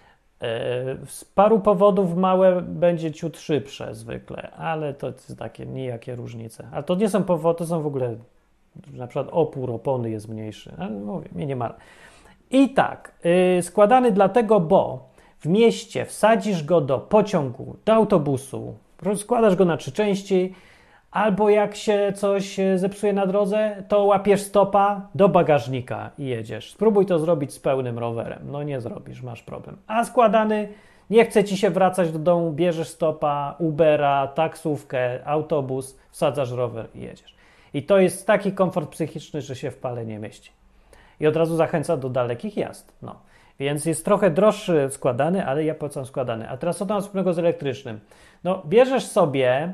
Z paru powodów małe będzie ciut szybsze zwykle, ale to jest takie nijakie różnice. A to nie są powody, to są w ogóle, na przykład opór opony jest mniejszy, ale mówię, minimalny. I tak, yy, składany dlatego, bo w mieście wsadzisz go do pociągu, do autobusu, rozkładasz go na trzy części, albo jak się coś zepsuje na drodze, to łapiesz stopa do bagażnika i jedziesz. Spróbuj to zrobić z pełnym rowerem. No nie zrobisz, masz problem. A składany, nie chce ci się wracać do domu, bierzesz stopa, Ubera, taksówkę, autobus, wsadzasz rower i jedziesz. I to jest taki komfort psychiczny, że się w pale nie mieści. I od razu zachęca do dalekich jazd. No. Więc jest trochę droższy składany, ale ja polecam składany. A teraz co to ma wspólnego z elektrycznym? No, bierzesz sobie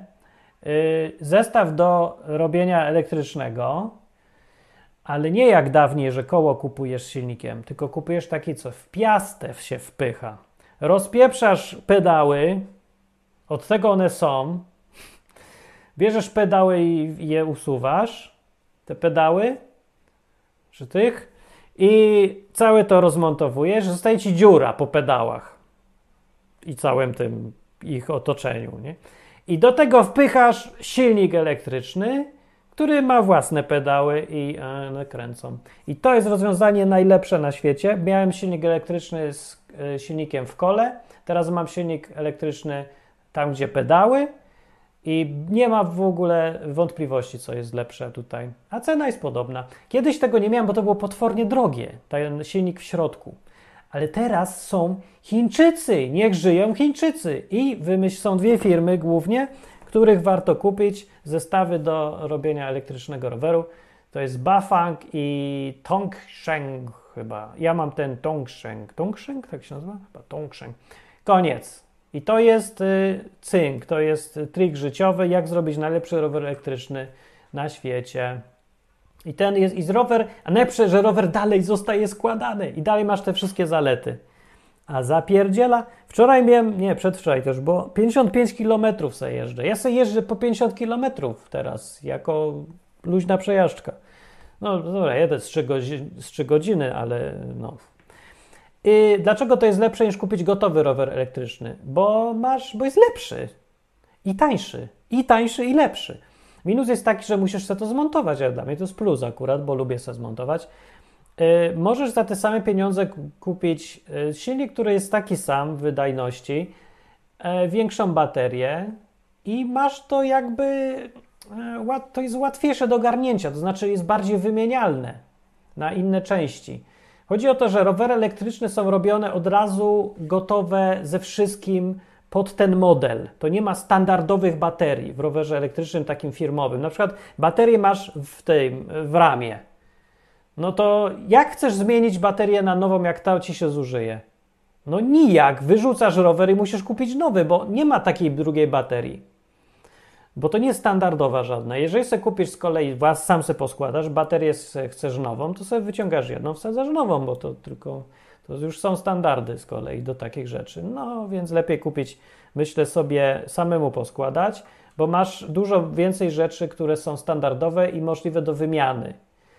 zestaw do robienia elektrycznego, ale nie jak dawniej, że koło kupujesz z silnikiem, tylko kupujesz taki, co w piastę się wpycha. Rozpieprzasz pedały, od tego one są, bierzesz pedały i je usuwasz, te pedały, czy tych, i całe to rozmontowujesz, zostaje ci dziura po pedałach i całym tym ich otoczeniu, nie? I do tego wpychasz silnik elektryczny, który ma własne pedały i one kręcą. I to jest rozwiązanie najlepsze na świecie. Miałem silnik elektryczny z y, silnikiem w kole, teraz mam silnik elektryczny tam, gdzie pedały i nie ma w ogóle wątpliwości, co jest lepsze tutaj. A cena jest podobna. Kiedyś tego nie miałem, bo to było potwornie drogie, ten silnik w środku. Ale teraz są Chińczycy, niech żyją Chińczycy. I wymyśl, są dwie firmy głównie, których warto kupić zestawy do robienia elektrycznego roweru. To jest Bafang i Tongsheng chyba. Ja mam ten Tongsheng. Tongsheng? Tak się nazywa? Chyba Tongsheng. Koniec. I to jest y, cynk, to jest trik życiowy, jak zrobić najlepszy rower elektryczny na świecie. I ten jest, i z rower, a najlepsze, że rower dalej zostaje składany i dalej masz te wszystkie zalety. A zapierdziela, wczoraj miałem, nie, przedwczoraj też, bo pięćdziesiąt pięć kilometrów sobie jeżdżę. Ja sobie jeżdżę po pięćdziesiąt kilometrów teraz, jako luźna przejażdżka. No dobra, jedę z trzy godziny, z trzy godziny, ale no. I dlaczego to jest lepsze niż kupić gotowy rower elektryczny? Bo masz, bo jest lepszy i tańszy, i tańszy i lepszy. Minus jest taki, że musisz sobie to zmontować, ale dla mnie to jest plus akurat, bo lubię sobie zmontować. Yy, możesz za te same pieniądze kupić yy, silnik, który jest taki sam w wydajności, yy, większą baterię i masz to jakby, yy, łat, to jest łatwiejsze do ogarnięcia, to znaczy jest bardziej wymienialne na inne części. Chodzi o to, że rowery elektryczne są robione od razu gotowe ze wszystkim pod ten model. To nie ma standardowych baterii w rowerze elektrycznym takim firmowym. Na przykład baterię masz w tym, w ramie. No to jak chcesz zmienić baterię na nową, jak ta ci się zużyje? No nijak. Wyrzucasz rower i musisz kupić nowy, bo nie ma takiej drugiej baterii. Bo to nie jest standardowa żadna. Jeżeli sobie kupisz z kolei, sam sobie poskładasz, baterię chcesz nową, to sobie wyciągasz jedną, wsadzasz nową, bo to tylko... To już są standardy z kolei do takich rzeczy. No więc lepiej kupić, myślę sobie, samemu poskładać, bo masz dużo więcej rzeczy, które są standardowe i możliwe do wymiany.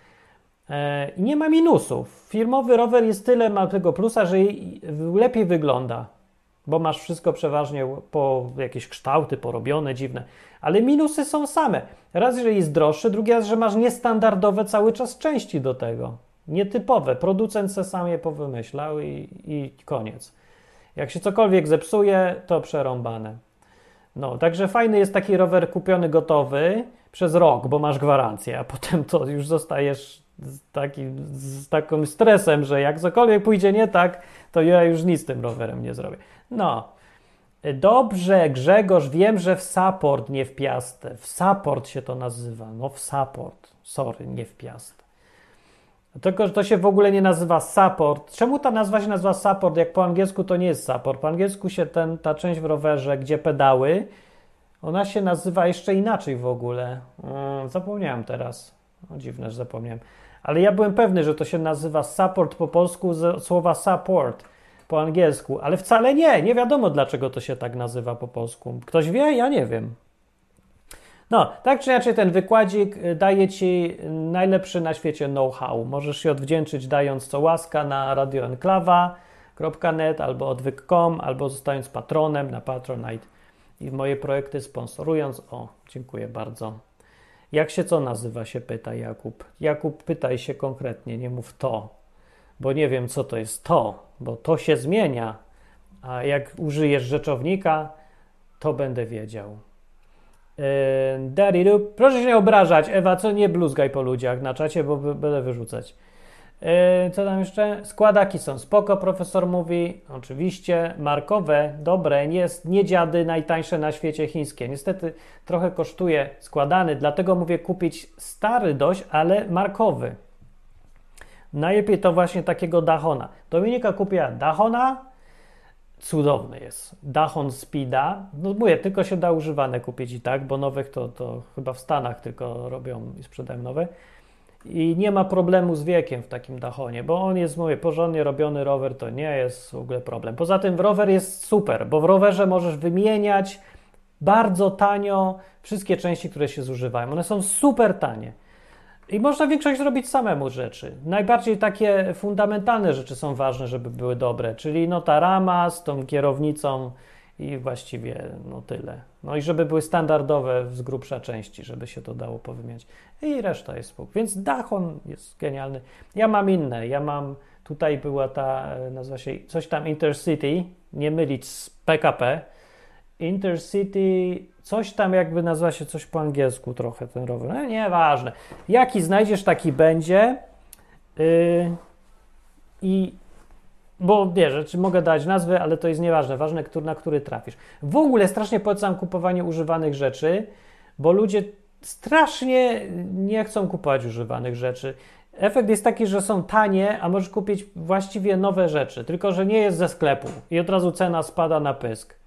I nie ma minusów. Firmowy rower jest tyle, ma tego plusa, że lepiej wygląda, bo masz wszystko przeważnie po jakieś kształty porobione, dziwne. Ale minusy są same. Raz, że jest droższy, drugi raz, że masz niestandardowe cały czas części do tego. Nietypowe. Producent se sam je powymyślał i, i koniec. Jak się cokolwiek zepsuje, to przerąbane. No, także fajny jest taki rower kupiony gotowy, przez rok, bo masz gwarancję, a potem to już zostajesz z, taki, z takim stresem, że jak cokolwiek pójdzie nie tak, to ja już nic z tym rowerem nie zrobię. No. Dobrze, Grzegorz, wiem, że w Support, nie w Piastę. W Support się to nazywa. No w Support. Sorry, nie w Piastę. Tylko, że to się w ogóle nie nazywa Support. Czemu ta nazwa się nazywa Support, jak po angielsku to nie jest Support? Po angielsku się ten, ta część w rowerze, gdzie pedały, ona się nazywa jeszcze inaczej w ogóle. Hmm, zapomniałem teraz. O, dziwne, że zapomniałem. Ale ja byłem pewny, że to się nazywa Support po polsku z słowa support po angielsku, ale wcale nie. Nie wiadomo, dlaczego to się tak nazywa po polsku. Ktoś wie? Ja nie wiem. No, tak czy inaczej ten wykładzik daje ci najlepszy na świecie know-how. Możesz się odwdzięczyć dając co łaska na radioenklawa kropka net albo odwyk kropka com, albo zostając patronem na Patronite i moje projekty sponsorując. O, dziękuję bardzo. Jak się co nazywa, się pyta Jakub. Jakub, pytaj się konkretnie, nie mów to, bo nie wiem, co to jest to, bo to się zmienia, a jak użyjesz rzeczownika, to będę wiedział. Yy, Proszę się nie obrażać, Ewa, co nie bluzgaj po ludziach na czacie, bo będę wyrzucać. Yy, co tam jeszcze? Składaki są spoko, profesor mówi. Oczywiście, markowe, dobre, nie, nie dziady najtańsze na świecie chińskie. Niestety trochę kosztuje składany, dlatego mówię kupić stary dość, ale markowy. Najlepiej to właśnie takiego Dahona. Dominika kupiła Dahona. Cudowny jest. Dachon Speeda. No mówię, tylko się da używane kupić i tak, bo nowych to, to chyba w Stanach tylko robią i sprzedają nowe. I nie ma problemu z wiekiem w takim Dahonie, bo on jest, mówię, porządnie robiony rower, to nie jest w ogóle problem. Poza tym rower jest super, bo w rowerze możesz wymieniać bardzo tanio wszystkie części, które się zużywają. One są super tanie. I można większość zrobić samemu rzeczy. Najbardziej takie fundamentalne rzeczy są ważne, żeby były dobre, czyli no ta rama z tą kierownicą i właściwie no tyle. No i żeby były standardowe z grubsza części, żeby się to dało powymieniać. I reszta jest spoko. Więc Dachon jest genialny. Ja mam inne. Ja mam, tutaj była ta, nazywa się coś tam Intercity, nie mylić z P K P. Intercity, coś tam jakby nazywa się coś po angielsku trochę ten rower. No nieważne. Jaki znajdziesz, taki będzie. Yy, I bo wiesz, czy mogę dać nazwy, ale to jest nieważne. Ważne, który, na który trafisz. W ogóle strasznie polecam kupowanie używanych rzeczy, bo ludzie strasznie nie chcą kupować używanych rzeczy. Efekt jest taki, że są tanie, a możesz kupić właściwie nowe rzeczy, tylko że nie jest ze sklepu i od razu cena spada na pysk.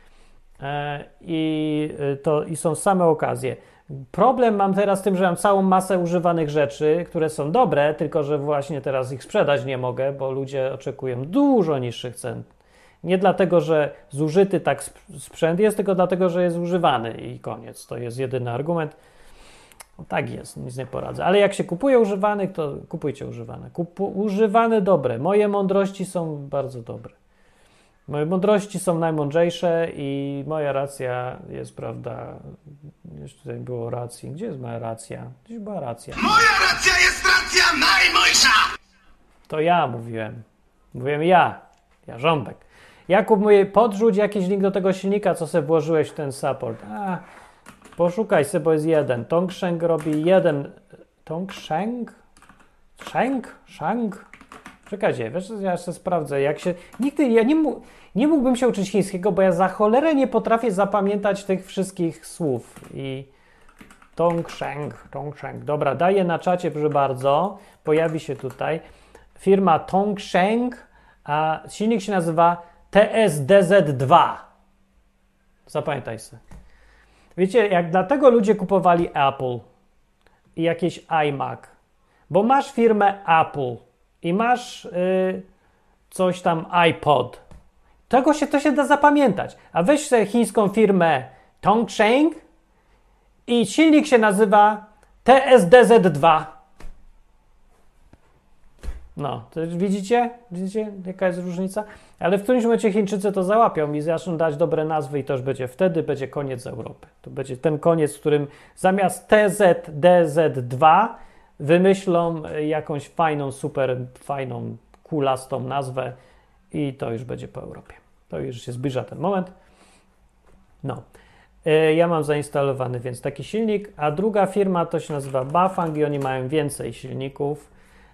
I, to, i są same okazje. Problem mam teraz z tym, że mam całą masę używanych rzeczy, które są dobre, tylko że właśnie teraz ich sprzedać nie mogę, bo ludzie oczekują dużo niższych cen. Nie dlatego, że zużyty tak sprzęt jest, tylko dlatego, że jest używany i koniec. To jest jedyny argument. No, tak jest, nic nie poradzę. Ale jak się kupuje używanych, to kupujcie używane. Kupu, używane dobre. Moje mądrości są bardzo dobre. Moje mądrości są najmądrzejsze i moja racja jest, prawda, już tutaj było racji. Gdzie jest moja racja? Gdzieś była racja. Moja racja jest racja najmojsza! To ja mówiłem. Mówiłem ja. Ja Rząbek. Jakub mówi, podrzuć jakiś link do tego silnika, co sobie włożyłeś w ten support. A, poszukaj sobie, bo jest jeden. Tongsheng robi jeden. Tongsheng? Sheng? Shang? Czekajcie, wiesz, ja jeszcze sprawdzę, jak się... Nigdy, ja nie, mógł, nie mógłbym się uczyć chińskiego, bo ja za cholerę nie potrafię zapamiętać tych wszystkich słów. I Tongsheng, Tongsheng. Dobra, daję na czacie, proszę bardzo. Pojawi się tutaj. Firma Tongsheng, a silnik się nazywa T S D Z dwa. Zapamiętaj sobie. Wiecie, jak dlatego ludzie kupowali Apple i jakieś iMac, bo masz firmę Apple i masz yy, coś tam iPod. Tego się, to się da zapamiętać. A weź sobie chińską firmę Tongsheng i silnik się nazywa T S D Z dwa. No, to widzicie? Widzicie, jaka jest różnica? Ale w którymś momencie Chińczycy to załapią i zaczną dać dobre nazwy i to już będzie, wtedy będzie koniec Europy. To będzie ten koniec, w którym zamiast T Z D Z dwa wymyślą jakąś fajną, super fajną, kulastą nazwę i to już będzie po Europie. To już się zbliża ten moment. No. Ja mam zainstalowany więc taki silnik, a druga firma to się nazywa Bafang i oni mają więcej silników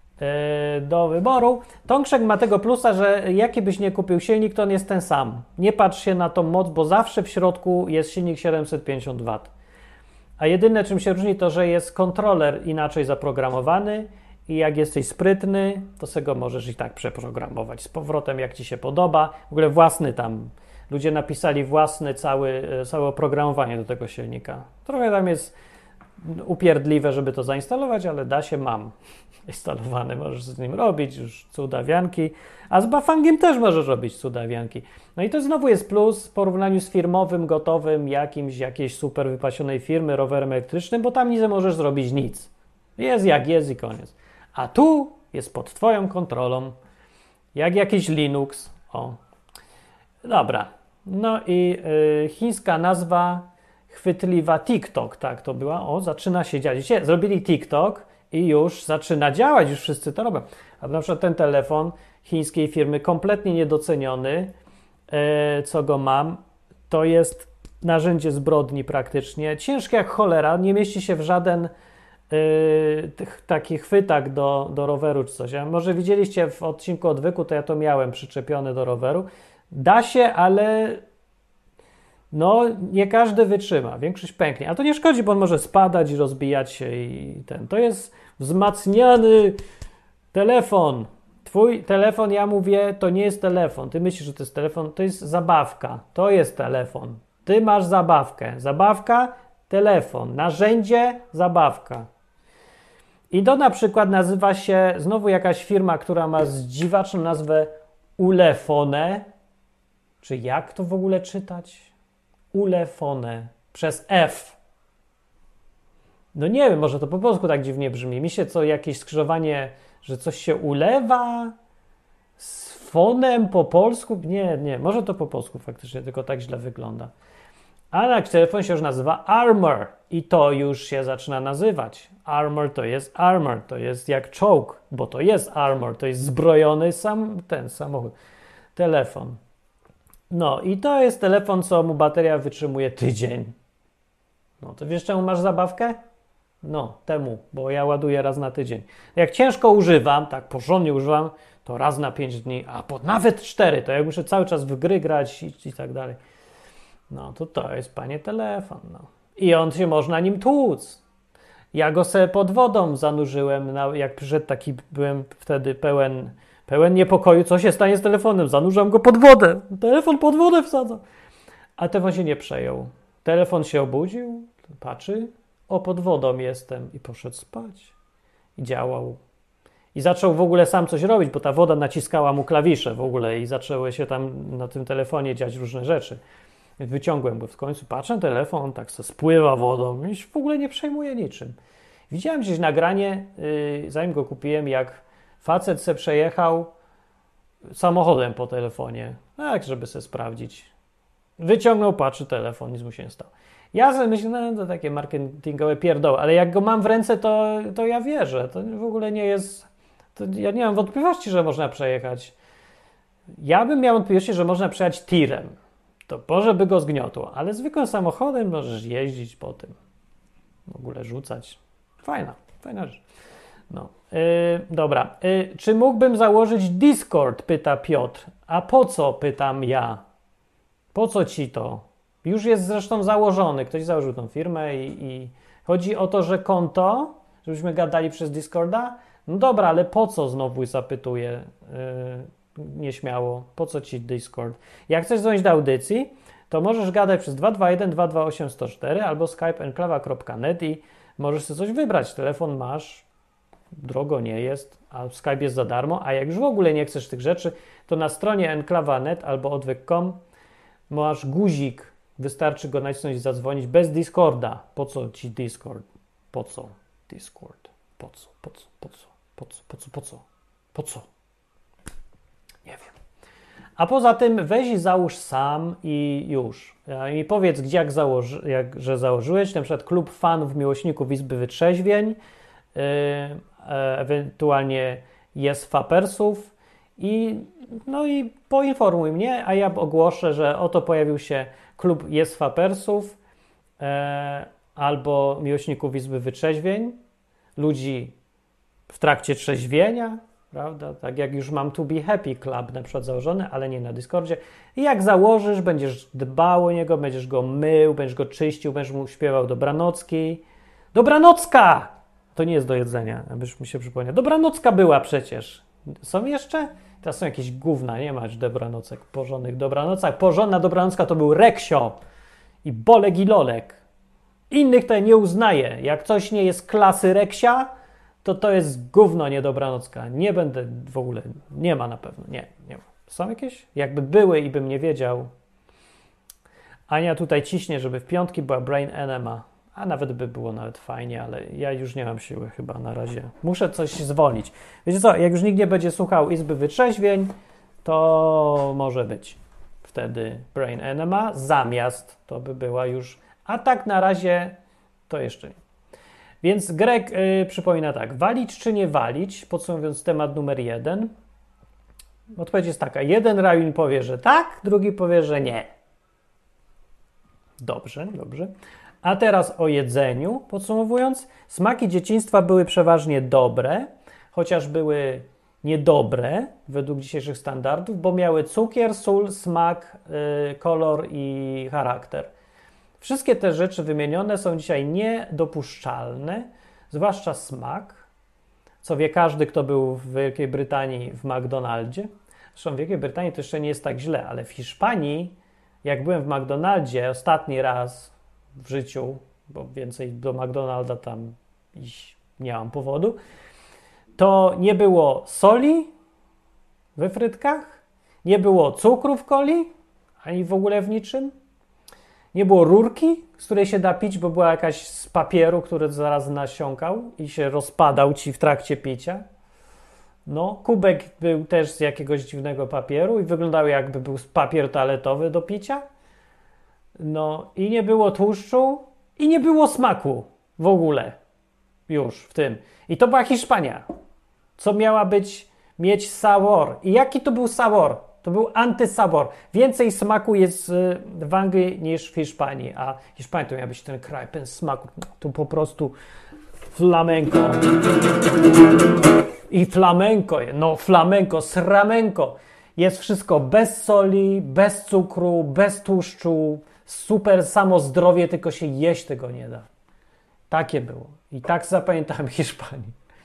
do wyboru. Tongsheng ma tego plusa, że jaki byś nie kupił silnik, to on jest ten sam. Nie patrz się na tą moc, bo zawsze w środku jest silnik siedemset pięćdziesiąt watów. A jedyne czym się różni to, że jest kontroler inaczej zaprogramowany i jak jesteś sprytny, to sobie go możesz i tak przeprogramować z powrotem jak ci się podoba. W ogóle własny tam, ludzie napisali własny cały, całe oprogramowanie do tego silnika. Trochę tam jest upierdliwe, żeby to zainstalować, ale da się, mam instalowany, możesz z nim robić już cudawianki, a z Bafangiem też możesz robić cudawianki. No i to znowu jest plus w porównaniu z firmowym, gotowym, jakimś, jakiejś super wypasionej firmy, rowerem elektrycznym, bo tam nie możesz zrobić nic. Jest jak jest i koniec. A tu jest pod twoją kontrolą, jak jakiś Linux. O. Dobra. No i yy, chińska nazwa chwytliwa TikTok, tak to była. O, zaczyna się dziać. Widzicie, zrobili TikTok i już zaczyna działać, już wszyscy to robią. A na przykład ten telefon chińskiej firmy, kompletnie niedoceniony, yy, co go mam, to jest narzędzie zbrodni praktycznie. Ciężkie jak cholera, nie mieści się w żaden yy, tych, taki chwytak do, do roweru czy coś. A może widzieliście w odcinku Odwyku, to ja to miałem przyczepione do roweru. Da się, ale no nie każdy wytrzyma, większość pęknie. A to nie szkodzi, bo on może spadać i rozbijać się i ten. To jest wzmacniany telefon. Twój telefon, ja mówię, to nie jest telefon. Ty myślisz, że to jest telefon, to jest zabawka. To jest telefon. Ty masz zabawkę. Zabawka, telefon. Narzędzie, zabawka. I to na przykład nazywa się, znowu jakaś firma, która ma zdziwaczną nazwę Ulefone. Czy jak to w ogóle czytać? Ulefone. Przez F. No nie wiem, może to po polsku tak dziwnie brzmi. Mi się co jakieś skrzyżowanie, że coś się ulewa z fonem po polsku? Nie, nie. Może to po polsku faktycznie, tylko tak źle wygląda. Ale telefon się już nazywa Armor i to już się zaczyna nazywać. Armor to jest armor, to jest jak czołg, bo to jest armor, to jest zbrojony sam ten samochód. Telefon. No i to jest telefon, co mu bateria wytrzymuje tydzień. No to wiesz, czemu masz zabawkę? No, temu, bo ja ładuję raz na tydzień. Jak ciężko używam, tak porządnie używam, to raz na pięć dni, a po, nawet cztery, to jak muszę cały czas w gry grać i, i tak dalej. No to to jest, panie, telefon. No. I on się można nim tłuc. Ja go sobie pod wodą zanurzyłem, na, jak przyszedł taki, byłem wtedy pełen, pełen niepokoju, co się stanie z telefonem. Zanurzam go pod wodę. Telefon pod wodę wsadzam. A telefon się nie przejął. Telefon się obudził, patrzy, o, pod wodą jestem i poszedł spać. I działał. I zaczął w ogóle sam coś robić, bo ta woda naciskała mu klawisze w ogóle i zaczęły się tam na tym telefonie dziać różne rzeczy. Wyciągłem go w końcu, patrzę, telefon tak se spływa wodą i w ogóle nie przejmuje niczym. Widziałem gdzieś nagranie, yy, zanim go kupiłem, jak facet se przejechał samochodem po telefonie, tak, żeby se sprawdzić. Wyciągnął, patrzy, telefon, nic mu się nie stało. Ja sobie myślę, no to takie marketingowe pierdoły, ale jak go mam w ręce, to, to ja wierzę. To w ogóle nie jest, to ja nie mam wątpliwości, że można przejechać. Ja bym miał wątpliwości, że można przejechać tirem. To może by go zgniotło, ale zwykłym samochodem możesz jeździć po tym. W ogóle rzucać. Fajna, fajna rzecz. No, yy, dobra. Yy, czy mógłbym założyć Discord? Pyta Piotr. A po co? Pytam ja. Po co ci to? Już jest zresztą założony. Ktoś założył tą firmę i, i chodzi o to, że konto, żebyśmy gadali przez Discorda. No dobra, ale po co znowu zapytuję yy, nieśmiało. Po co ci Discord? Jak chcesz dzwonić do audycji, to możesz gadać przez dwa dwa jeden dwa dwa osiem zero cztery albo skype enklawa kropka net i możesz sobie coś wybrać. Telefon masz, drogo nie jest, a Skype jest za darmo, a jak już w ogóle nie chcesz tych rzeczy, to na stronie enklawa kropka net albo odwyk kropka com masz guzik, wystarczy go nacisnąć i zadzwonić bez Discorda. Po co ci Discord? Po co Discord? Po co? Po co? Po co? Po co? Po co? Po co? Po co? Nie wiem. A poza tym weź i załóż sam i już. I powiedz, gdzie jak, założy, jak że założyłeś, na przykład klub fanów, miłośników Izby Wytrzeźwień, yy, ewentualnie jest fapersów i no i poinformuj mnie, a ja ogłoszę, że oto pojawił się klub jest fapersów e, albo miłośników Izby Wytrzeźwień, ludzi w trakcie trzeźwienia, prawda? Tak jak już mam To Be Happy Club na przykład założony, ale nie na Discordzie. I jak założysz, będziesz dbał o niego, będziesz go mył, będziesz go czyścił, będziesz mu śpiewał dobranocki. Dobranocka! To nie jest do jedzenia, abyś mi się przypomniał. Dobranocka była przecież. Są jeszcze? Teraz są jakieś gówna, nie ma już dobranocek, porządnych dobranocach. Porządna dobranocka to był Reksio i Bolek i Lolek. Innych to nie uznaję. Jak coś nie jest klasy Reksia, to to jest gówno, nie dobranocka. Nie będę w ogóle, nie ma na pewno, nie, nie ma. Są jakieś? Jakby były i bym nie wiedział. Ania tutaj ciśnie, żeby w piątki była Brain Enema. A nawet by było nawet fajnie, ale ja już nie mam siły chyba na razie. Muszę coś zwolnić. Wiecie co, jak już nikt nie będzie słuchał Izby Wytrzeźwień, to może być wtedy Brain Enema, zamiast to by była już, a tak na razie to jeszcze nie. Więc Greg yy, przypomina tak, walić czy nie walić, podsumowując temat numer jeden. Odpowiedź jest taka, jeden rabin powie, że tak, drugi powie, że nie. Dobrze, dobrze. A teraz o jedzeniu, podsumowując, smaki dzieciństwa były przeważnie dobre, chociaż były niedobre według dzisiejszych standardów, bo miały cukier, sól, smak, yy, kolor i charakter. Wszystkie te rzeczy wymienione są dzisiaj niedopuszczalne, zwłaszcza smak, co wie każdy, kto był w Wielkiej Brytanii w McDonaldzie. Zresztą w Wielkiej Brytanii to jeszcze nie jest tak źle, ale w Hiszpanii, jak byłem w McDonaldzie ostatni raz w życiu, bo więcej do McDonalda tam iść nie mam powodu, to nie było soli we frytkach, nie było cukru w coli, ani w ogóle w niczym. Nie było rurki, z której się da pić, bo była jakaś z papieru, który zaraz nasiąkał i się rozpadał ci w trakcie picia. No, kubek był też z jakiegoś dziwnego papieru i wyglądał jakby był papier toaletowy do picia. No i nie było tłuszczu i nie było smaku w ogóle już w tym. I to była Hiszpania, co miała być, mieć sabor. I jaki to był sabor? To był antysabor. Więcej smaku jest w Anglii niż w Hiszpanii, a Hiszpania to miał być ten kraj pełen smaku. Tu po prostu flamenco. I flamenco, no flamenco, sramenco. Jest wszystko bez soli, bez cukru, bez tłuszczu. Super samo zdrowie, tylko się jeść tego nie da. Takie było. I tak zapamiętałem Hiszpanię.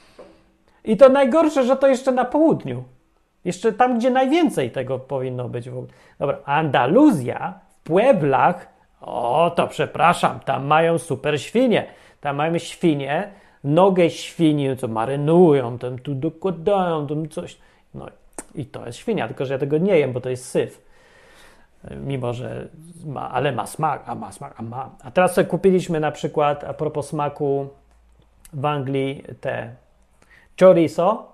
I to najgorsze, że to jeszcze na południu. Jeszcze tam, gdzie najwięcej tego powinno być w ogóle. Dobra, Andaluzja, w Pueblach, o to przepraszam, tam mają super świnie. Tam mamy świnie, nogę świni, co marynują, tam tu dokładają, tam coś. No i to jest świnia, tylko że ja tego nie jem, bo to jest syf. Mimo, że ma, ale ma smak, a ma smak, a ma. A teraz sobie kupiliśmy na przykład, a propos smaku w Anglii, te chorizo.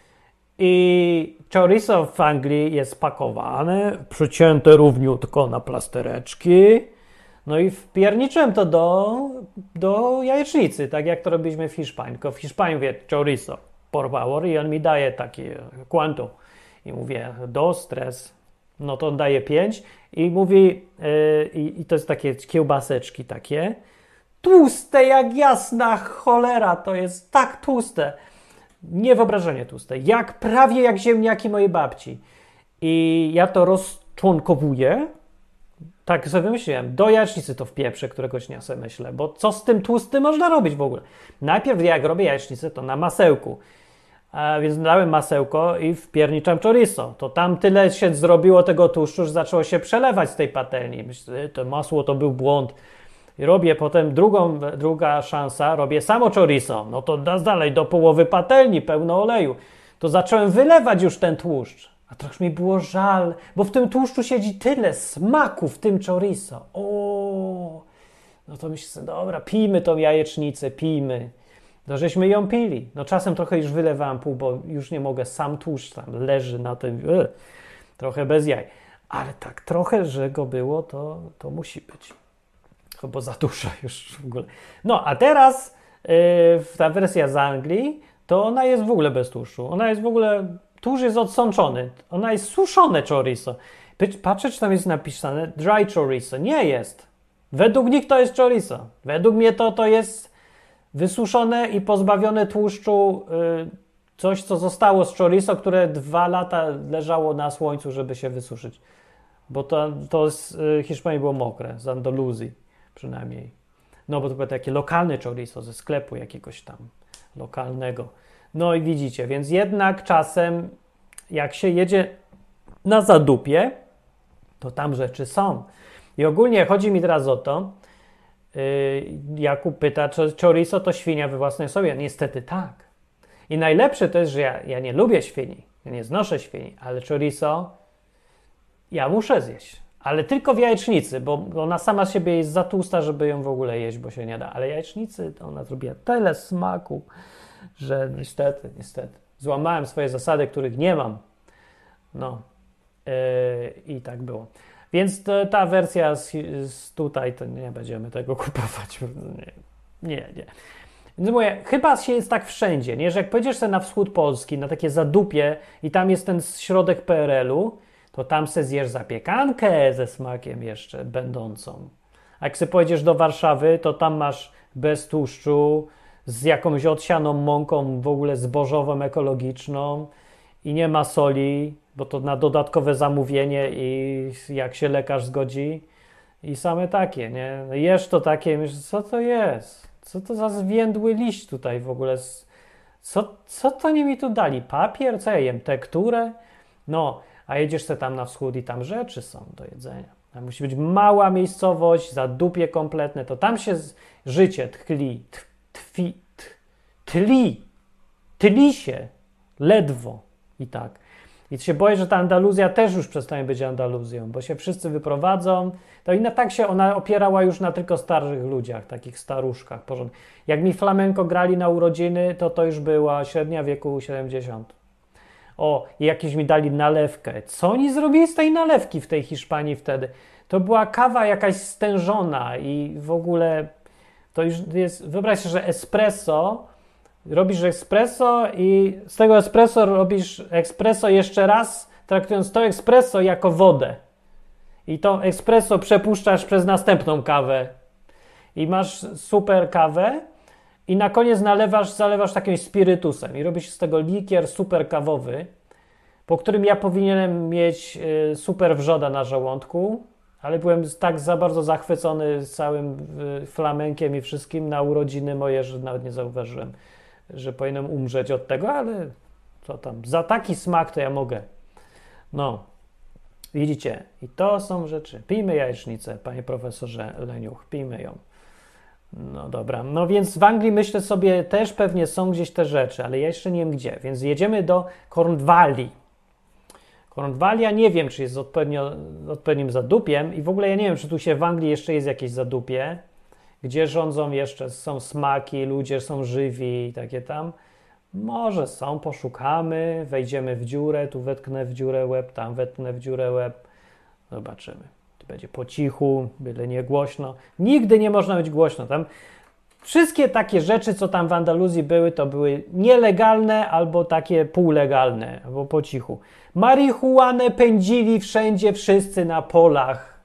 I chorizo w Anglii jest pakowane, przycięte równiutko na plastereczki. No i wpierniczyłem to do, do jajecznicy, tak jak to robiliśmy w Hiszpanii. Tylko w Hiszpanii mówię chorizo, por favor, i on mi daje takie quanto. I mówię dos, tres, no to on daje pięć i mówi, yy, i to jest takie kiełbaseczki takie, tłuste jak jasna cholera, to jest tak tłuste. Niewyobrażenie tłuste, jak prawie jak ziemniaki mojej babci. I ja to rozczłonkowuję, tak sobie wymyśliłem, do jajecznicy to wpieprzę któregoś dnia sobie myślę, bo co z tym tłustym można robić w ogóle? Najpierw jak robię jajecznicę, to na masełku, a więc dałem masełko i wpierniczam chorizo. To tam tyle się zrobiło tego tłuszczu, że zaczęło się przelewać z tej patelni. Myślę, to masło to był błąd. I robię potem drugą, druga szansa, robię samo chorizo. No to dalej do połowy patelni, pełno oleju. To zacząłem wylewać już ten tłuszcz. A trochę mi było żal, bo w tym tłuszczu siedzi tyle smaku w tym chorizo. O, no to myślę sobie, dobra, pijmy tą jajecznicę, pijmy. No żeśmy ją pili. No czasem trochę już wylewałem pół, bo już nie mogę, sam tłuszcz tam leży na tym, yy, trochę bez jaj. Ale tak trochę, że go było, to, to musi być. Bo za dużo już w ogóle. No, a teraz yy, ta wersja z Anglii, to ona jest w ogóle bez tłuszczu. Ona jest w ogóle, tłuszcz jest odsączony. Ona jest suszone chorizo. Patrzę, czy tam jest napisane dry chorizo. Nie jest. Według nich to jest chorizo. Według mnie to, to jest wysuszone i pozbawione tłuszczu y, coś, co zostało z chorizo, które dwa lata leżało na słońcu, żeby się wysuszyć. Bo to, to z y, Hiszpanii było mokre, z Andaluzji przynajmniej. No bo to było takie lokalne chorizo ze sklepu jakiegoś tam lokalnego. No i widzicie, więc jednak czasem jak się jedzie na zadupie, to tam rzeczy są. I ogólnie chodzi mi teraz o to, yy, Jakub pyta, czy chorizo to świnia we własnej sobie. Niestety tak. I najlepsze to jest, że ja, ja nie lubię świni, ja nie znoszę świni, ale chorizo ja muszę zjeść. Ale tylko w jajecznicy, bo ona sama z siebie jest za tłusta, żeby ją w ogóle jeść, bo się nie da. Ale jajecznicy to ona zrobiła tyle smaku, że niestety, niestety. Złamałem swoje zasady, których nie mam. No. Yy, I tak było. Więc to, ta wersja z, z tutaj, to nie będziemy tego kupować. Nie, nie. nie. Więc mówię, chyba się jest tak wszędzie, nie? Że jak pojedziesz sobie na wschód Polski, na takie zadupie i tam jest ten środek P R L u, to tam se zjesz zapiekankę ze smakiem jeszcze będącą. A jak se pojedziesz do Warszawy, to tam masz bez tłuszczu, z jakąś odsianą mąką w ogóle zbożową, ekologiczną i nie ma soli, bo to na dodatkowe zamówienie i jak się lekarz zgodzi i same takie, nie? Jesz to takie, myślisz, co to jest? Co to za zwiędły liść tutaj w ogóle? Co, co to nie mi tu dali? Papier? Co ja jem? Tekturę? No, a jedziesz se tam na wschód i tam rzeczy są do jedzenia. Tam musi być mała miejscowość, zadupie kompletne, to tam się z... życie tchli, twi, tli, tli się, ledwo i tak. I się boję, że ta Andaluzja też już przestanie być Andaluzją, bo się wszyscy wyprowadzą. To i na tak się ona opierała już na tylko starszych ludziach, takich staruszkach porządnych. Jak mi flamenko grali na urodziny, to to już była średnia wieku siedemdziesiąt. O, i jakieś mi dali nalewkę. Co oni zrobili z tej nalewki w tej Hiszpanii wtedy? To była kawa jakaś stężona i w ogóle to już jest, wyobraź sobie, że espresso, robisz espresso i z tego espresso robisz espresso jeszcze raz, traktując to espresso jako wodę. I to espresso przepuszczasz przez następną kawę. I masz super kawę i na koniec nalewasz, zalewasz takim spirytusem i robisz z tego likier super kawowy, po którym ja powinienem mieć y, super wrzoda na żołądku, ale byłem tak za bardzo zachwycony całym y, flamenkiem i wszystkim na urodziny moje, że nawet nie zauważyłem, że powinienem umrzeć od tego, ale co tam, za taki smak to ja mogę. No, widzicie, i to są rzeczy. Pijmy jajecznicę, panie profesorze Leniuch, pijmy ją. No dobra, no więc w Anglii myślę sobie też pewnie są gdzieś te rzeczy, ale ja jeszcze nie wiem gdzie, więc jedziemy do Cornwalli. Cornwallia nie wiem, czy jest odpowiednio, odpowiednim zadupiem i w ogóle ja nie wiem, czy tu się w Anglii jeszcze jest jakieś zadupie, gdzie rządzą jeszcze, są smaki, ludzie są żywi i takie tam. Może są, poszukamy, wejdziemy w dziurę, tu wetknę w dziurę łeb, tam wetknę w dziurę łeb. Zobaczymy. Tu będzie po cichu, byle nie głośno. Nigdy nie można być głośno. Tam wszystkie takie rzeczy, co tam w Andaluzji były, to były nielegalne albo takie półlegalne, albo po cichu. Marihuanę pędzili wszędzie, wszyscy na polach.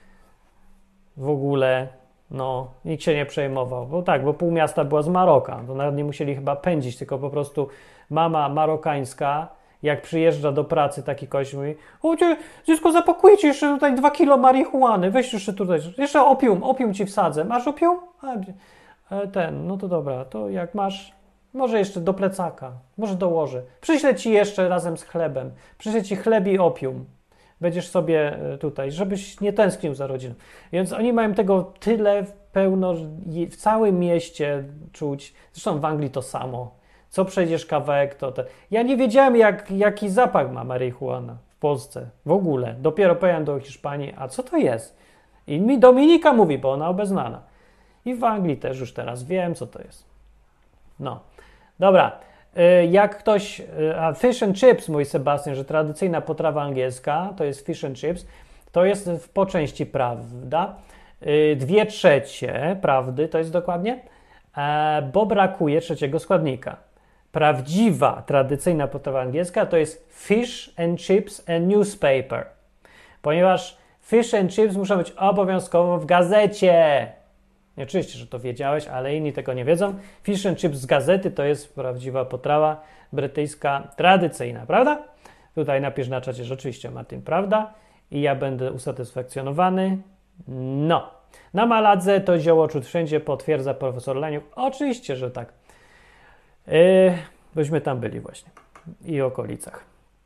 W ogóle, no, nikt się nie przejmował. Bo tak, bo pół miasta była z Maroka. To nawet nie musieli chyba pędzić, tylko po prostu mama marokańska, jak przyjeżdża do pracy, taki kość mówi: o, dziecko, zapakuję ci jeszcze tutaj dwa kilo marihuany, weź jeszcze tutaj, jeszcze opium, opium ci wsadzę. Masz opium? A, ten, no to dobra, to jak masz, może jeszcze do plecaka, może dołożę. Przyślę ci jeszcze razem z chlebem, przyślę ci chleb i opium. Będziesz sobie tutaj, żebyś nie tęsknił za rodziną. Więc oni mają tego tyle pełno, w całym mieście czuć. Zresztą w Anglii to samo. Co przejdziesz kawałek, to te... Ja nie wiedziałem, jak, jaki zapach ma marihuana w Polsce. W ogóle. Dopiero pojechałem do Hiszpanii. A co to jest? I mi Dominika mówi, bo ona obeznana. I w Anglii też już teraz wiem, co to jest. No. Dobra. Jak ktoś... A fish and chips, mówi Sebastian, że tradycyjna potrawa angielska to jest fish and chips. To jest po części prawda. Dwie trzecie prawdy to jest dokładnie, bo brakuje trzeciego składnika. Prawdziwa, tradycyjna potrawa angielska to jest fish and chips and newspaper. Ponieważ Fish and chips muszą być obowiązkowo w gazecie. Nie, oczywiście, że to wiedziałeś, ale inni tego nie wiedzą. Fish and chips z gazety to jest prawdziwa potrawa brytyjska, tradycyjna, prawda? Tutaj napisz na czacie, że oczywiście, Martin, prawda? I ja będę usatysfakcjonowany. No. Na Maladze to zioło czuć wszędzie, potwierdza profesor Leniuk. Oczywiście, że tak. Yy, bośmy tam byli właśnie. I okolicach.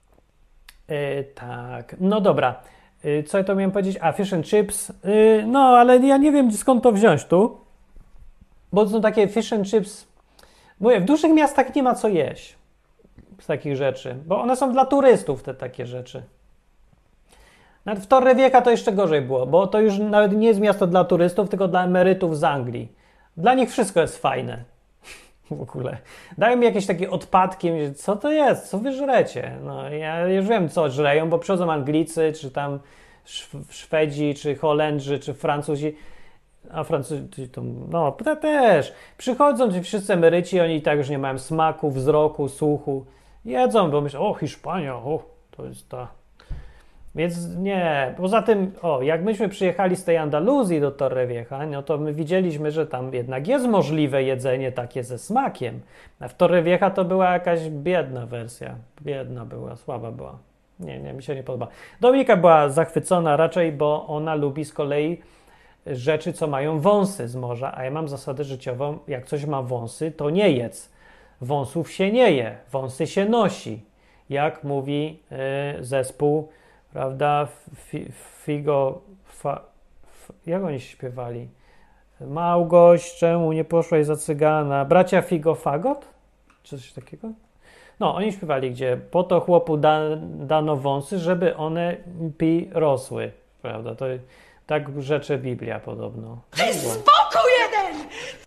Yy, tak. No dobra. Yy, co ja to miałem powiedzieć? A, fish and chips. Yy, no, ale ja nie wiem, skąd to wziąć tu. Bo to są takie fish and chips. Mówię, w dużych miastach nie ma co jeść z takich rzeczy. Bo one są dla turystów, te takie rzeczy. Nawet w Torrevieja to jeszcze gorzej było, bo to już nawet nie jest miasto dla turystów, tylko dla emerytów z Anglii. Dla nich wszystko jest fajne. W ogóle. Dają mi jakieś takie odpadki, mówię, co to jest, co wy żrecie? No, ja już wiem, co żreją, bo przychodzą Anglicy, czy tam Szwedzi, czy Holendrzy, czy Francuzi, a Francuzi to, no, te też. Przychodzą ci wszyscy emeryci, oni i tak już nie mają smaku, wzroku, słuchu. Jedzą, bo myślą, o, Hiszpania, o, to jest ta... Więc nie, poza tym, o, jak myśmy przyjechali z tej Andaluzji do Torrevieja, no to my widzieliśmy, że tam jednak jest możliwe jedzenie takie ze smakiem. A w Torrevieja to była jakaś biedna wersja. Biedna była, słaba była. Nie, nie, mi się nie podoba. Dominika była zachwycona raczej, bo ona lubi z kolei rzeczy, co mają wąsy z morza, a ja mam zasadę życiową, jak coś ma wąsy, to nie jedz. Wąsów się nie je, wąsy się nosi. Jak mówi yy, zespół, prawda, Fi, Figo, fa, f, jak oni śpiewali? Małgoś, czemu nie poszłaś za cygana? Bracia Figo Fagot? Czy coś takiego? No, oni śpiewali, gdzie po to chłopu da, dano wąsy, żeby one pi rosły, prawda? To tak rzeczy Biblia podobno. Spokój jeden!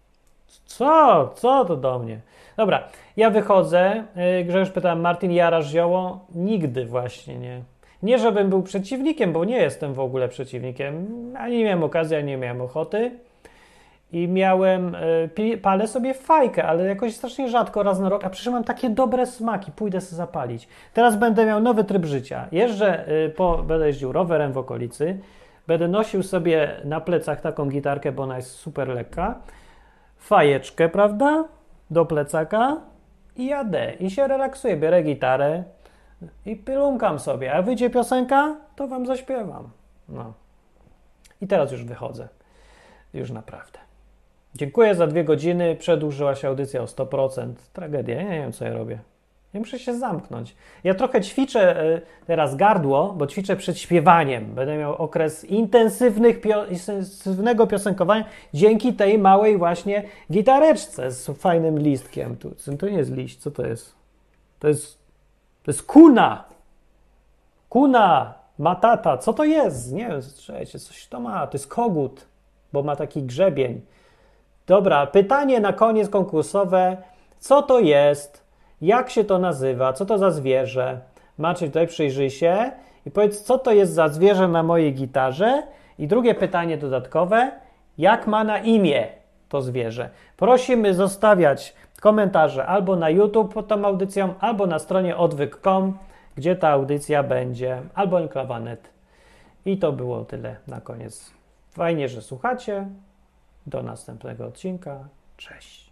Co? Co to do mnie? Dobra, ja wychodzę. Grzegorz pytałem, Martin, jarasz zioło? Nigdy właśnie nie. Nie, żebym był przeciwnikiem, bo nie jestem w ogóle przeciwnikiem. Ani nie miałem okazji, ani nie miałem ochoty. I miałem, y, palę sobie fajkę, ale jakoś strasznie rzadko, raz na rok, a przecież mam takie dobre smaki, pójdę sobie zapalić. Teraz będę miał nowy tryb życia. Jeżdżę, y, po, będę jeździł rowerem w okolicy, będę nosił sobie na plecach taką gitarkę, bo ona jest super lekka, fajeczkę, prawda, do plecaka i jadę. I się relaksuję, biorę gitarę i pylumkam sobie. A wyjdzie piosenka, to wam zaśpiewam. No. I teraz już wychodzę. Już naprawdę. Dziękuję za dwie godziny. Przedłużyła się audycja o sto procent. Tragedia. Ja nie wiem, co ja robię. Ja muszę się zamknąć. Ja trochę ćwiczę teraz gardło, bo ćwiczę przed śpiewaniem. Będę miał okres intensywnych pio- intensywnego piosenkowania dzięki tej małej właśnie gitareczce z fajnym listkiem. Tu, to nie jest liść. Co to jest? To jest, to jest kuna. Kuna. Matata. Co to jest? Nie wiem. Słuchajcie, coś to ma. To jest kogut, bo ma taki grzebień. Dobra, pytanie na koniec konkursowe. Co to jest? Jak się to nazywa? Co to za zwierzę? Maciej, tutaj przyjrzyj się i powiedz, co to jest za zwierzę na mojej gitarze. I drugie pytanie dodatkowe. Jak ma na imię to zwierzę? Prosimy zostawiać komentarze albo na YouTube pod tą audycją, albo na stronie odwyk kropka com, gdzie ta audycja będzie, albo enklawa kropka net. I to było tyle na koniec. Fajnie, że słuchacie. Do następnego odcinka. Cześć.